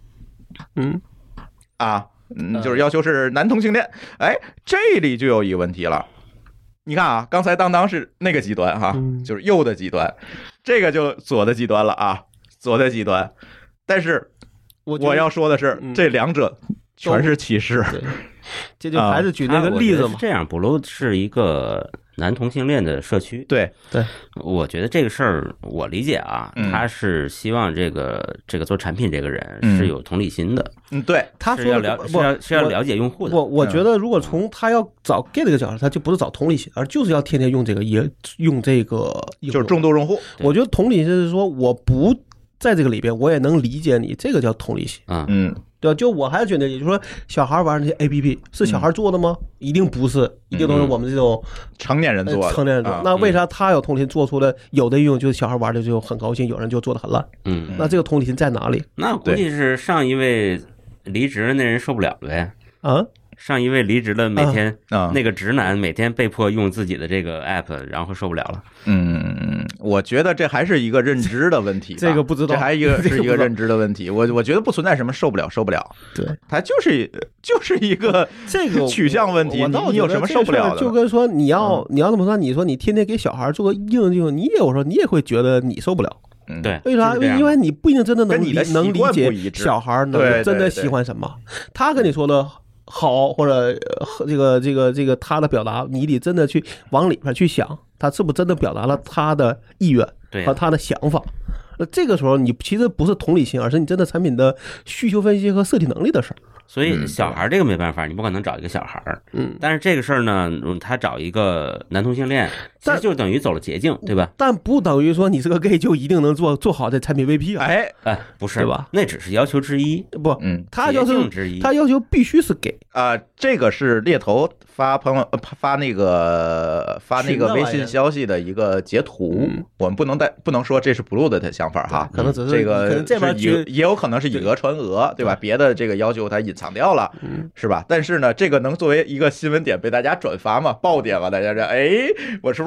就是要求是男同性恋。哎，这里就有一个问题了。你看啊，刚才当当是那个极端哈，就是右的极端，这个就左的极端了啊，左的极端。但是我要说的是，这两者全是歧视。 这就还是举那个例子嘛。 这样，Blue是一个男同性恋的社区。 对， 我觉得这个事儿，我理解啊，他是希望这个做产品这个人是有同理心的。 对， 他是要了解用户的。 我觉得如果从他要找 gay 这个角度，他就不是找同理心，而就是要天天用这个就是重度用户。 我觉得同理心是说，我不在这个里边，我也能理解你，这个叫同理心。对吧？就我还是觉得，也就是说，小孩玩那些 APP 是小孩做的吗？一定不是，一定都是我们这种成年人做的。 成年人做，那为啥他有同理心做出的有的应用就是小孩玩的就很高兴，有人就做的很烂？那这个同理心在哪里？ 那估计是上一位离职的那人受不了了呗。上一位离职了，每天那个直男每天被迫用自己的这个 app， 然后受不了了。 我觉得这还是一个认知的问题。 这个不知道， 这还是一个认知的问题。我觉得不存在什么受不了。 对， 它就是一个这个取向问题。你有什么受不了的？ 就跟说你要怎么说？你说你天天给小孩做个应用，你有时候你也会觉得你受不了。 对， 为啥？因为你不一定真的能理解小孩能真的喜欢什么。他跟你说的好，或者这个他的表达，你得真的去往里边去想，他是不是真的表达了他的意愿和他的想法。那这个时候你其实不是同理心，而是你真的产品的需求分析和设计能力的事儿。 所以小孩这个没办法，你不可能找一个小孩。但是这个事儿呢，他找一个男同性恋，其实就等于走了捷径，对吧？ 但不等于说你是个 gay 就一定能做好这产品 VP 啊。 不是， 对吧？ 那只是要求之一。 不，他要求必须是 gay 啊。这个是猎头发那个微信消息的一个截图，我们不能说这是 Blue 的想法哈， 可能只是这个可能这边也有可能是以讹传讹，对吧？别的这个要求他隐藏掉了，是吧？但是呢，这个能作为一个新闻点被大家转发嘛，爆点嘛，大家这我是不是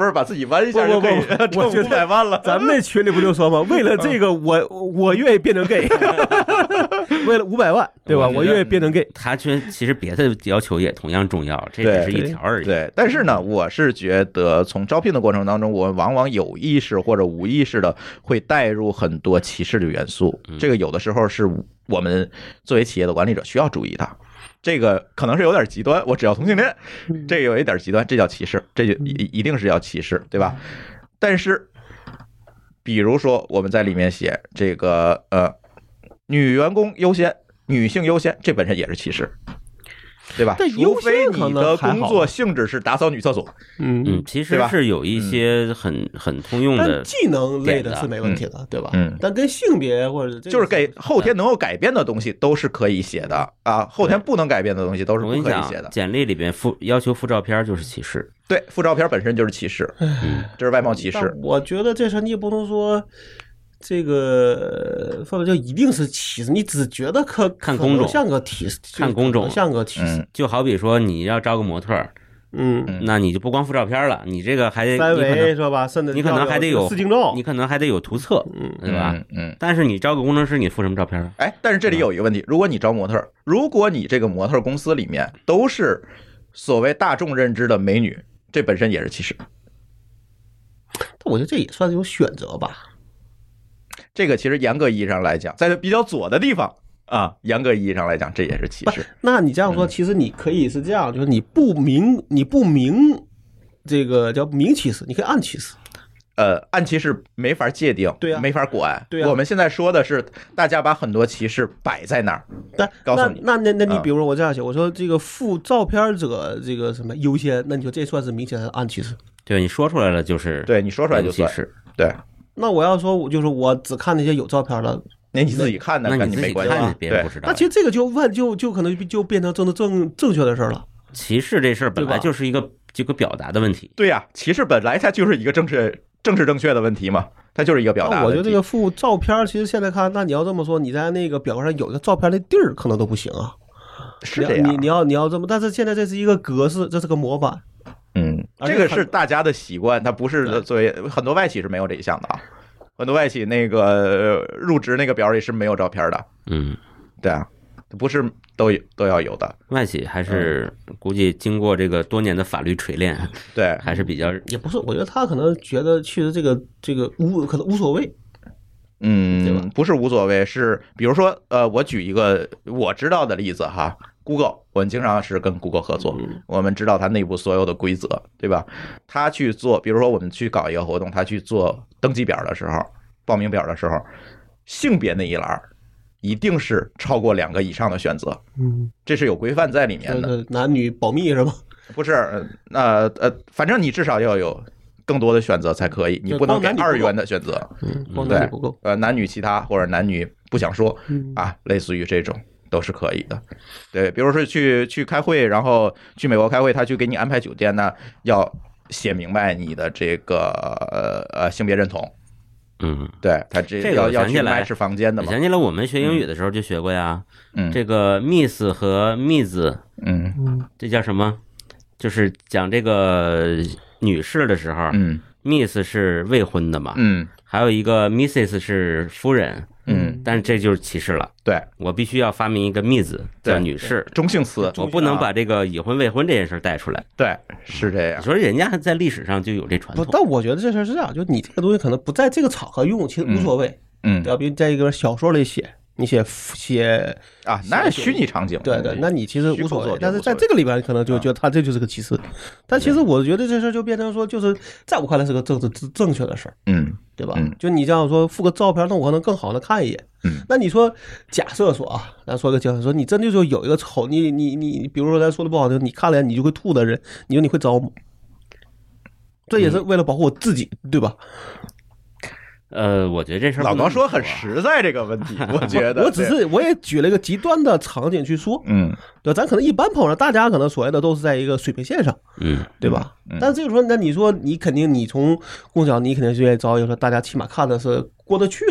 是把自己弯一下就可以挣500万了？ 咱们那群里不就说吗？为了这个，我愿意变成 gay， 为了500万，对吧？我愿意变成 gay。 他其实别的要求也同样重要，这只是一条而已。 对，但是呢，我是觉得从招聘的过程当中，我们往往有意识或者无意识的会带入很多歧视的元素，这个有的时候是我们作为企业的管理者需要注意的。这个可能是有点极端，我只要同性恋，这个有一点极端，这叫歧视，这就一定是要歧视，对吧？但是，比如说我们在里面写这个女员工优先，女性优先，这本身也是歧视。对吧？除非你的工作性质是打扫女厕所， 其实是有一些很通用的技能类的是没问题的，对吧？但跟性别或者就是给后天能够改变的东西都是可以写的啊，后天不能改变的东西都是不可以写的。 简历里边要求附照片就是歧视， 对，附照片本身就是歧视，这是外貌歧视。 我觉得这事你也不能说。这个或者就一定是歧视，你只觉得看工种像个歧视， 看工种像个歧视， 就好比说你要招个模特，那你就不光附照片了，你这个还得三维是吧？甚至你可能还得有 4镜照， 你可能还得有图册，对吧？但是你招个工程师，你附什么照片？ 哎，但是这里有一个问题，如果你招模特，如果你这个模特公司里面都是所谓大众认知的美女，这本身也是歧视。 但我觉得这也算是一种选择吧。 这个其实严格意义上来讲，在比较左的地方啊，严格意义上来讲，这也是歧视。 那你这样说，其实你可以是这样，就是你不明这个叫明歧视，你可以暗歧视。 暗歧视没法界定， 对啊， 没法管。 对啊， 我们现在说的是，大家把很多歧视摆在那儿，告诉你。 那你比如说我这样写，我说这个附照片者这个什么优先，那你说这算是明显的暗歧视？ 对，你说出来了就是， 对你说出来就算是对。 那我要说，就是我只看那些有照片的， 那你自己看的，跟你没关系， 别人不知道。 那其实这个就可能就变成正确的事了。 歧视这事儿本来就是一个表达的问题。 对呀，歧视本来它就是一个政治正确的问题嘛，它就是一个表达的问题。 我觉得这个附照片，其实现在看，那你要这么说，你在那个表格上有一个照片的地儿，可能都不行啊。 是这样， 你要这么，但是现在这是一个格式，这是个模板。 这个是大家的习惯，它不是作为很多外企是没有这一项的啊。很多外企那个入职那个表里是没有照片的，对啊，不是都要有的。 外企还是估计经过这个多年的法律锤炼， 对， 还是比较也不是，我觉得他可能觉得其实这个可能无所谓，对吧？ 不是无所谓，是比如说我举一个我知道的例子哈。Google， 我们经常是跟 Google 合作，我们知道它内部所有的规则，对吧？他去做，比如说我们去搞一个活动，他去做登记表的时候，报名表的时候，性别那一栏一定是超过2个以上的选择，这是有规范在里面的。 男女保密是吗？ 不是，反正你至少要有更多的选择才可以，你不能给2元的选择， 光男女不够， 男女其他或者男女不想说啊，类似于这种。都是可以的，对，比如说去开会，然后去美国开会，他去给你安排酒店呢，要写明白你的这个性别认同，对他这要去买是房间的嘛。 想起来我们学英语的时候就学过呀，这个 Miss 和 Miss，这叫什么？就是讲这个女士的时候，Miss 是未婚的嘛，还有一个 Mrs 是夫人。但是这就是歧视了。对，我必须要发明一个 Miss 叫女士， 中性词， 我不能把这个已婚未婚这件事带出来。 对，是这样。 你说人家在历史上就有这传统。 但我觉得这事是这样，就你这个东西可能不在这个场合用，其实无所谓。对吧？比如在一个小说里写，你写啊，那是虚拟场景。 对，那你其实无所谓。但是在这个里边，可能就觉得他这就是个歧视。但其实我觉得这事就变成说，就是在我看来是个政治正确的事儿。对吧？就你这样说附个照片，那我可能更好的看一眼。那你说，假设说啊，咱说个假设说，你真的就有一个丑，你，比如说咱说的不好听，你看了眼你就会吐的人，你说你会招吗？这也是为了保护我自己，对吧？ 我觉得这事老高说很实在这个问题，我觉得我也举了一个极端的场景去说，对，咱可能一般朋友，大家可能所谓的都是在一个水平线上，对吧？但是这个时候，那你说你肯定你从共享，你肯定是愿意招一个说大家起码看的是过得去的，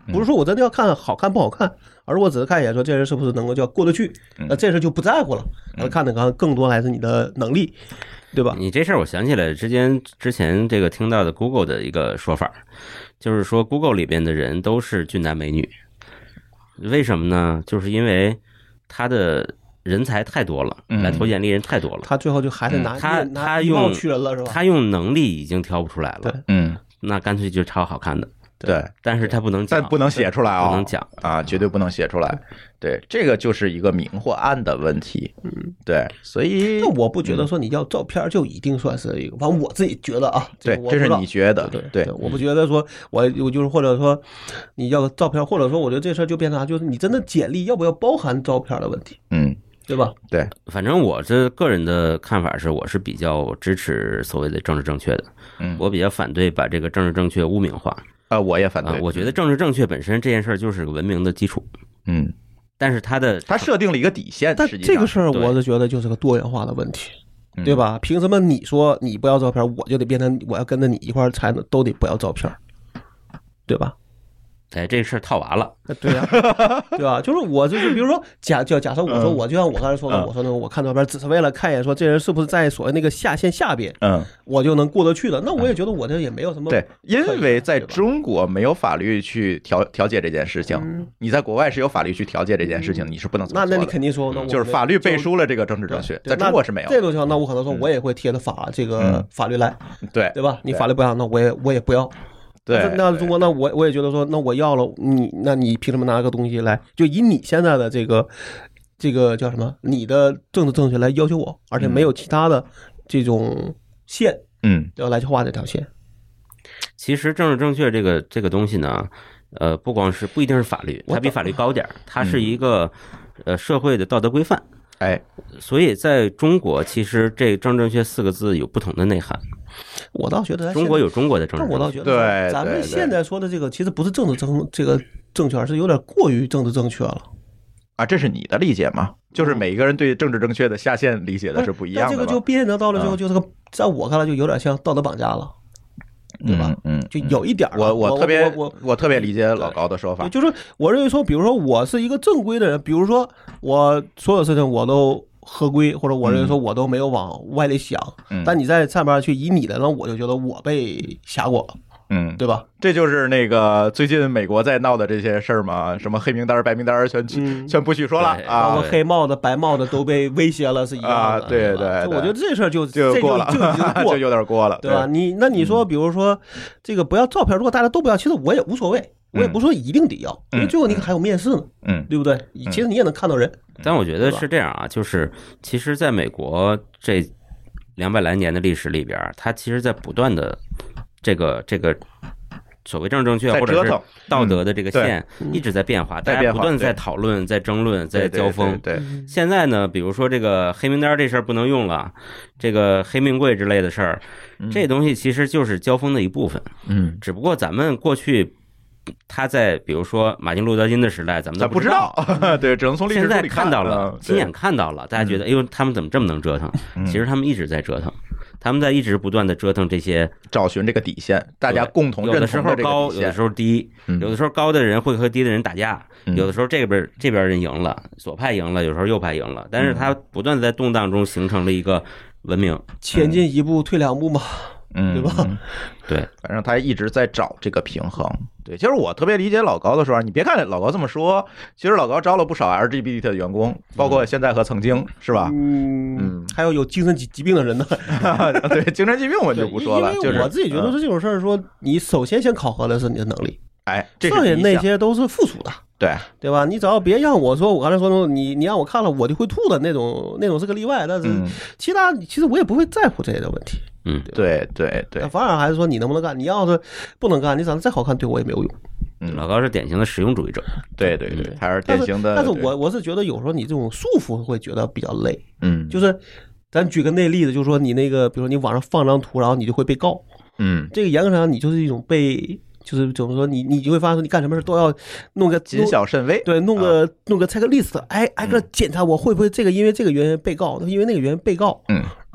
不是说我真的要看好看不好看，而是我只是看一眼说这人是不是能够叫过得去，那这事就不在乎了，看的更多还是你的能力，对吧？ 你这事儿我想起来之前这个听到的 Google 的一个说法，就是说 Google 里边的人都是俊男美女，为什么呢？就是因为他的人才太多了，来投简历人太多了， 他最后就还是拿他用去人了，是吧？ 他用能力已经挑不出来了， 对， 那干脆就抄好看的。 对， 但是他不能讲， 但不能写出来啊， 不能讲啊，绝对不能写出来。对，这个就是一个明或暗的问题。对，所以那我不觉得说你要照片就一定算是一个，反正我自己觉得啊， 对，这是你觉得，对， 我不觉得说我就是或者说你要照片，或者说我觉得这事儿就变成啥，就是你真的简历要不要包含照片的问题，对吧？ 对， 反正我这个人的看法是，我是比较支持所谓的政治正确的，我比较反对把这个政治正确污名化。 我也反对。 我觉得政治正确本身这件事儿就是个文明的基础。但是它设定了一个底线， 但这个事儿我是觉得就是个多元化的问题，对吧？凭什么你说你不要照片，我就得变成我要跟着你一块儿才能都得不要照片，对吧？ 哎，这事儿套娃了， 对呀，对吧？就是我就是比如说假设我说我就像我刚才说的，我说呢，我看照片只是为了看一眼，说这人是不是在所谓那个下线下边，我就能过得去的。那我也觉得我这也没有什么对，因为在中国没有法律去调解这件事情，你在国外是有法律去调解这件事情，你是不能这么做的。 那你肯定说， 就是法律背书了这个政治正确，在中国是没有。 这种情况，那我可能说我也会贴着这个法律来，对吧？你法律不让，那我也不要。 对， 那中国，那我也觉得说，那我要了你，那你凭什么拿个东西来，就以你现在的这个叫什么，你的政治正确来要求我，而且没有其他的这种线，要来去画这条线。 其实政治正确这个东西呢，不一定是法律，它比法律高点，它是一个社会的道德规范。所以在中国，其实这政治正确4个字有不同的内涵。 我倒觉得中国有中国的政治正确， 但我倒觉得咱们现在说的这个其实不是政治正确，而是有点过于政治正确了。 这是你的理解吗？就是每一个人对政治正确的下限理解的是不一样的。 这个就变得到了最后，就是个在我看来就有点像道德绑架了。对吧？就有一点我特别理解老高的说法， 就是我认为说，比如说我是一个正规的人，比如说我所有事情我都合规，或者我认为说我都没有往歪里想，但你在上边去以你的，那我就觉得我被挟过了。对吧？ 这就是那个最近美国在闹的这些事儿嘛，什么黑名单、白名单全不许说了啊， 包括黑帽子、白帽子都被威胁了，是一样的。 对， 我觉得这事儿就过了，就有点过了， 对吧？你说，比如说这个不要照片，如果大家都不要，其实我也无所谓，我也不说一定得要，因为最后你还有面试呢，对不对？其实你也能看到人。 但我觉得是这样啊，就是其实在美国这200来年的历史里边，它其实在不断的这个所谓政治正确或者是道德的这个线一直在变化，大家不断在讨论、在争论、在交锋。 对， 现在呢，比如说这个黑名单这事儿不能用了，这个黑命贵之类的事儿，这东西其实就是交锋的一部分。只不过咱们过去他在比如说马丁路德金的时代，咱们都不知道，对，只能从历史书里现在看到了，亲眼看到了，大家觉得，哎呦，他们怎么这么能折腾？其实他们一直在折腾。他们在一直不断的折腾这些， 找寻这个底线，大家共同认同的这个底线。 有的时候高，有的时候低，有的时候高的人会和低的人打架，有的时候这边人赢了，左派赢了，有时候右派赢了，但是他不断的在动荡中形成了一个文明， 前进一步退2步嘛，对吧？ 对， 反正他一直在找这个平衡。对，其实我特别理解老高的说法，你别看老高这么说，其实老高招了不少 LGBT 的员工，包括现在和曾经，是吧？ 还有精神疾病的人呢。 对，精神疾病我就不说了。 就是我自己觉得是这种事儿，说你首先先考核的是你的能力，剩下那些都是附属的。对吧？你只要别让我说，我刚才说的，你让我看了我就会吐的那种是个例外，但是其实我也不会在乎这些的问题。 对， 反而还是说你能不能干，你要是不能干，你长得再好看对我也没有用。 老高是典型的实用主义者。 对，他是典型的。 但是我是觉得有时候你这种束缚会觉得比较累。就是咱举个例子，就是说你那个，比如说你网上放张图，然后你就会被告。这个严格上你就是一种被。就是怎么说，你就会发现你干什么事都要弄个谨小慎微， 对，弄个 checklist，挨个检查我会不会这个因为这个原因被告，因为那个原因被告，然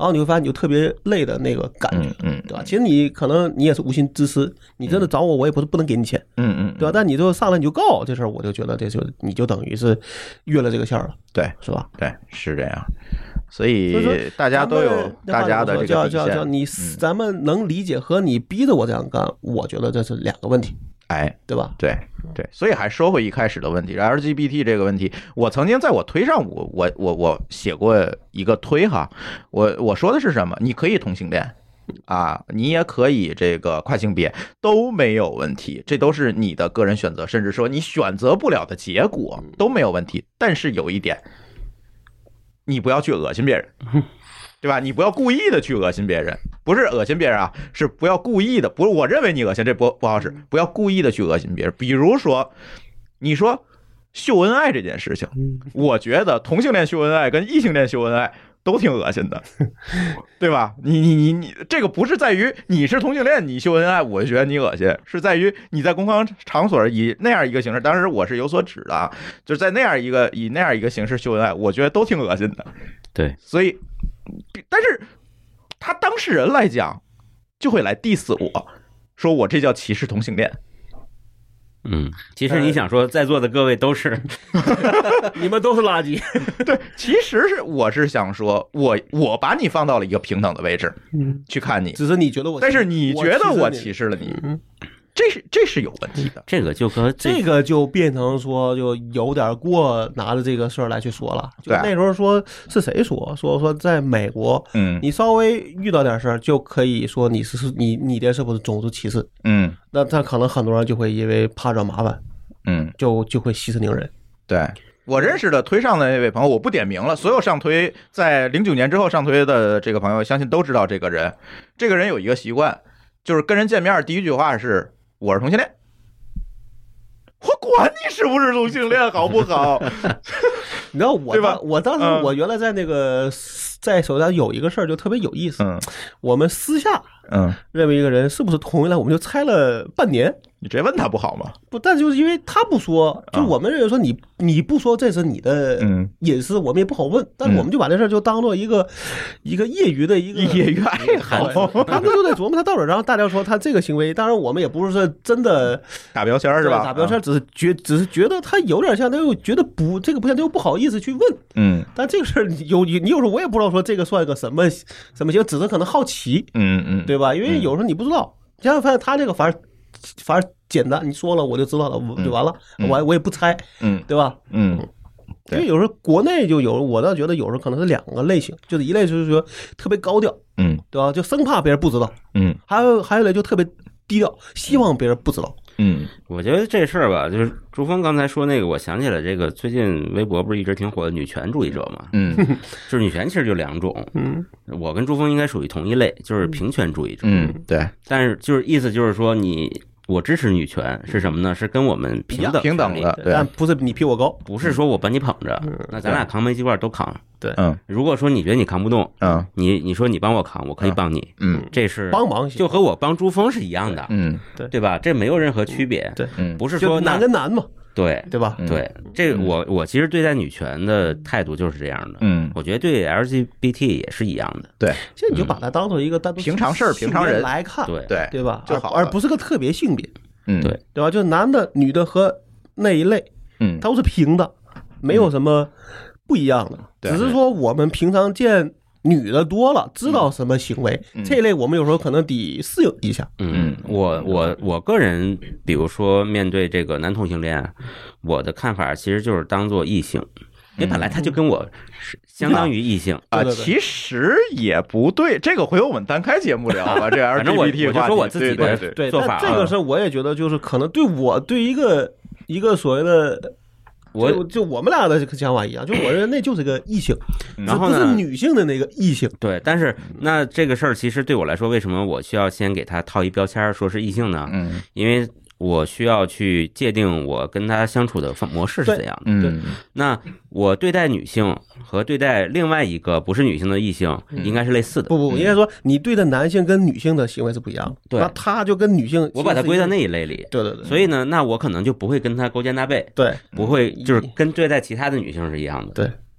然后你会发现你就特别累的那个感觉，对吧？其实你可能你也是无心之失，你真的找我，我也不能给你钱，对吧？但你就上来你就告这事儿，我就觉得你就等于是越了这个线了， 对， 是吧？ 对，是这样。所以大家都有大家的这个底线， 咱们能理解和你逼着我这样干，我觉得这是两个问题。 哎， 对吧？ 对，所以还说回一开始的问题 ，LGBT 这个问题，我曾经在我推上我写过一个推哈，我说的是什么？你可以同性恋啊，你也可以这个跨性别都没有问题，这都是你的个人选择，甚至说你选择不了的结果都没有问题。但是有一点，你不要去恶心别人。对吧？你不要故意的去恶心别人，不是恶心别人啊，是不要故意的。不是我认为你恶心，这不好使，不要故意的去恶心别人。比如说，你说秀恩爱这件事情，我觉得同性恋秀恩爱跟异性恋秀恩爱都挺恶心的，对吧？你这个不是在于你是同性恋你秀恩爱，我觉得你恶心，是在于你在公共场所以那样一个形式，当时我是有所指的啊，就是在以那样一个形式秀恩爱，我觉得都挺恶心的。 对， 所以。但是他当事人来讲，就会来 diss 我，说我这叫歧视同性恋。 其实你想说，在座的各位都是， 你们都是垃圾。 对，其实我是想说，我把你放到了一个平等的位置，去看你， 只是你觉得我， 但是你觉得我歧视了你。这是有问题的， 这个就变成说就有点过拿着这个事儿来去说了。就那时候说是谁说在美国，你稍微遇到点事儿就可以说你的是不是种族歧视？那他可能很多人就会因为怕惹麻烦，就会息事宁人。 对。我认识的推上的那位朋友，我不点名了。所有上推在09年之后上推的这个朋友，相信都知道这个人。这个人有一个习惯，就是跟人见面第一句话是。我是同性恋，我管你是不是同性恋好不好？ 你知道我当时我原来在那个在手上有一个事儿就特别有意思，我们私下认为一个人是不是同性恋，我们就猜了半年。 你直接问他不好吗？ 不，但就是因为他不说，就我们认为说你不说这是你的隐私，我们也不好问。但是我们就把这事儿就当做一个业余的一个业余爱好， 他们就在琢磨他到底。然后大家说他这个行为，当然我们也不是真的打标签是吧？ 打标签只是觉得他有点像，但又觉得这个不像，就不好意思去问。但这个事儿你有时候我也不知道说这个算个什么行为，只是可能好奇。对吧？因为有时候你不知道，现在发现他这个反而简单，你说了我就知道了，就完了，我也不猜，对吧？因为有时候国内就有，我倒觉得有时候可能是两个类型，就是一类就是说特别高调，对吧？就生怕别人不知道，还有一类就特别低调，希望别人不知道。 我觉得这事儿吧，就是朱峰刚才说那个，我想起来这个最近微博不是一直挺火的女权主义者嘛？就是女权其实就两种，我跟朱峰应该属于同一类，就是平权主义者。 对。 但是就是意思就是说我支持女权是什么呢？是跟我们平等的，对， 但不是你比我高， 不是说我把你捧着，那咱俩扛煤气罐都扛。 对， 如果说你觉得你扛不动，你说你帮我扛，我可以帮你，这是帮忙， 就和我帮朱峰是一样的，对吧？这没有任何区别， 对， 不是说难跟难嘛。 对吧？ 对，这我其实对待女权的态度就是这样的。我觉得对 LGBT 也是一样的。 对， 现在你就把它当做一个单独平常事儿、平常人来看， 对吧？ 就好， 而不是个特别性别。 对吧？就男的、女的和那一类，都是平的，没有什么不一样的。只是说我们平常见女的多了，知道什么行为，这一类我们有时候可能得适应一下。 我个人，比如说面对这个男同性恋，我的看法其实就是当做异性，因为本来他就跟我相当于异性啊。其实也不对，这个回头我们单开节目聊吧。这 LGBT 我就说我自己的做法， 这个事我也觉得就是可能对一个所谓的。就我们俩的想法一样，就我认为那就是个异性， 然后不是女性的那个异性。 对，但是那这个事儿其实对我来说，为什么我需要先给他套一标签说是异性呢？因为我需要去界定我跟他相处的模式是怎样的。那我对待女性和对待另外一个不是女性的异性应该是类似的。 不，应该说你对待男性跟女性的行为是不一样的。 对， 那他就跟女性， 我把它归到那一类里。 对。 所以呢，那我可能就不会跟他勾肩搭背。 对， 不会就是跟对待其他的女性是一样的。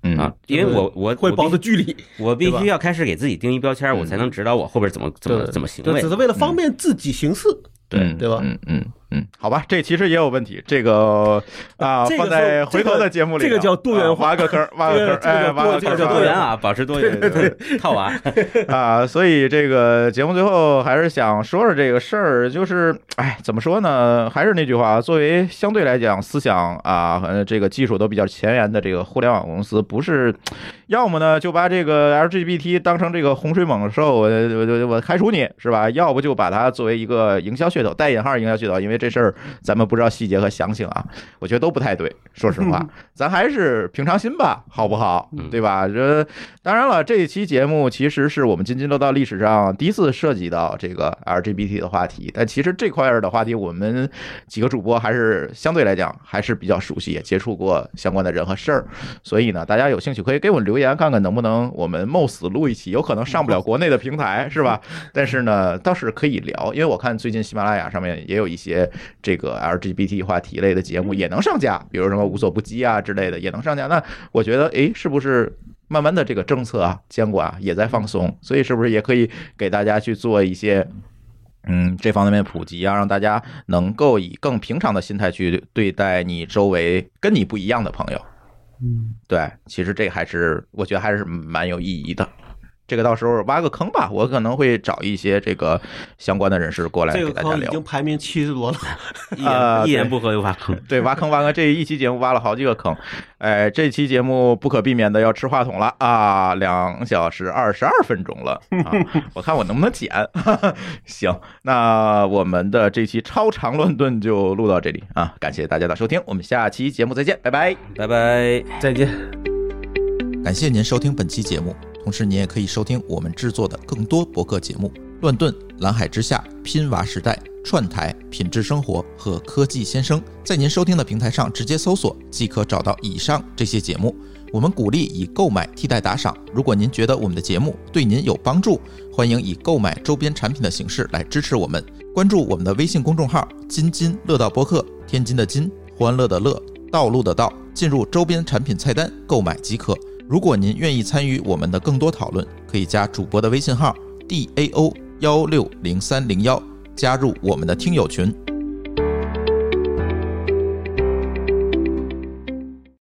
因为我会保持距离， 我必须要开始给自己定义标签，我才能指导我后边怎么行为， 只是为了方便自己行事，对吧？ 好吧，这其实也有问题，这个放在回头的节目里， 这个叫多元化， 挖个坑， 这个叫多元啊，保持多元，对，套娃所以这个节目最后还是想说说这个事儿，就是怎么说呢？还是那句话，作为相对来讲思想这个技术都比较前沿的这个互联网公司，不是要么呢就把这个 LGBT 当成这个洪水猛兽，我开除你是吧？要不就把它作为一个营销噱头，带引号营销噱头，因为这事儿咱们不知道细节和详情啊，我觉得都不太对。说实话，咱还是平常心吧，好不好？对吧？当然了，这一期节目其实是我们津津乐道历史上第一次涉及到这个 LGBT 的话题，但其实这块的话题，我们几个主播还是相对来讲还是比较熟悉，也接触过相关的人和事儿，所以呢，大家有兴趣可以给我们留言，看看能不能我们冒死录一期，有可能上不了国内的平台，是吧？但是呢，倒是可以聊，因为我看最近喜马拉雅上面也有一些这个 LGBT 话题类的节目也能上架，比如什么无所不击啊之类的也能上架。那我觉得，是不是慢慢的这个政策监管也在放松，所以是不是也可以给大家去做一些这方面的普及啊，让大家能够以更平常的心态去对待你周围跟你不一样的朋友。对，其实这还是我觉得还是蛮有意义的。这个到时候挖个坑吧，我可能会找一些这个相关的人士过来给大家聊。 这个坑已经排名70多了， 一言不合就挖坑。 对，挖坑，这一期节目挖了好几个坑。这期节目不可避免的要吃话筒了2小时22分钟了我看我能不能剪。行，那我们的这期超长乱炖就录到这里感谢大家的收听，我们下期节目再见，拜拜， 拜拜， 再见。 感谢您收听本期节目，同时您也可以收听我们制作的更多博客节目：乱炖、蓝海之下、拼娃时代、串台、品质生活和科技先生。在您收听的平台上直接搜索即可找到以上这些节目。我们鼓励以购买替代打赏，如果您觉得我们的节目对您有帮助，欢迎以购买周边产品的形式来支持我们。关注我们的微信公众号津津乐道播客，天津的津，欢乐的乐，道路的道，进入周边产品菜单购买即可。如果您愿意参与我们的更多讨论，可以加主播的微信号 DAO160301，加入我们的听友群。